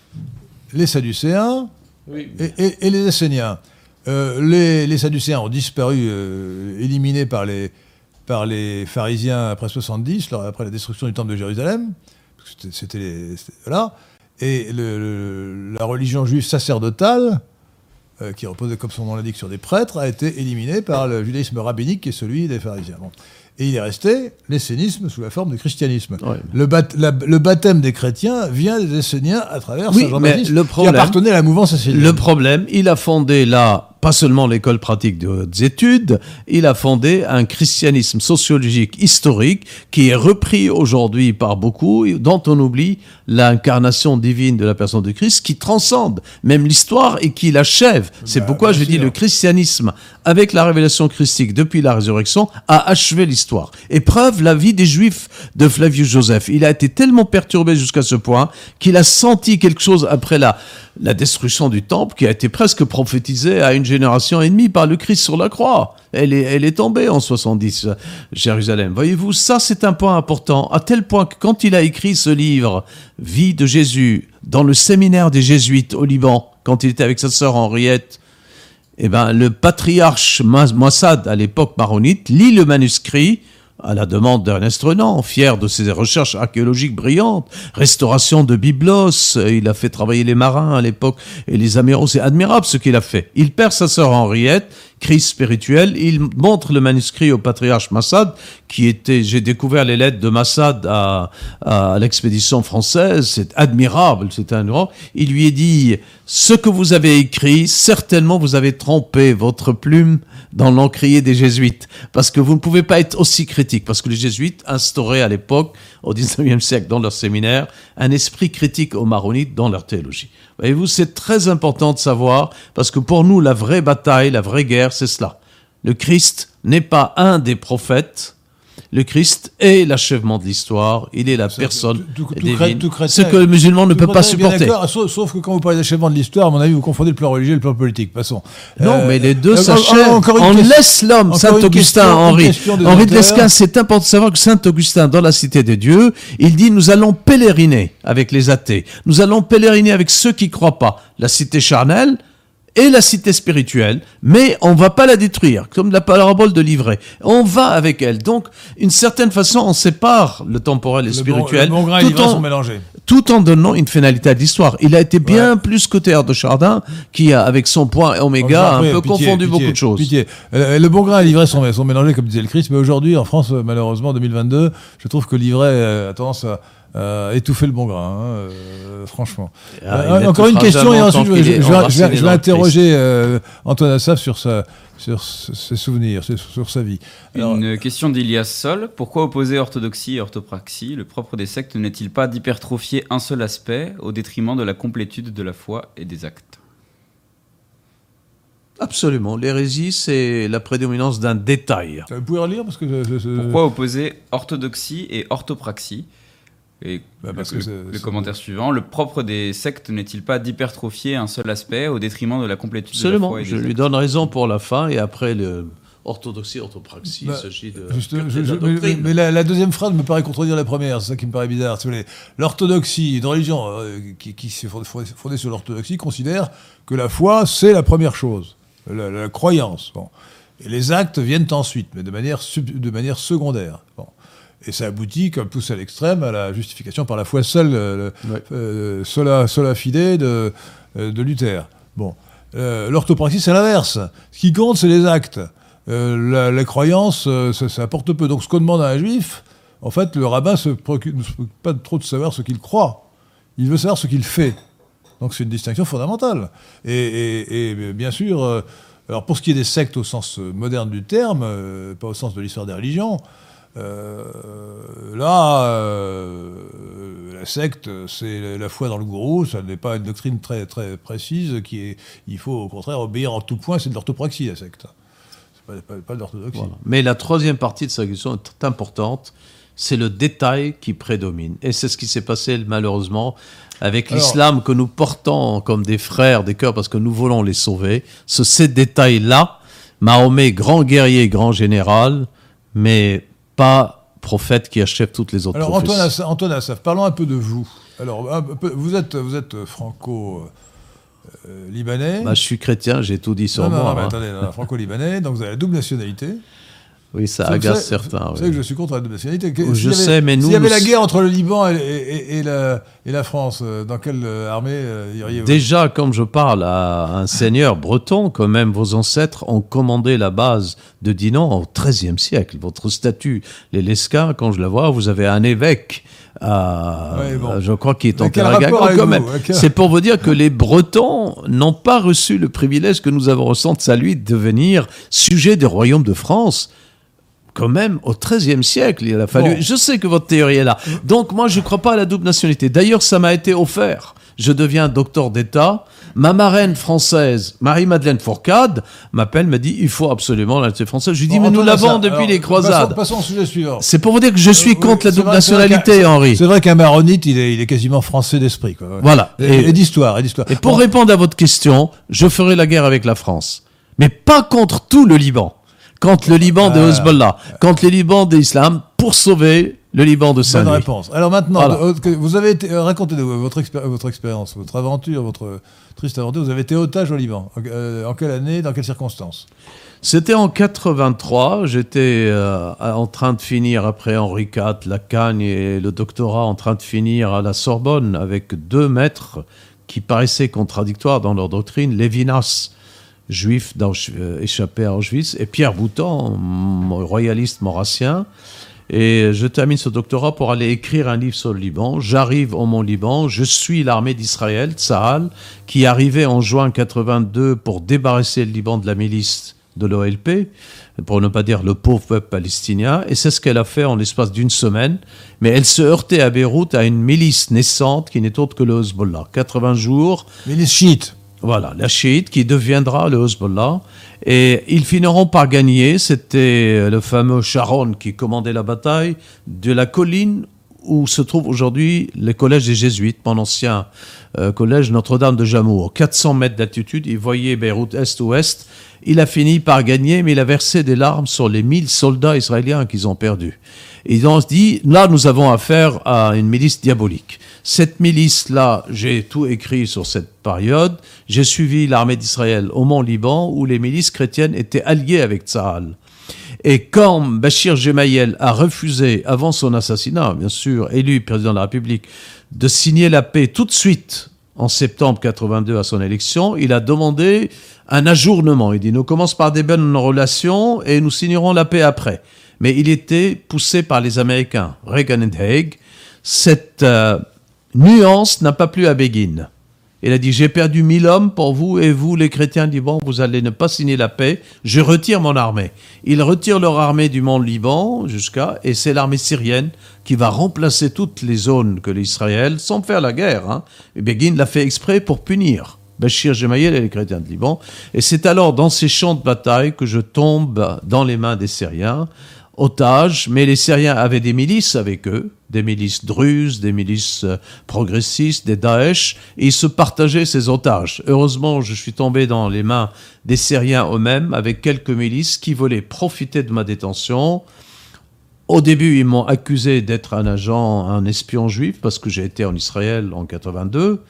les sadducéens, oui, mais... et, et, et les esséniens. Euh, les, les sadducéens ont disparu, euh, éliminés par les, par les pharisiens après soixante-dix, après la destruction du temple de Jérusalem. C'était, c'était les, c'était, voilà. Et le, le, la religion juive sacerdotale, euh, qui reposait, comme son nom l'indique, sur des prêtres, a été éliminée par le judaïsme rabbinique, qui est celui des pharisiens. Bon. Et il est resté l'essénisme sous la forme du christianisme. Ouais. Le, bat, la, le baptême des chrétiens vient des Esséniens à travers oui, Saint Jean-Baptiste, le problème, qui appartenait à la mouvance essénienne. Le problème, il a fondé là, pas seulement l'école pratique de hautes études, il a fondé un christianisme sociologique historique qui est repris aujourd'hui par beaucoup, dont on oublie l'incarnation divine de la personne de Christ, qui transcende même l'histoire et qui l'achève. C'est bah, pourquoi je dis le christianisme, avec la révélation christique depuis la résurrection, a achevé l'histoire. Et preuve, la vie des Juifs de Flavius Joseph. Il a été tellement perturbé jusqu'à ce point qu'il a senti quelque chose après la, la destruction du temple qui a été presque prophétisée à une génération et demie par le Christ sur la croix. Elle est, elle est tombée en soixante-dix, Jérusalem. Voyez-vous, ça c'est un point important, à tel point que quand il a écrit ce livre, Vie de Jésus, dans le séminaire des Jésuites au Liban, quand il était avec sa sœur Henriette, eh ben, le patriarche Mossad, à l'époque maronite, lit le manuscrit à la demande d'Ernest Renan, fier de ses recherches archéologiques brillantes, restauration de Byblos, il a fait travailler les marins à l'époque et les amiraux, c'est admirable ce qu'il a fait. Il perd sa sœur Henriette, crise spirituelle, il montre le manuscrit au patriarche Massad, qui était, j'ai découvert les lettres de Massad à, à l'expédition française, c'est admirable, c'est un grand. Il lui est dit, ce que vous avez écrit, certainement vous avez trompé votre plume dans l'encrier des jésuites, parce que vous ne pouvez pas être aussi critique, parce que les jésuites instauraient à l'époque, au dix-neuvième siècle, dans leur séminaire, un esprit critique aux maronites dans leur théologie. Voyez-vous, c'est très important de savoir, parce que pour nous, la vraie bataille, la vraie guerre, c'est cela. Le Christ n'est pas un des prophètes, le Christ est l'achèvement de l'histoire, il est la c'est personne tout, tout, divine, tout chrétien, ce que le musulman ne peut pas supporter. Sauf, sauf que quand vous parlez d'achèvement de l'histoire, à mon avis, vous confondez le plan religieux et le plan politique. Passons. Non, euh, mais les deux euh, s'achèvent. On question, laisse l'homme. Saint Augustin, Henri. Henri de Lesquen, c'est important de savoir que Saint Augustin, dans la Cité des Dieux, il dit, nous allons pèleriner avec les athées. Nous allons pèleriner avec ceux qui ne croient pas. La cité charnelle et la cité spirituelle, mais on va pas la détruire, comme la parabole de l'ivraie. On va avec elle. Donc, d'une certaine façon, on sépare le temporel et le spirituel, bon, le bon grain et l'ivraie sont mélangés. Tout en donnant une finalité à l'histoire. Il a été bien ouais. plus que Théodore de Chardin, qui a, avec son point oméga, a un peu pitié, confondu pitié, beaucoup de choses. Pitié. Le bon grain et l'ivraie sont, sont mélangés, comme disait le Christ, mais aujourd'hui, en France, malheureusement, deux mille vingt-deux, je trouve que l'ivraie a tendance à euh, étouffer le bon grain, hein, euh, franchement. Ah, euh, encore une question, et ensuite je, je, je, je, je vais, je vais interroger euh, Antoine Assaf sur, sa, sur ses souvenirs, sur, sur sa vie. Alors, une question d'Ilias Sol. Pourquoi opposer orthodoxie et orthopraxie? Le propre des sectes n'est-il pas d'hypertrophier un seul aspect au détriment de la complétude de la foi et des actes? Absolument. L'hérésie, c'est la prédominance d'un détail. Vous pouvez relire parce que je, je, je... Pourquoi opposer orthodoxie et orthopraxie? Et bah parce le, que le commentaire suivant, le propre des sectes n'est-il pas d'hypertrophier un seul aspect au détriment de la complétude Absolument. de la foi et des je actes? lui donne raison pour la fin, et après le orthodoxie, orthopraxie, bah, il s'agit de, juste, de je, la je, doctrine. Mais, mais la, la deuxième phrase me paraît contredire la première, c'est ça qui me paraît bizarre. L'orthodoxie, une religion euh, qui, qui s'est fondée sur l'orthodoxie, considère que la foi, c'est la première chose. La, la croyance. Bon. Et les actes viennent ensuite, mais de manière, sub, de manière secondaire. Bon. Et ça aboutit, comme pousse à l'extrême, à la justification par la foi seule, euh, ouais. euh, sola, sola fide de, euh, de Luther. Bon. Euh, L'orthopraxie, c'est l'inverse. Ce qui compte, c'est les actes. Euh, la, la croyance, euh, ça, ça apporte peu. Donc ce qu'on demande à un juif, en fait, le rabbin ne se préoccupe, ne se préoccupe pas trop de savoir ce qu'il croit. Il veut savoir ce qu'il fait. Donc c'est une distinction fondamentale. Et, et, et bien sûr, euh, alors pour ce qui est des sectes au sens moderne du terme, euh, pas au sens de l'histoire des religions, euh, là, euh, la secte, c'est la foi dans le gourou, ça n'est pas une doctrine très, très précise, qui est, il faut au contraire obéir en tout point, c'est de l'orthopraxie, la secte. C'est pas, pas, pas de l'orthodoxie. Voilà. Mais la troisième partie de sa question est très importante, c'est le détail qui prédomine. Et c'est ce qui s'est passé malheureusement avec Alors, l'islam que nous portons comme des frères, des cœurs, parce que nous voulons les sauver. Ce, ces détails-là, Mahomet, grand guerrier, grand général, mais pas prophète qui achève toutes les autres Alors, prophéties. Antoine Assaf, Antoine Assaf, parlons un peu de vous. Alors, un peu, vous êtes, vous êtes franco-libanais. Bah, je suis chrétien, j'ai tout dit sur non, moi. Non, non, mais hein. attendez, non, franco-libanais, donc vous avez la double nationalité. Oui, ça vous agace savez, certains. Vous oui. savez que je suis contre la double nationalité. Je s'il sais, avait, mais nous... S'il y avait nous... la guerre entre le Liban et, et, et, la, et la France, dans quelle armée euh, iriez-vous? Déjà, comme je parle à un seigneur breton, quand même, vos ancêtres ont commandé la base de Dinan au treizième siècle. Votre statue, les Lescas, quand je la vois, vous avez un évêque... Euh, ouais, bon. Je crois qu'il est en Caragago quand même. Quel... C'est pour vous dire que les Bretons n'ont pas reçu le privilège que nous avons reçu de salut de devenir sujet des royaumes de France. Quand même, au treizième siècle, il a fallu... Bon. Je sais que votre théorie est là. Donc, moi, je ne crois pas à la double nationalité. D'ailleurs, ça m'a été offert. Je deviens docteur d'État. Ma marraine française, Marie-Madeleine Fourcade, m'appelle, me dit, il faut absolument la nationalité française. Je lui dis, bon, mais nous l'avons depuis alors, les croisades. Passons, passons au sujet suivant. C'est pour vous dire que je suis euh, contre oui, la double vrai, nationalité, Henri. C'est vrai qu'un maronite, il est, il est quasiment français d'esprit. Quoi. Voilà. Et, et, et d'histoire. Et, d'histoire. et pour bon. répondre à votre question, je ferai la guerre avec la France. Mais pas contre tout le Liban. Contre le Liban de Hezbollah, contre le Liban de l'islam, pour sauver le Liban de Saint-Louis. Bonne réponse. Alors maintenant, voilà. vous avez été, racontez votre, expé- votre expérience, votre aventure, votre triste aventure. Vous avez été otage au Liban. En, euh, en quelle année, dans quelles circonstances? C'était en quatre-vingt-trois. J'étais euh, en train de finir, après Henri quatre, la Cagne et le doctorat, en train de finir à la Sorbonne avec deux maîtres qui paraissaient contradictoires dans leur doctrine. Lévinas, juif euh, échappé à Auschwitz, et Pierre Boutan, royaliste maurassien. Et je termine ce doctorat pour aller écrire un livre sur le Liban. J'arrive au Mont-Liban, je suis l'armée d'Israël, Tsahal, qui arrivait en juin quatre-vingt-deux pour débarrasser le Liban de la milice de l'O L P, pour ne pas dire le pauvre peuple palestinien, et c'est ce qu'elle a fait en l'espace d'une semaine. Mais elle se heurtait à Beyrouth à une milice naissante qui n'est autre que le Hezbollah. quatre-vingts jours. Milice chiite. Voilà, la chiite qui deviendra le Hezbollah. Et ils finiront par gagner. C'était le fameux Sharon qui commandait la bataille de la colline où se trouve aujourd'hui le collège des Jésuites, mon ancien euh, collège Notre-Dame de Jamour. quatre cents mètres d'altitude, il voyait Beyrouth est-ouest. Il a fini par gagner, mais il a versé des larmes sur les mille soldats israéliens qu'ils ont perdus. Et ils ont dit, là, nous avons affaire à une milice diabolique. Cette milice-là, j'ai tout écrit sur cette période. J'ai suivi l'armée d'Israël au Mont-Liban, où les milices chrétiennes étaient alliées avec Tsahal. Et quand Bachir Gemayel a refusé, avant son assassinat, bien sûr, élu président de la République, de signer la paix tout de suite, en septembre quatre-vingt-deux à son élection, il a demandé un ajournement. Il dit, nous commençons par des bonnes relations et nous signerons la paix après. Mais il était poussé par les Américains, Reagan et Haig. cette euh, nuance n'a pas plu à Begin. Il a dit, j'ai perdu mille hommes pour vous, et vous, les chrétiens, dit, bon, vous allez ne pas signer la paix, je retire mon armée. Ils retirent leur armée du mont Liban jusqu'à, et c'est l'armée syrienne qui va remplacer toutes les zones que l'Israël, sans faire la guerre. Hein. Et Begin l'a fait exprès pour punir Bachir Gemayel et les chrétiens de Liban. Et c'est alors dans ces champs de bataille que je tombe dans les mains des Syriens, otages, mais les Syriens avaient des milices avec eux, des milices druzes, des milices progressistes, des Daesh, et ils se partageaient ces otages. Heureusement, je suis tombé dans les mains des Syriens eux-mêmes, avec quelques milices qui voulaient profiter de ma détention. Au début, ils m'ont accusé d'être un agent, un espion juif, parce que j'ai été en Israël en quatre-vingt-deux.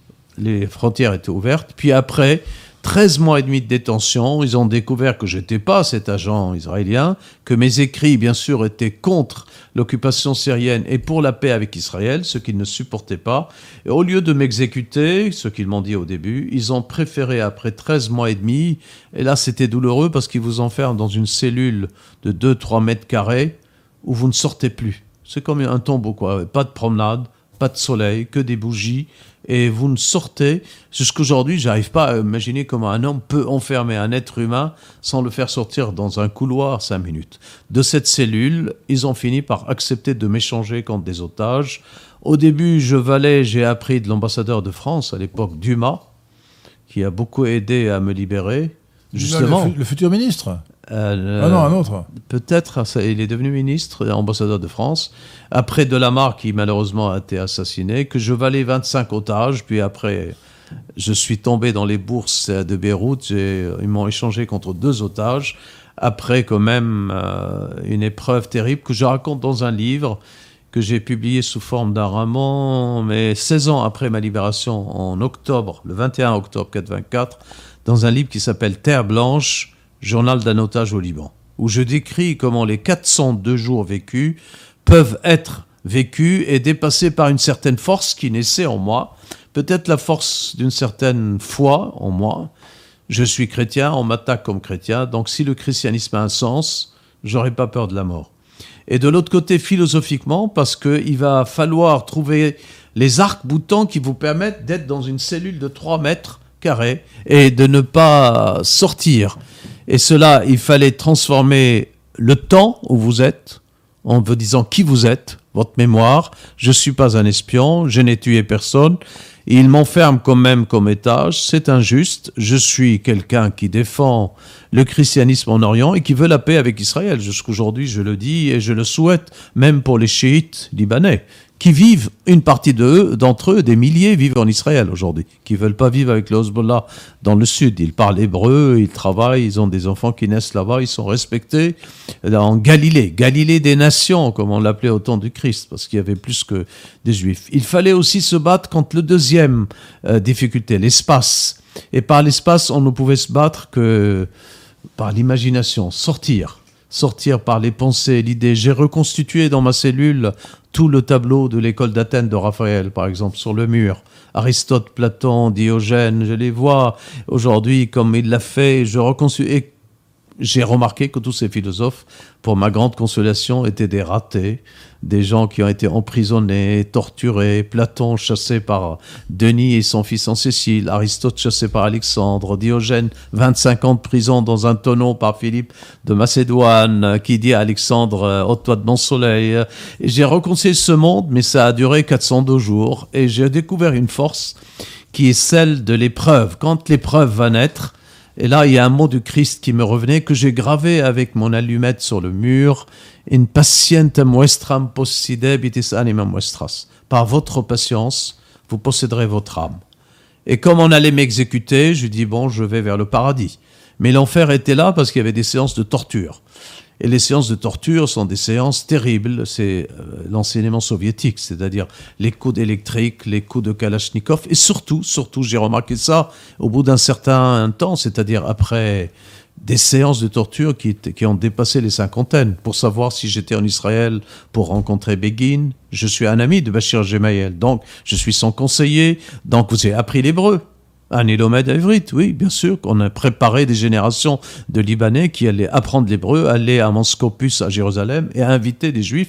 Les frontières étaient ouvertes. Puis après, treize mois et demi de détention, ils ont découvert que je n'étais pas cet agent israélien, que mes écrits, bien sûr, étaient contre l'occupation syrienne et pour la paix avec Israël, ce qu'ils ne supportaient pas. Et au lieu de m'exécuter, ce qu'ils m'ont dit au début, ils ont préféré, après treize mois et demi, et là c'était douloureux parce qu'ils vous enferment dans une cellule de deux à trois mètres carrés où vous ne sortez plus. C'est comme un tombeau, quoi. Pas de promenade, pas de soleil, que des bougies. Et vous ne sortez, jusqu'aujourd'hui, je n'arrive pas à imaginer comment un homme peut enfermer un être humain sans le faire sortir dans un couloir cinq minutes. De cette cellule, ils ont fini par accepter de m'échanger contre des otages. Au début, je valais, j'ai appris de l'ambassadeur de France, à l'époque Dumas, qui a beaucoup aidé à me libérer. Justement. Le, le futur ministre Euh, ah non, un autre. Peut-être, il est devenu ministre, ambassadeur de France, après Delamarre qui malheureusement a été assassiné, que je valais vingt-cinq otages, puis après je suis tombé dans les bourses de Beyrouth, ils m'ont échangé contre deux otages, après quand même euh, une épreuve terrible que je raconte dans un livre que j'ai publié sous forme d'un roman, mais seize ans après ma libération, en octobre, le vingt et un octobre quatre-vingt-quatre, dans un livre qui s'appelle Terre Blanche, Journal d'un otage au Liban, où je décris comment les quatre cent deux jours vécus peuvent être vécus et dépassés par une certaine force qui naissait en moi, peut-être la force d'une certaine foi en moi. Je suis chrétien, on m'attaque comme chrétien, donc si le christianisme a un sens, j'aurais pas peur de la mort. Et de l'autre côté, philosophiquement, parce qu'il va falloir trouver les arcs-boutants qui vous permettent d'être dans une cellule de trois mètres carrés et de ne pas sortir. Et cela, il fallait transformer le temps où vous êtes, en vous disant qui vous êtes, votre mémoire. Je ne suis pas un espion, je n'ai tué personne. Et il m'enferme quand même comme étage, c'est injuste. Je suis quelqu'un qui défend le christianisme en Orient et qui veut la paix avec Israël. Jusqu'aujourd'hui, je le dis et je le souhaite, même pour les chiites libanais, qui vivent, une partie d'eux, d'entre eux, des milliers vivent en Israël aujourd'hui, qui ne veulent pas vivre avec le Hezbollah dans le sud. Ils parlent hébreu, ils travaillent, ils ont des enfants qui naissent là-bas, ils sont respectés. En Galilée, Galilée des nations, comme on l'appelait au temps du Christ, parce qu'il y avait plus que des Juifs. Il fallait aussi se battre contre le deuxième euh, difficulté, l'espace. Et par l'espace, on ne pouvait se battre que par l'imagination, sortir. Sortir par les pensées, l'idée. J'ai reconstitué dans ma cellule tout le tableau de l'école d'Athènes de Raphaël, par exemple, sur le mur. Aristote, Platon, Diogène, je les vois aujourd'hui comme il l'a fait. Je reconstitue. Et j'ai remarqué que tous ces philosophes, pour ma grande consolation, étaient des ratés, des gens qui ont été emprisonnés, torturés. Platon chassé par Denis et son fils en Sicile, Aristote chassé par Alexandre, Diogène vingt-cinq ans de prison dans un tonneau par Philippe de Macédoine, qui dit à Alexandre « ôte-toi de mon soleil ». Et j'ai reconstruit ce monde, mais ça a duré quatre cent deux jours, et j'ai découvert une force qui est celle de l'épreuve. Quand l'épreuve va naître, et là, il y a un mot du Christ qui me revenait, que j'ai gravé avec mon allumette sur le mur. In patientem muestram possidébitis animam muestras. Par votre patience, vous posséderez votre âme. Et comme on allait m'exécuter, je dis bon, je vais vers le paradis. Mais l'enfer était là parce qu'il y avait des séances de torture. Et les séances de torture sont des séances terribles. C'est euh, l'enseignement soviétique, c'est-à-dire les coups d'électrique, les coups de Kalachnikov. Et surtout, surtout, j'ai remarqué ça au bout d'un certain temps, c'est-à-dire après des séances de torture qui, qui ont dépassé les cinquantaines pour savoir si j'étais en Israël pour rencontrer Begin. Je suis un ami de Bachir Gemayel, donc je suis son conseiller, donc j'ai appris l'hébreu. Un élomède à Ivrit, oui, bien sûr, qu'on a préparé des générations de Libanais qui allaient apprendre l'hébreu, aller à Monscopus à Jérusalem et inviter des Juifs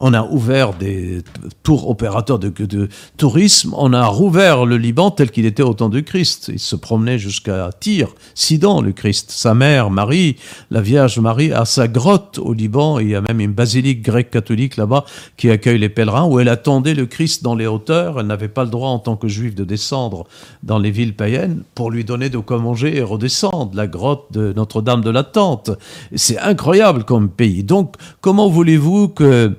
On a ouvert des tours opérateurs de, de tourisme. On a rouvert le Liban tel qu'il était au temps du Christ. Il se promenait jusqu'à Tyr, Sidon, le Christ. Sa mère, Marie, la Vierge Marie, a sa grotte au Liban. Il y a même une basilique grecque catholique là-bas qui accueille les pèlerins, où elle attendait le Christ dans les hauteurs. Elle n'avait pas le droit en tant que juive de descendre dans les villes païennes pour lui donner de quoi manger et redescendre. La grotte de Notre-Dame de l'Attente. C'est incroyable comme pays. Donc, comment voulez-vous que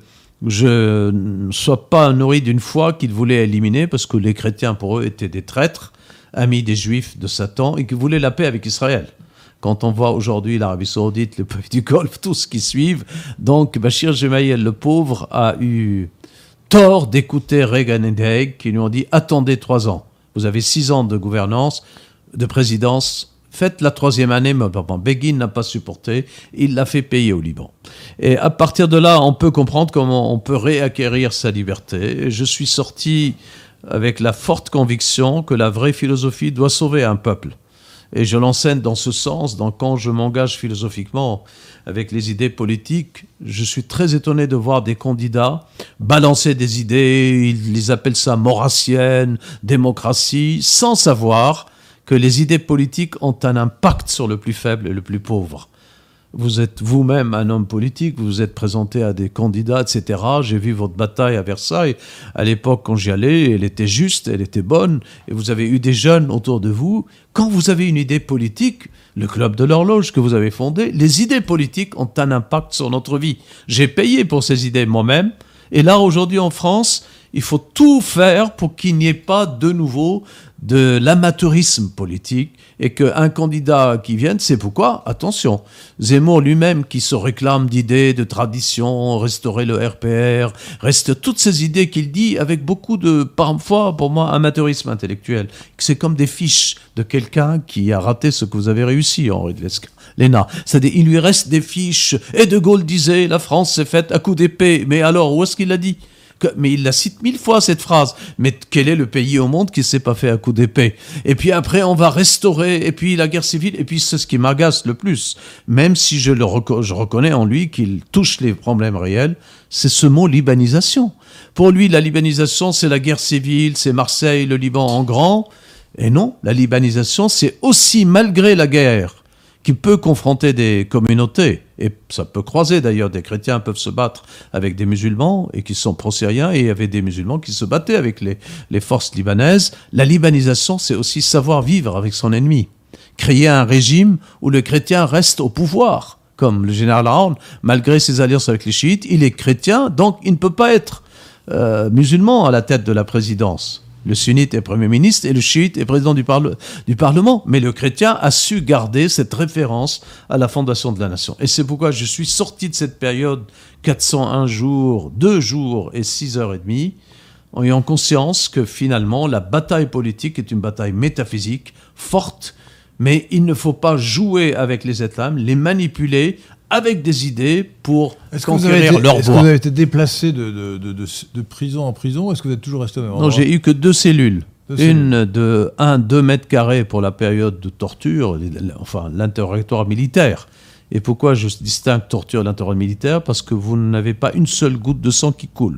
je ne sois pas nourri d'une foi qu'ils voulaient éliminer, parce que les chrétiens, pour eux, étaient des traîtres, amis des juifs de Satan, et qui voulaient la paix avec Israël. Quand on voit aujourd'hui l'Arabie Saoudite, le pays du Golfe, tout ce qui suivent, donc Bachir Gemayel, le pauvre, a eu tort d'écouter Reagan et Haig, qui lui ont dit « Attendez trois ans, vous avez six ans de gouvernance, de présidence, faites la troisième année, mais Begin n'a pas supporté, il l'a fait payer au Liban. » Et à partir de là, on peut comprendre comment on peut réacquérir sa liberté. Et je suis sorti avec la forte conviction que la vraie philosophie doit sauver un peuple. Et je l'enseigne dans ce sens, donc quand je m'engage philosophiquement avec les idées politiques, je suis très étonné de voir des candidats balancer des idées, ils appellent ça maurassienne, démocratie, sans savoir que les idées politiques ont un impact sur le plus faible et le plus pauvre. Vous êtes vous-même un homme politique, vous vous êtes présenté à des candidats, et cetera. J'ai vu votre bataille à Versailles. À l'époque, quand j'y allais, elle était juste, elle était bonne, et vous avez eu des jeunes autour de vous. Quand vous avez une idée politique, le club de l'horloge que vous avez fondé, les idées politiques ont un impact sur notre vie. J'ai payé pour ces idées moi-même, et là, aujourd'hui, en France, il faut tout faire pour qu'il n'y ait pas de nouveau de l'amateurisme politique et qu'un candidat qui vienne, c'est pourquoi, attention, Zemmour lui-même qui se réclame d'idées, de traditions, restaurer le R P R, reste toutes ces idées qu'il dit avec beaucoup de, parfois, pour moi, amateurisme intellectuel. C'est comme des fiches de quelqu'un qui a raté ce que vous avez réussi, Henri de Lesquen. C'est-à-dire, il lui reste des fiches. Et De Gaulle disait, la France s'est faite à coups d'épée. Mais alors, où est-ce qu'il l'a dit ? Mais il la cite mille fois, cette phrase. Mais quel est le pays au monde qui ne s'est pas fait à coups d'épée ? Et puis après, on va restaurer, et puis la guerre civile, et puis c'est ce qui m'agace le plus. Même si je, le reco- je reconnais en lui qu'il touche les problèmes réels, c'est ce mot libanisation. Pour lui, la libanisation, c'est la guerre civile, c'est Marseille, le Liban en grand. Et non, la libanisation, c'est aussi, malgré la guerre, qui peut confronter des communautés, et ça peut croiser d'ailleurs, des chrétiens peuvent se battre avec des musulmans, et qui sont pro-syriens, et il y avait des musulmans qui se battaient avec les, les forces libanaises. La libanisation, c'est aussi savoir vivre avec son ennemi. Créer un régime où le chrétien reste au pouvoir, comme le général Aoun, malgré ses alliances avec les chiites, il est chrétien, donc il ne peut pas être euh, musulman à la tête de la présidence. Le sunnite est Premier ministre et le chiite est président du, parle- du Parlement. Mais le chrétien a su garder cette référence à la fondation de la nation. Et c'est pourquoi je suis sorti de cette période quatre cent un jours, deux jours et six heures et demie, en ayant conscience que finalement la bataille politique est une bataille métaphysique, forte, mais il ne faut pas jouer avec les êtres âmes, les manipuler avec des idées pour est-ce conquérir été, leur est-ce voix. Que vous avez été déplacé de, de, de, de, de prison en prison, ou est-ce que vous êtes toujours resté au même endroit ? Non, j'ai eu que deux cellules. Deux Une cellules. de un à deux mètres carrés pour la période de torture, enfin l'interrogatoire militaire. Et pourquoi je distingue torture et l'interrogatoire militaire ? Parce que vous n'avez pas une seule goutte de sang qui coule.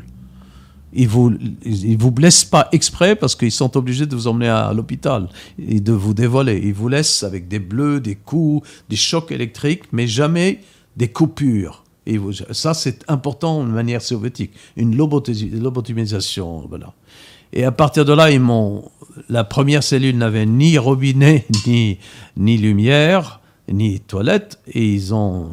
Ils vous, ils vous blessent pas exprès parce qu'ils sont obligés de vous emmener à l'hôpital et de vous dévoiler. Ils vous laissent avec des bleus, des coups, des chocs électriques, mais jamais des coupures. Et vous, ça, c'est important de manière soviétique. Une lobotomisation, voilà. Et à partir de là, ils m'ont, la première cellule n'avait ni robinet, ni, ni lumière, ni toilette, et ils ont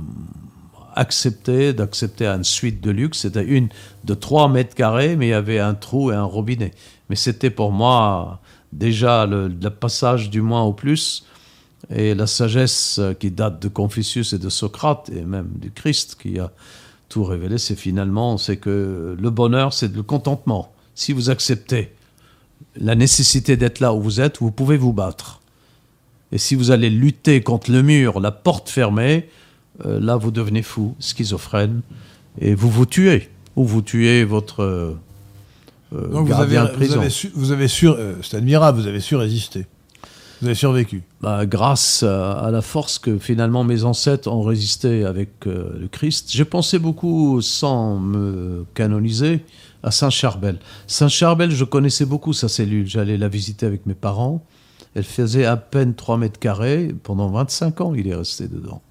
accepté d'accepter une suite de luxe. C'était une de trois mètres carrés, mais il y avait un trou et un robinet. Mais c'était pour moi déjà le, le passage du moins au plus, et la sagesse qui date de Confucius et de Socrate, et même du Christ qui a tout révélé, c'est finalement, c'est que le bonheur, c'est le contentement. Si vous acceptez la nécessité d'être là où vous êtes, vous pouvez vous battre. Et si vous allez lutter contre le mur, la porte fermée, euh, là vous devenez fou, schizophrène, et vous vous tuez. Ou vous tuez votre euh, Donc gardien vous avez, de prison. Vous avez su, vous avez su euh, c'est admirable, vous avez su résister. Vous avez survécu. Bah, grâce à la force que finalement mes ancêtres ont résisté avec euh, le Christ. J'ai pensé beaucoup, sans me canoniser, à Saint-Charbel. Saint-Charbel, je connaissais beaucoup sa cellule. J'allais la visiter avec mes parents. Elle faisait à peine trois mètres carrés. Pendant vingt-cinq ans, il est resté dedans.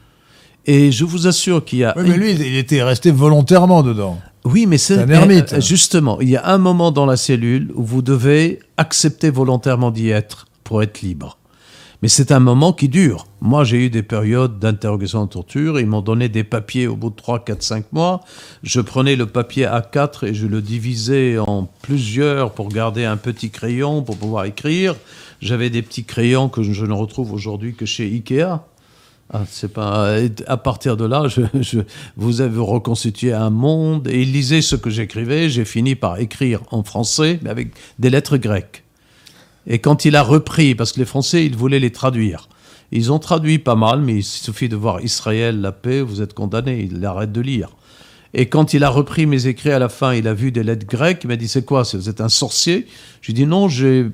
Et je vous assure qu'il y a... Oui, mais lui, il était resté volontairement dedans. Oui, mais c'est, c'est un ermite. Justement, il y a un moment dans la cellule où vous devez accepter volontairement d'y être pour être libre. Mais c'est un moment qui dure. Moi, j'ai eu des périodes d'interrogation en torture. Ils m'ont donné des papiers au bout de trois, quatre, cinq mois. Je prenais le papier A quatre et je le divisais en plusieurs pour garder un petit crayon pour pouvoir écrire. J'avais des petits crayons que je ne retrouve aujourd'hui que chez Ikea. Ah, c'est pas... À partir de là, je, je, vous avez reconstitué un monde et il lisait ce que j'écrivais. J'ai fini par écrire en français, mais avec des lettres grecques. Et quand il a repris, parce que les Français, ils voulaient les traduire. Ils ont traduit pas mal, mais il suffit de voir Israël, la paix, vous êtes condamné, il arrête de lire. Et quand il a repris mes écrits à la fin, il a vu des lettres grecques, il m'a dit, c'est quoi, vous êtes un sorcier? Je lui ai dit, non, je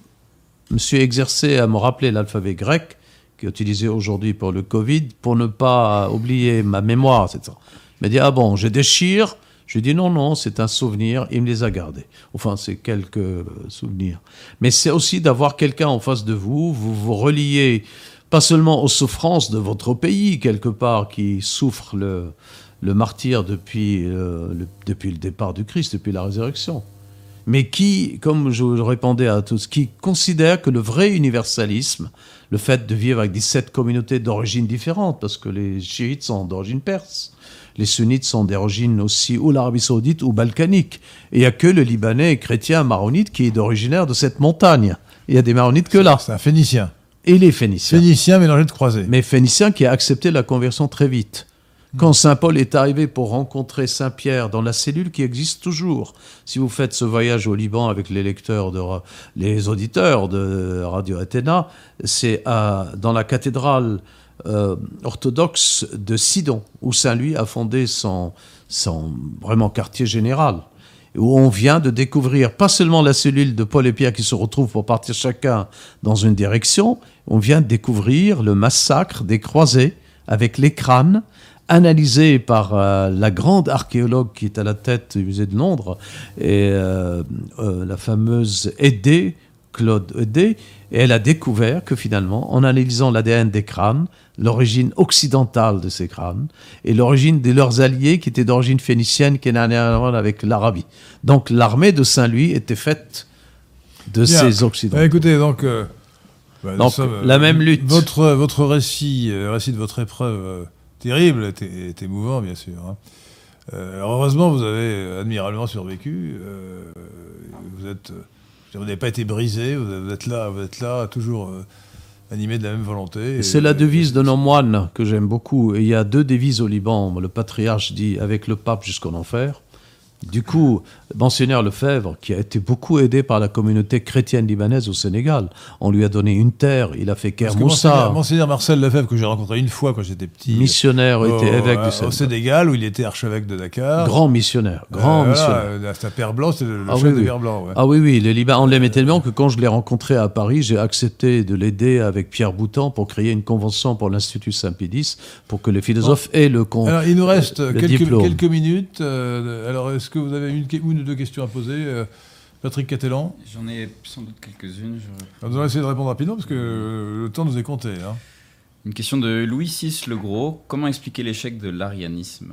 me suis exercé à me rappeler l'alphabet grec, qui est utilisé aujourd'hui pour le Covid, pour ne pas oublier ma mémoire, et cetera. Il m'a dit, ah bon, je déchire. Je lui ai dit, non, non, c'est un souvenir, il me les a gardés. Enfin, c'est quelques souvenirs. Mais c'est aussi d'avoir quelqu'un en face de vous, vous vous reliez pas seulement aux souffrances de votre pays, quelque part, qui souffre le, le martyre depuis, euh, le, depuis le départ du Christ, depuis la résurrection, mais qui, comme je répondais à tous, qui considère que le vrai universalisme, le fait de vivre avec dix-sept communautés d'origines différentes, parce que les chiites sont d'origine perse, les sunnites sont d'origine aussi ou l'Arabie saoudite ou balkanique. Et il n'y a que le Libanais chrétien maronite qui est originaire de cette montagne. Il y a des maronites que là. C'est un Phénicien. Et les Phéniciens. Phénicien mélangé de croisés. Mais Phénicien qui a accepté la conversion très vite. Quand Saint Paul est arrivé pour rencontrer Saint Pierre dans la cellule qui existe toujours. Si vous faites ce voyage au Liban avec les lecteurs, de, les auditeurs de Radio Athéna, c'est à, dans la cathédrale euh, orthodoxe de Sidon, où Saint-Louis a fondé son, son vraiment quartier général. Où on vient de découvrir pas seulement la cellule de Paul et Pierre qui se retrouvent pour partir chacun dans une direction, on vient de découvrir le massacre des croisés avec les crânes, analysé par euh, la grande archéologue qui est à la tête du musée de Londres, et euh, euh, la fameuse Eddé, Claude Eddé, et elle a découvert que finalement, en analysant l'A D N des crânes, l'origine occidentale de ces crânes, et l'origine de leurs alliés qui étaient d'origine phénicienne, qui n'avaient rien à voir avec l'Arabie. Donc l'armée de Saint-Louis était faite de Bien. ces Occidentaux. Bah, écoutez, donc... Euh, bah, donc sommes, la euh, même lutte. Votre, votre récit, euh, récit de votre épreuve... Euh, terrible, est émouvant, bien sûr. Hein. Euh, alors heureusement, vous avez admirablement survécu. Euh, vous êtes, vous n'avez pas été brisé. Vous êtes là, vous êtes là, toujours euh, animé de la même volonté. Et c'est et, la devise de nos moines que j'aime beaucoup. Et il y a deux devises au Liban. Le patriarche dit avec le pape jusqu'en enfer. Du coup, Monseigneur Lefebvre, qui a été beaucoup aidé par la communauté chrétienne libanaise au Sénégal, on lui a donné une terre, il a fait Kermoussa. Monseigneur Marcel Lefebvre, que j'ai rencontré une fois quand j'étais petit. Missionnaire, au, était évêque au, du Sénégal. Au Sénégal, où il était archevêque de Dakar. Grand missionnaire, grand euh, missionnaire. Voilà, c'est un père blanc, c'est le, le ah, chef oui, de oui. père blanc. Ouais. Ah oui, oui, les Libanais, on l'aimait tellement que quand je l'ai rencontré à Paris, j'ai accepté de l'aider avec Pierre Boutan pour créer une convention pour l'Institut Saint-Pédis, pour que les philosophes bon. aient le con. Alors, il nous reste le quelques, diplôme. quelques minutes. Euh, alors, est-ce que vous avez une, une ou deux questions à poser, euh, Patrick Catelan? J'en ai sans doute quelques-unes. Je... Nous allons essayer de répondre rapidement parce que euh, le temps nous est compté. Hein. Une question de Louis six Le Gros. Comment expliquer l'échec de l'arianisme?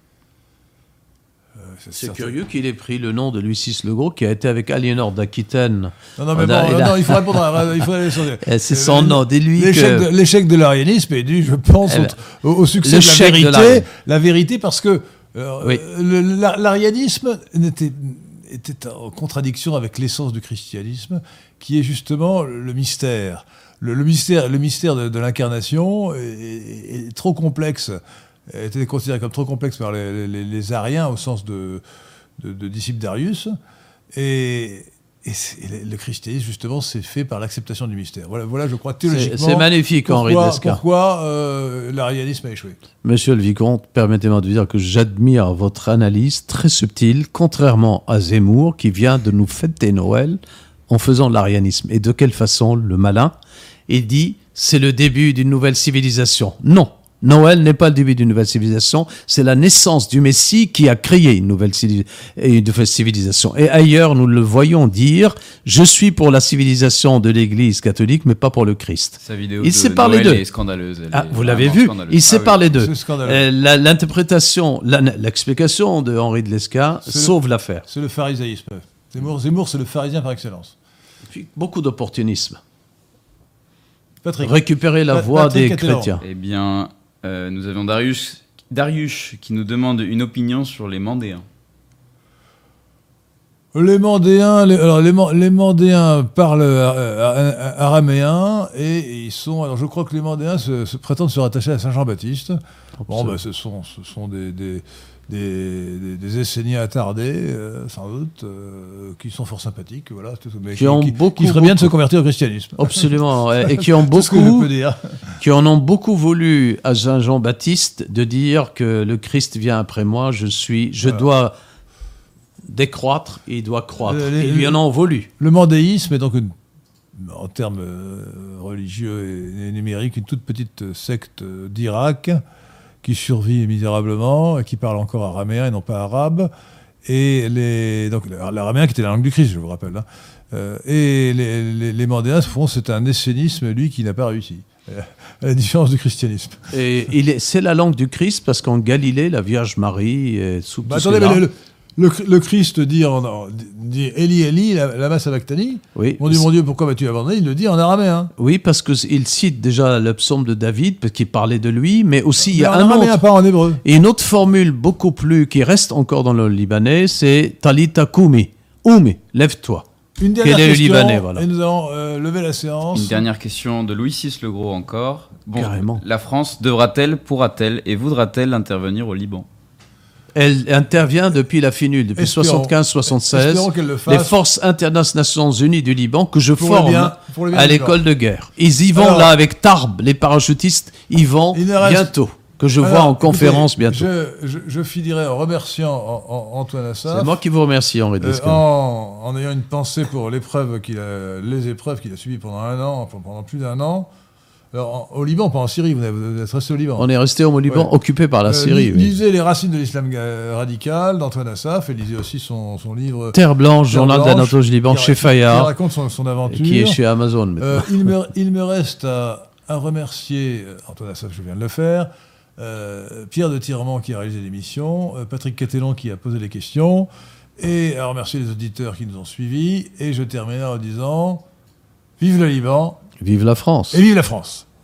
euh, C'est, c'est curieux qu'il ait pris le nom de Louis six Le Gros, qui a été avec Aliénor d'Aquitaine. Non, non, mais bon, a, non, a... non, il faut répondre à... Il faut aller sur... C'est son nom, dis-lui l'échec, que... de, l'échec de l'arianisme est dû, je pense, eh ben, au, au succès de la vérité. De la vérité, parce que euh, oui. le, l'arianisme n'était... était en contradiction avec l'essence du christianisme, qui est justement le mystère. Le, le mystère, le mystère de, de l'incarnation est, est, est trop complexe, était considéré comme trop complexe par les, les, les ariens au sens de, de, de disciples d'Arius, et, et, et le christianisme justement c'est fait par l'acceptation du mystère. Voilà, voilà je crois théologiquement. C'est, c'est magnifique, pourquoi, Henri Descartes. Pourquoi euh, l'arianisme a échoué. Monsieur le Vicomte, permettez-moi de vous dire que j'admire votre analyse très subtile, contrairement à Zemmour qui vient de nous fêter Noël en faisant l'arianisme. Et de quelle façon, le malin, il dit, c'est le début d'une nouvelle civilisation. Non. Noël n'est pas le début d'une nouvelle civilisation, c'est la naissance du Messie qui a créé une nouvelle, une nouvelle civilisation. Et ailleurs, nous le voyons dire, je suis pour la civilisation de l'Église catholique, mais pas pour le Christ. Sa vidéo il de sépare Noël les deux. est scandaleuse. Elle ah, est vous l'avez vu, scandaleuse. il sépare ah, oui. les deux. Euh, la, l'interprétation, la, l'explication de Henri de Lescas sauve le, l'affaire. C'est le pharisaïsme. Zemmour, Zemmour, c'est le pharisien par excellence. Puis, beaucoup d'opportunisme. Patrick. Récupérer la Pat- voix Patrick des Cattelan. chrétiens. Eh bien, euh, nous avions Darius, Darius qui nous demande une opinion sur les Mandéens. Les Mandéens, les, alors les, les Mandéens parlent euh, araméen et ils sont. Alors je crois que les Mandéens se, se prétendent se rattacher à Saint Jean-Baptiste. Bon, ben, ce sont, ce sont des, des, des, des, des Esséniens attardés, euh, sans doute, euh, qui sont fort sympathiques, voilà, tout, mais Qui qui, ont qui, beaucoup, qui feraient bien de se beaucoup- convertir au christianisme. Absolument. ouais, Et qui ont C'est ce que je beaucoup, peux dire. qui en ont beaucoup voulu à Saint Jean-Baptiste de dire que le Christ vient après moi, je suis, je Voilà. dois décroître et il doit croître. Euh, les- Ils lui en ont voulu. Le mandéisme est donc, une, en termes euh, religieux et, et numériques, une toute petite secte euh, d'Irak qui survit misérablement, et qui parle encore araméen et non pas arabe. Et les, donc l'araméen qui était la langue du Christ, je vous rappelle. Hein. Euh, et les, les, les Mandéens font, c'est un essénisme, lui, qui n'a pas réussi. À la différence du christianisme. Et il est, c'est la langue du Christ parce qu'en Galilée, la Vierge Marie est sous Bah, tout attendez, cela. mais le, le, le Christ dit, en, en- dit Eli Eli, la, la masse sabachthani. Oui, Mon Dieu, mon Dieu, pourquoi m'as-tu abandonné? Il le dit en araméen. oui, parce qu'il cite déjà le psaume de David, parce qu'il parlait de lui, mais aussi il y Mais a en un araméen, autre. pas en hébreu. Et une autre formule beaucoup plus qui reste encore dans le libanais, c'est Talita Kumi. Oumi, lève-toi. Une dernière Quel est le question, Libanais, voilà. et nous allons euh, lever la séance. Une dernière question de Louis six Le Gros encore. Bon, Carrément. la France devra-t-elle, pourra-t-elle et voudra-t-elle intervenir au Liban? Elle intervient depuis la FINUL, depuis Espérons. soixante-quinze soixante-seize. Espérons qu'elle le Les fasse. forces internationales des Nations Unies du Liban que je Pour le forme bien- pour le bien à du l'école de guerre. Ils y vont Alors- là avec Tarbes, les parachutistes, ils vont Il ne reste- bientôt, que je vois Alors, en conférence écoutez, bientôt. Je, je, je finirai en remerciant en- en- Antoine Assaf. C'est moi qui vous remercie, Henri de Euh, Lescas. en, en ayant une pensée pour l'épreuve qu'il a, les épreuves qu'il a subies pendant un an, pendant plus d'un an. Alors, en- au Liban, pas en Syrie, vous, avez- vous êtes resté au Liban. On est resté au Liban, Ouais. occupé par la Euh, Syrie. li- oui. Lisez Les racines de l'islam euh, radical d'Antoine Assaf et lisez aussi son, son livre Terre Blanche, Terre journal Blanche, d'Anatole Liban, qui chez ra- qui Fayard, raconte son, son aventure. qui est chez Amazon maintenant. Euh, il, me, il me reste à, à remercier, euh, Antoine Assaf, je viens de le faire, euh, Pierre de Tirement qui a réalisé l'émission, euh, Patrick Cattelan qui a posé les questions, et à remercier les auditeurs qui nous ont suivis. Et je terminerai en disant vive le Liban Vive la France. et vive la France.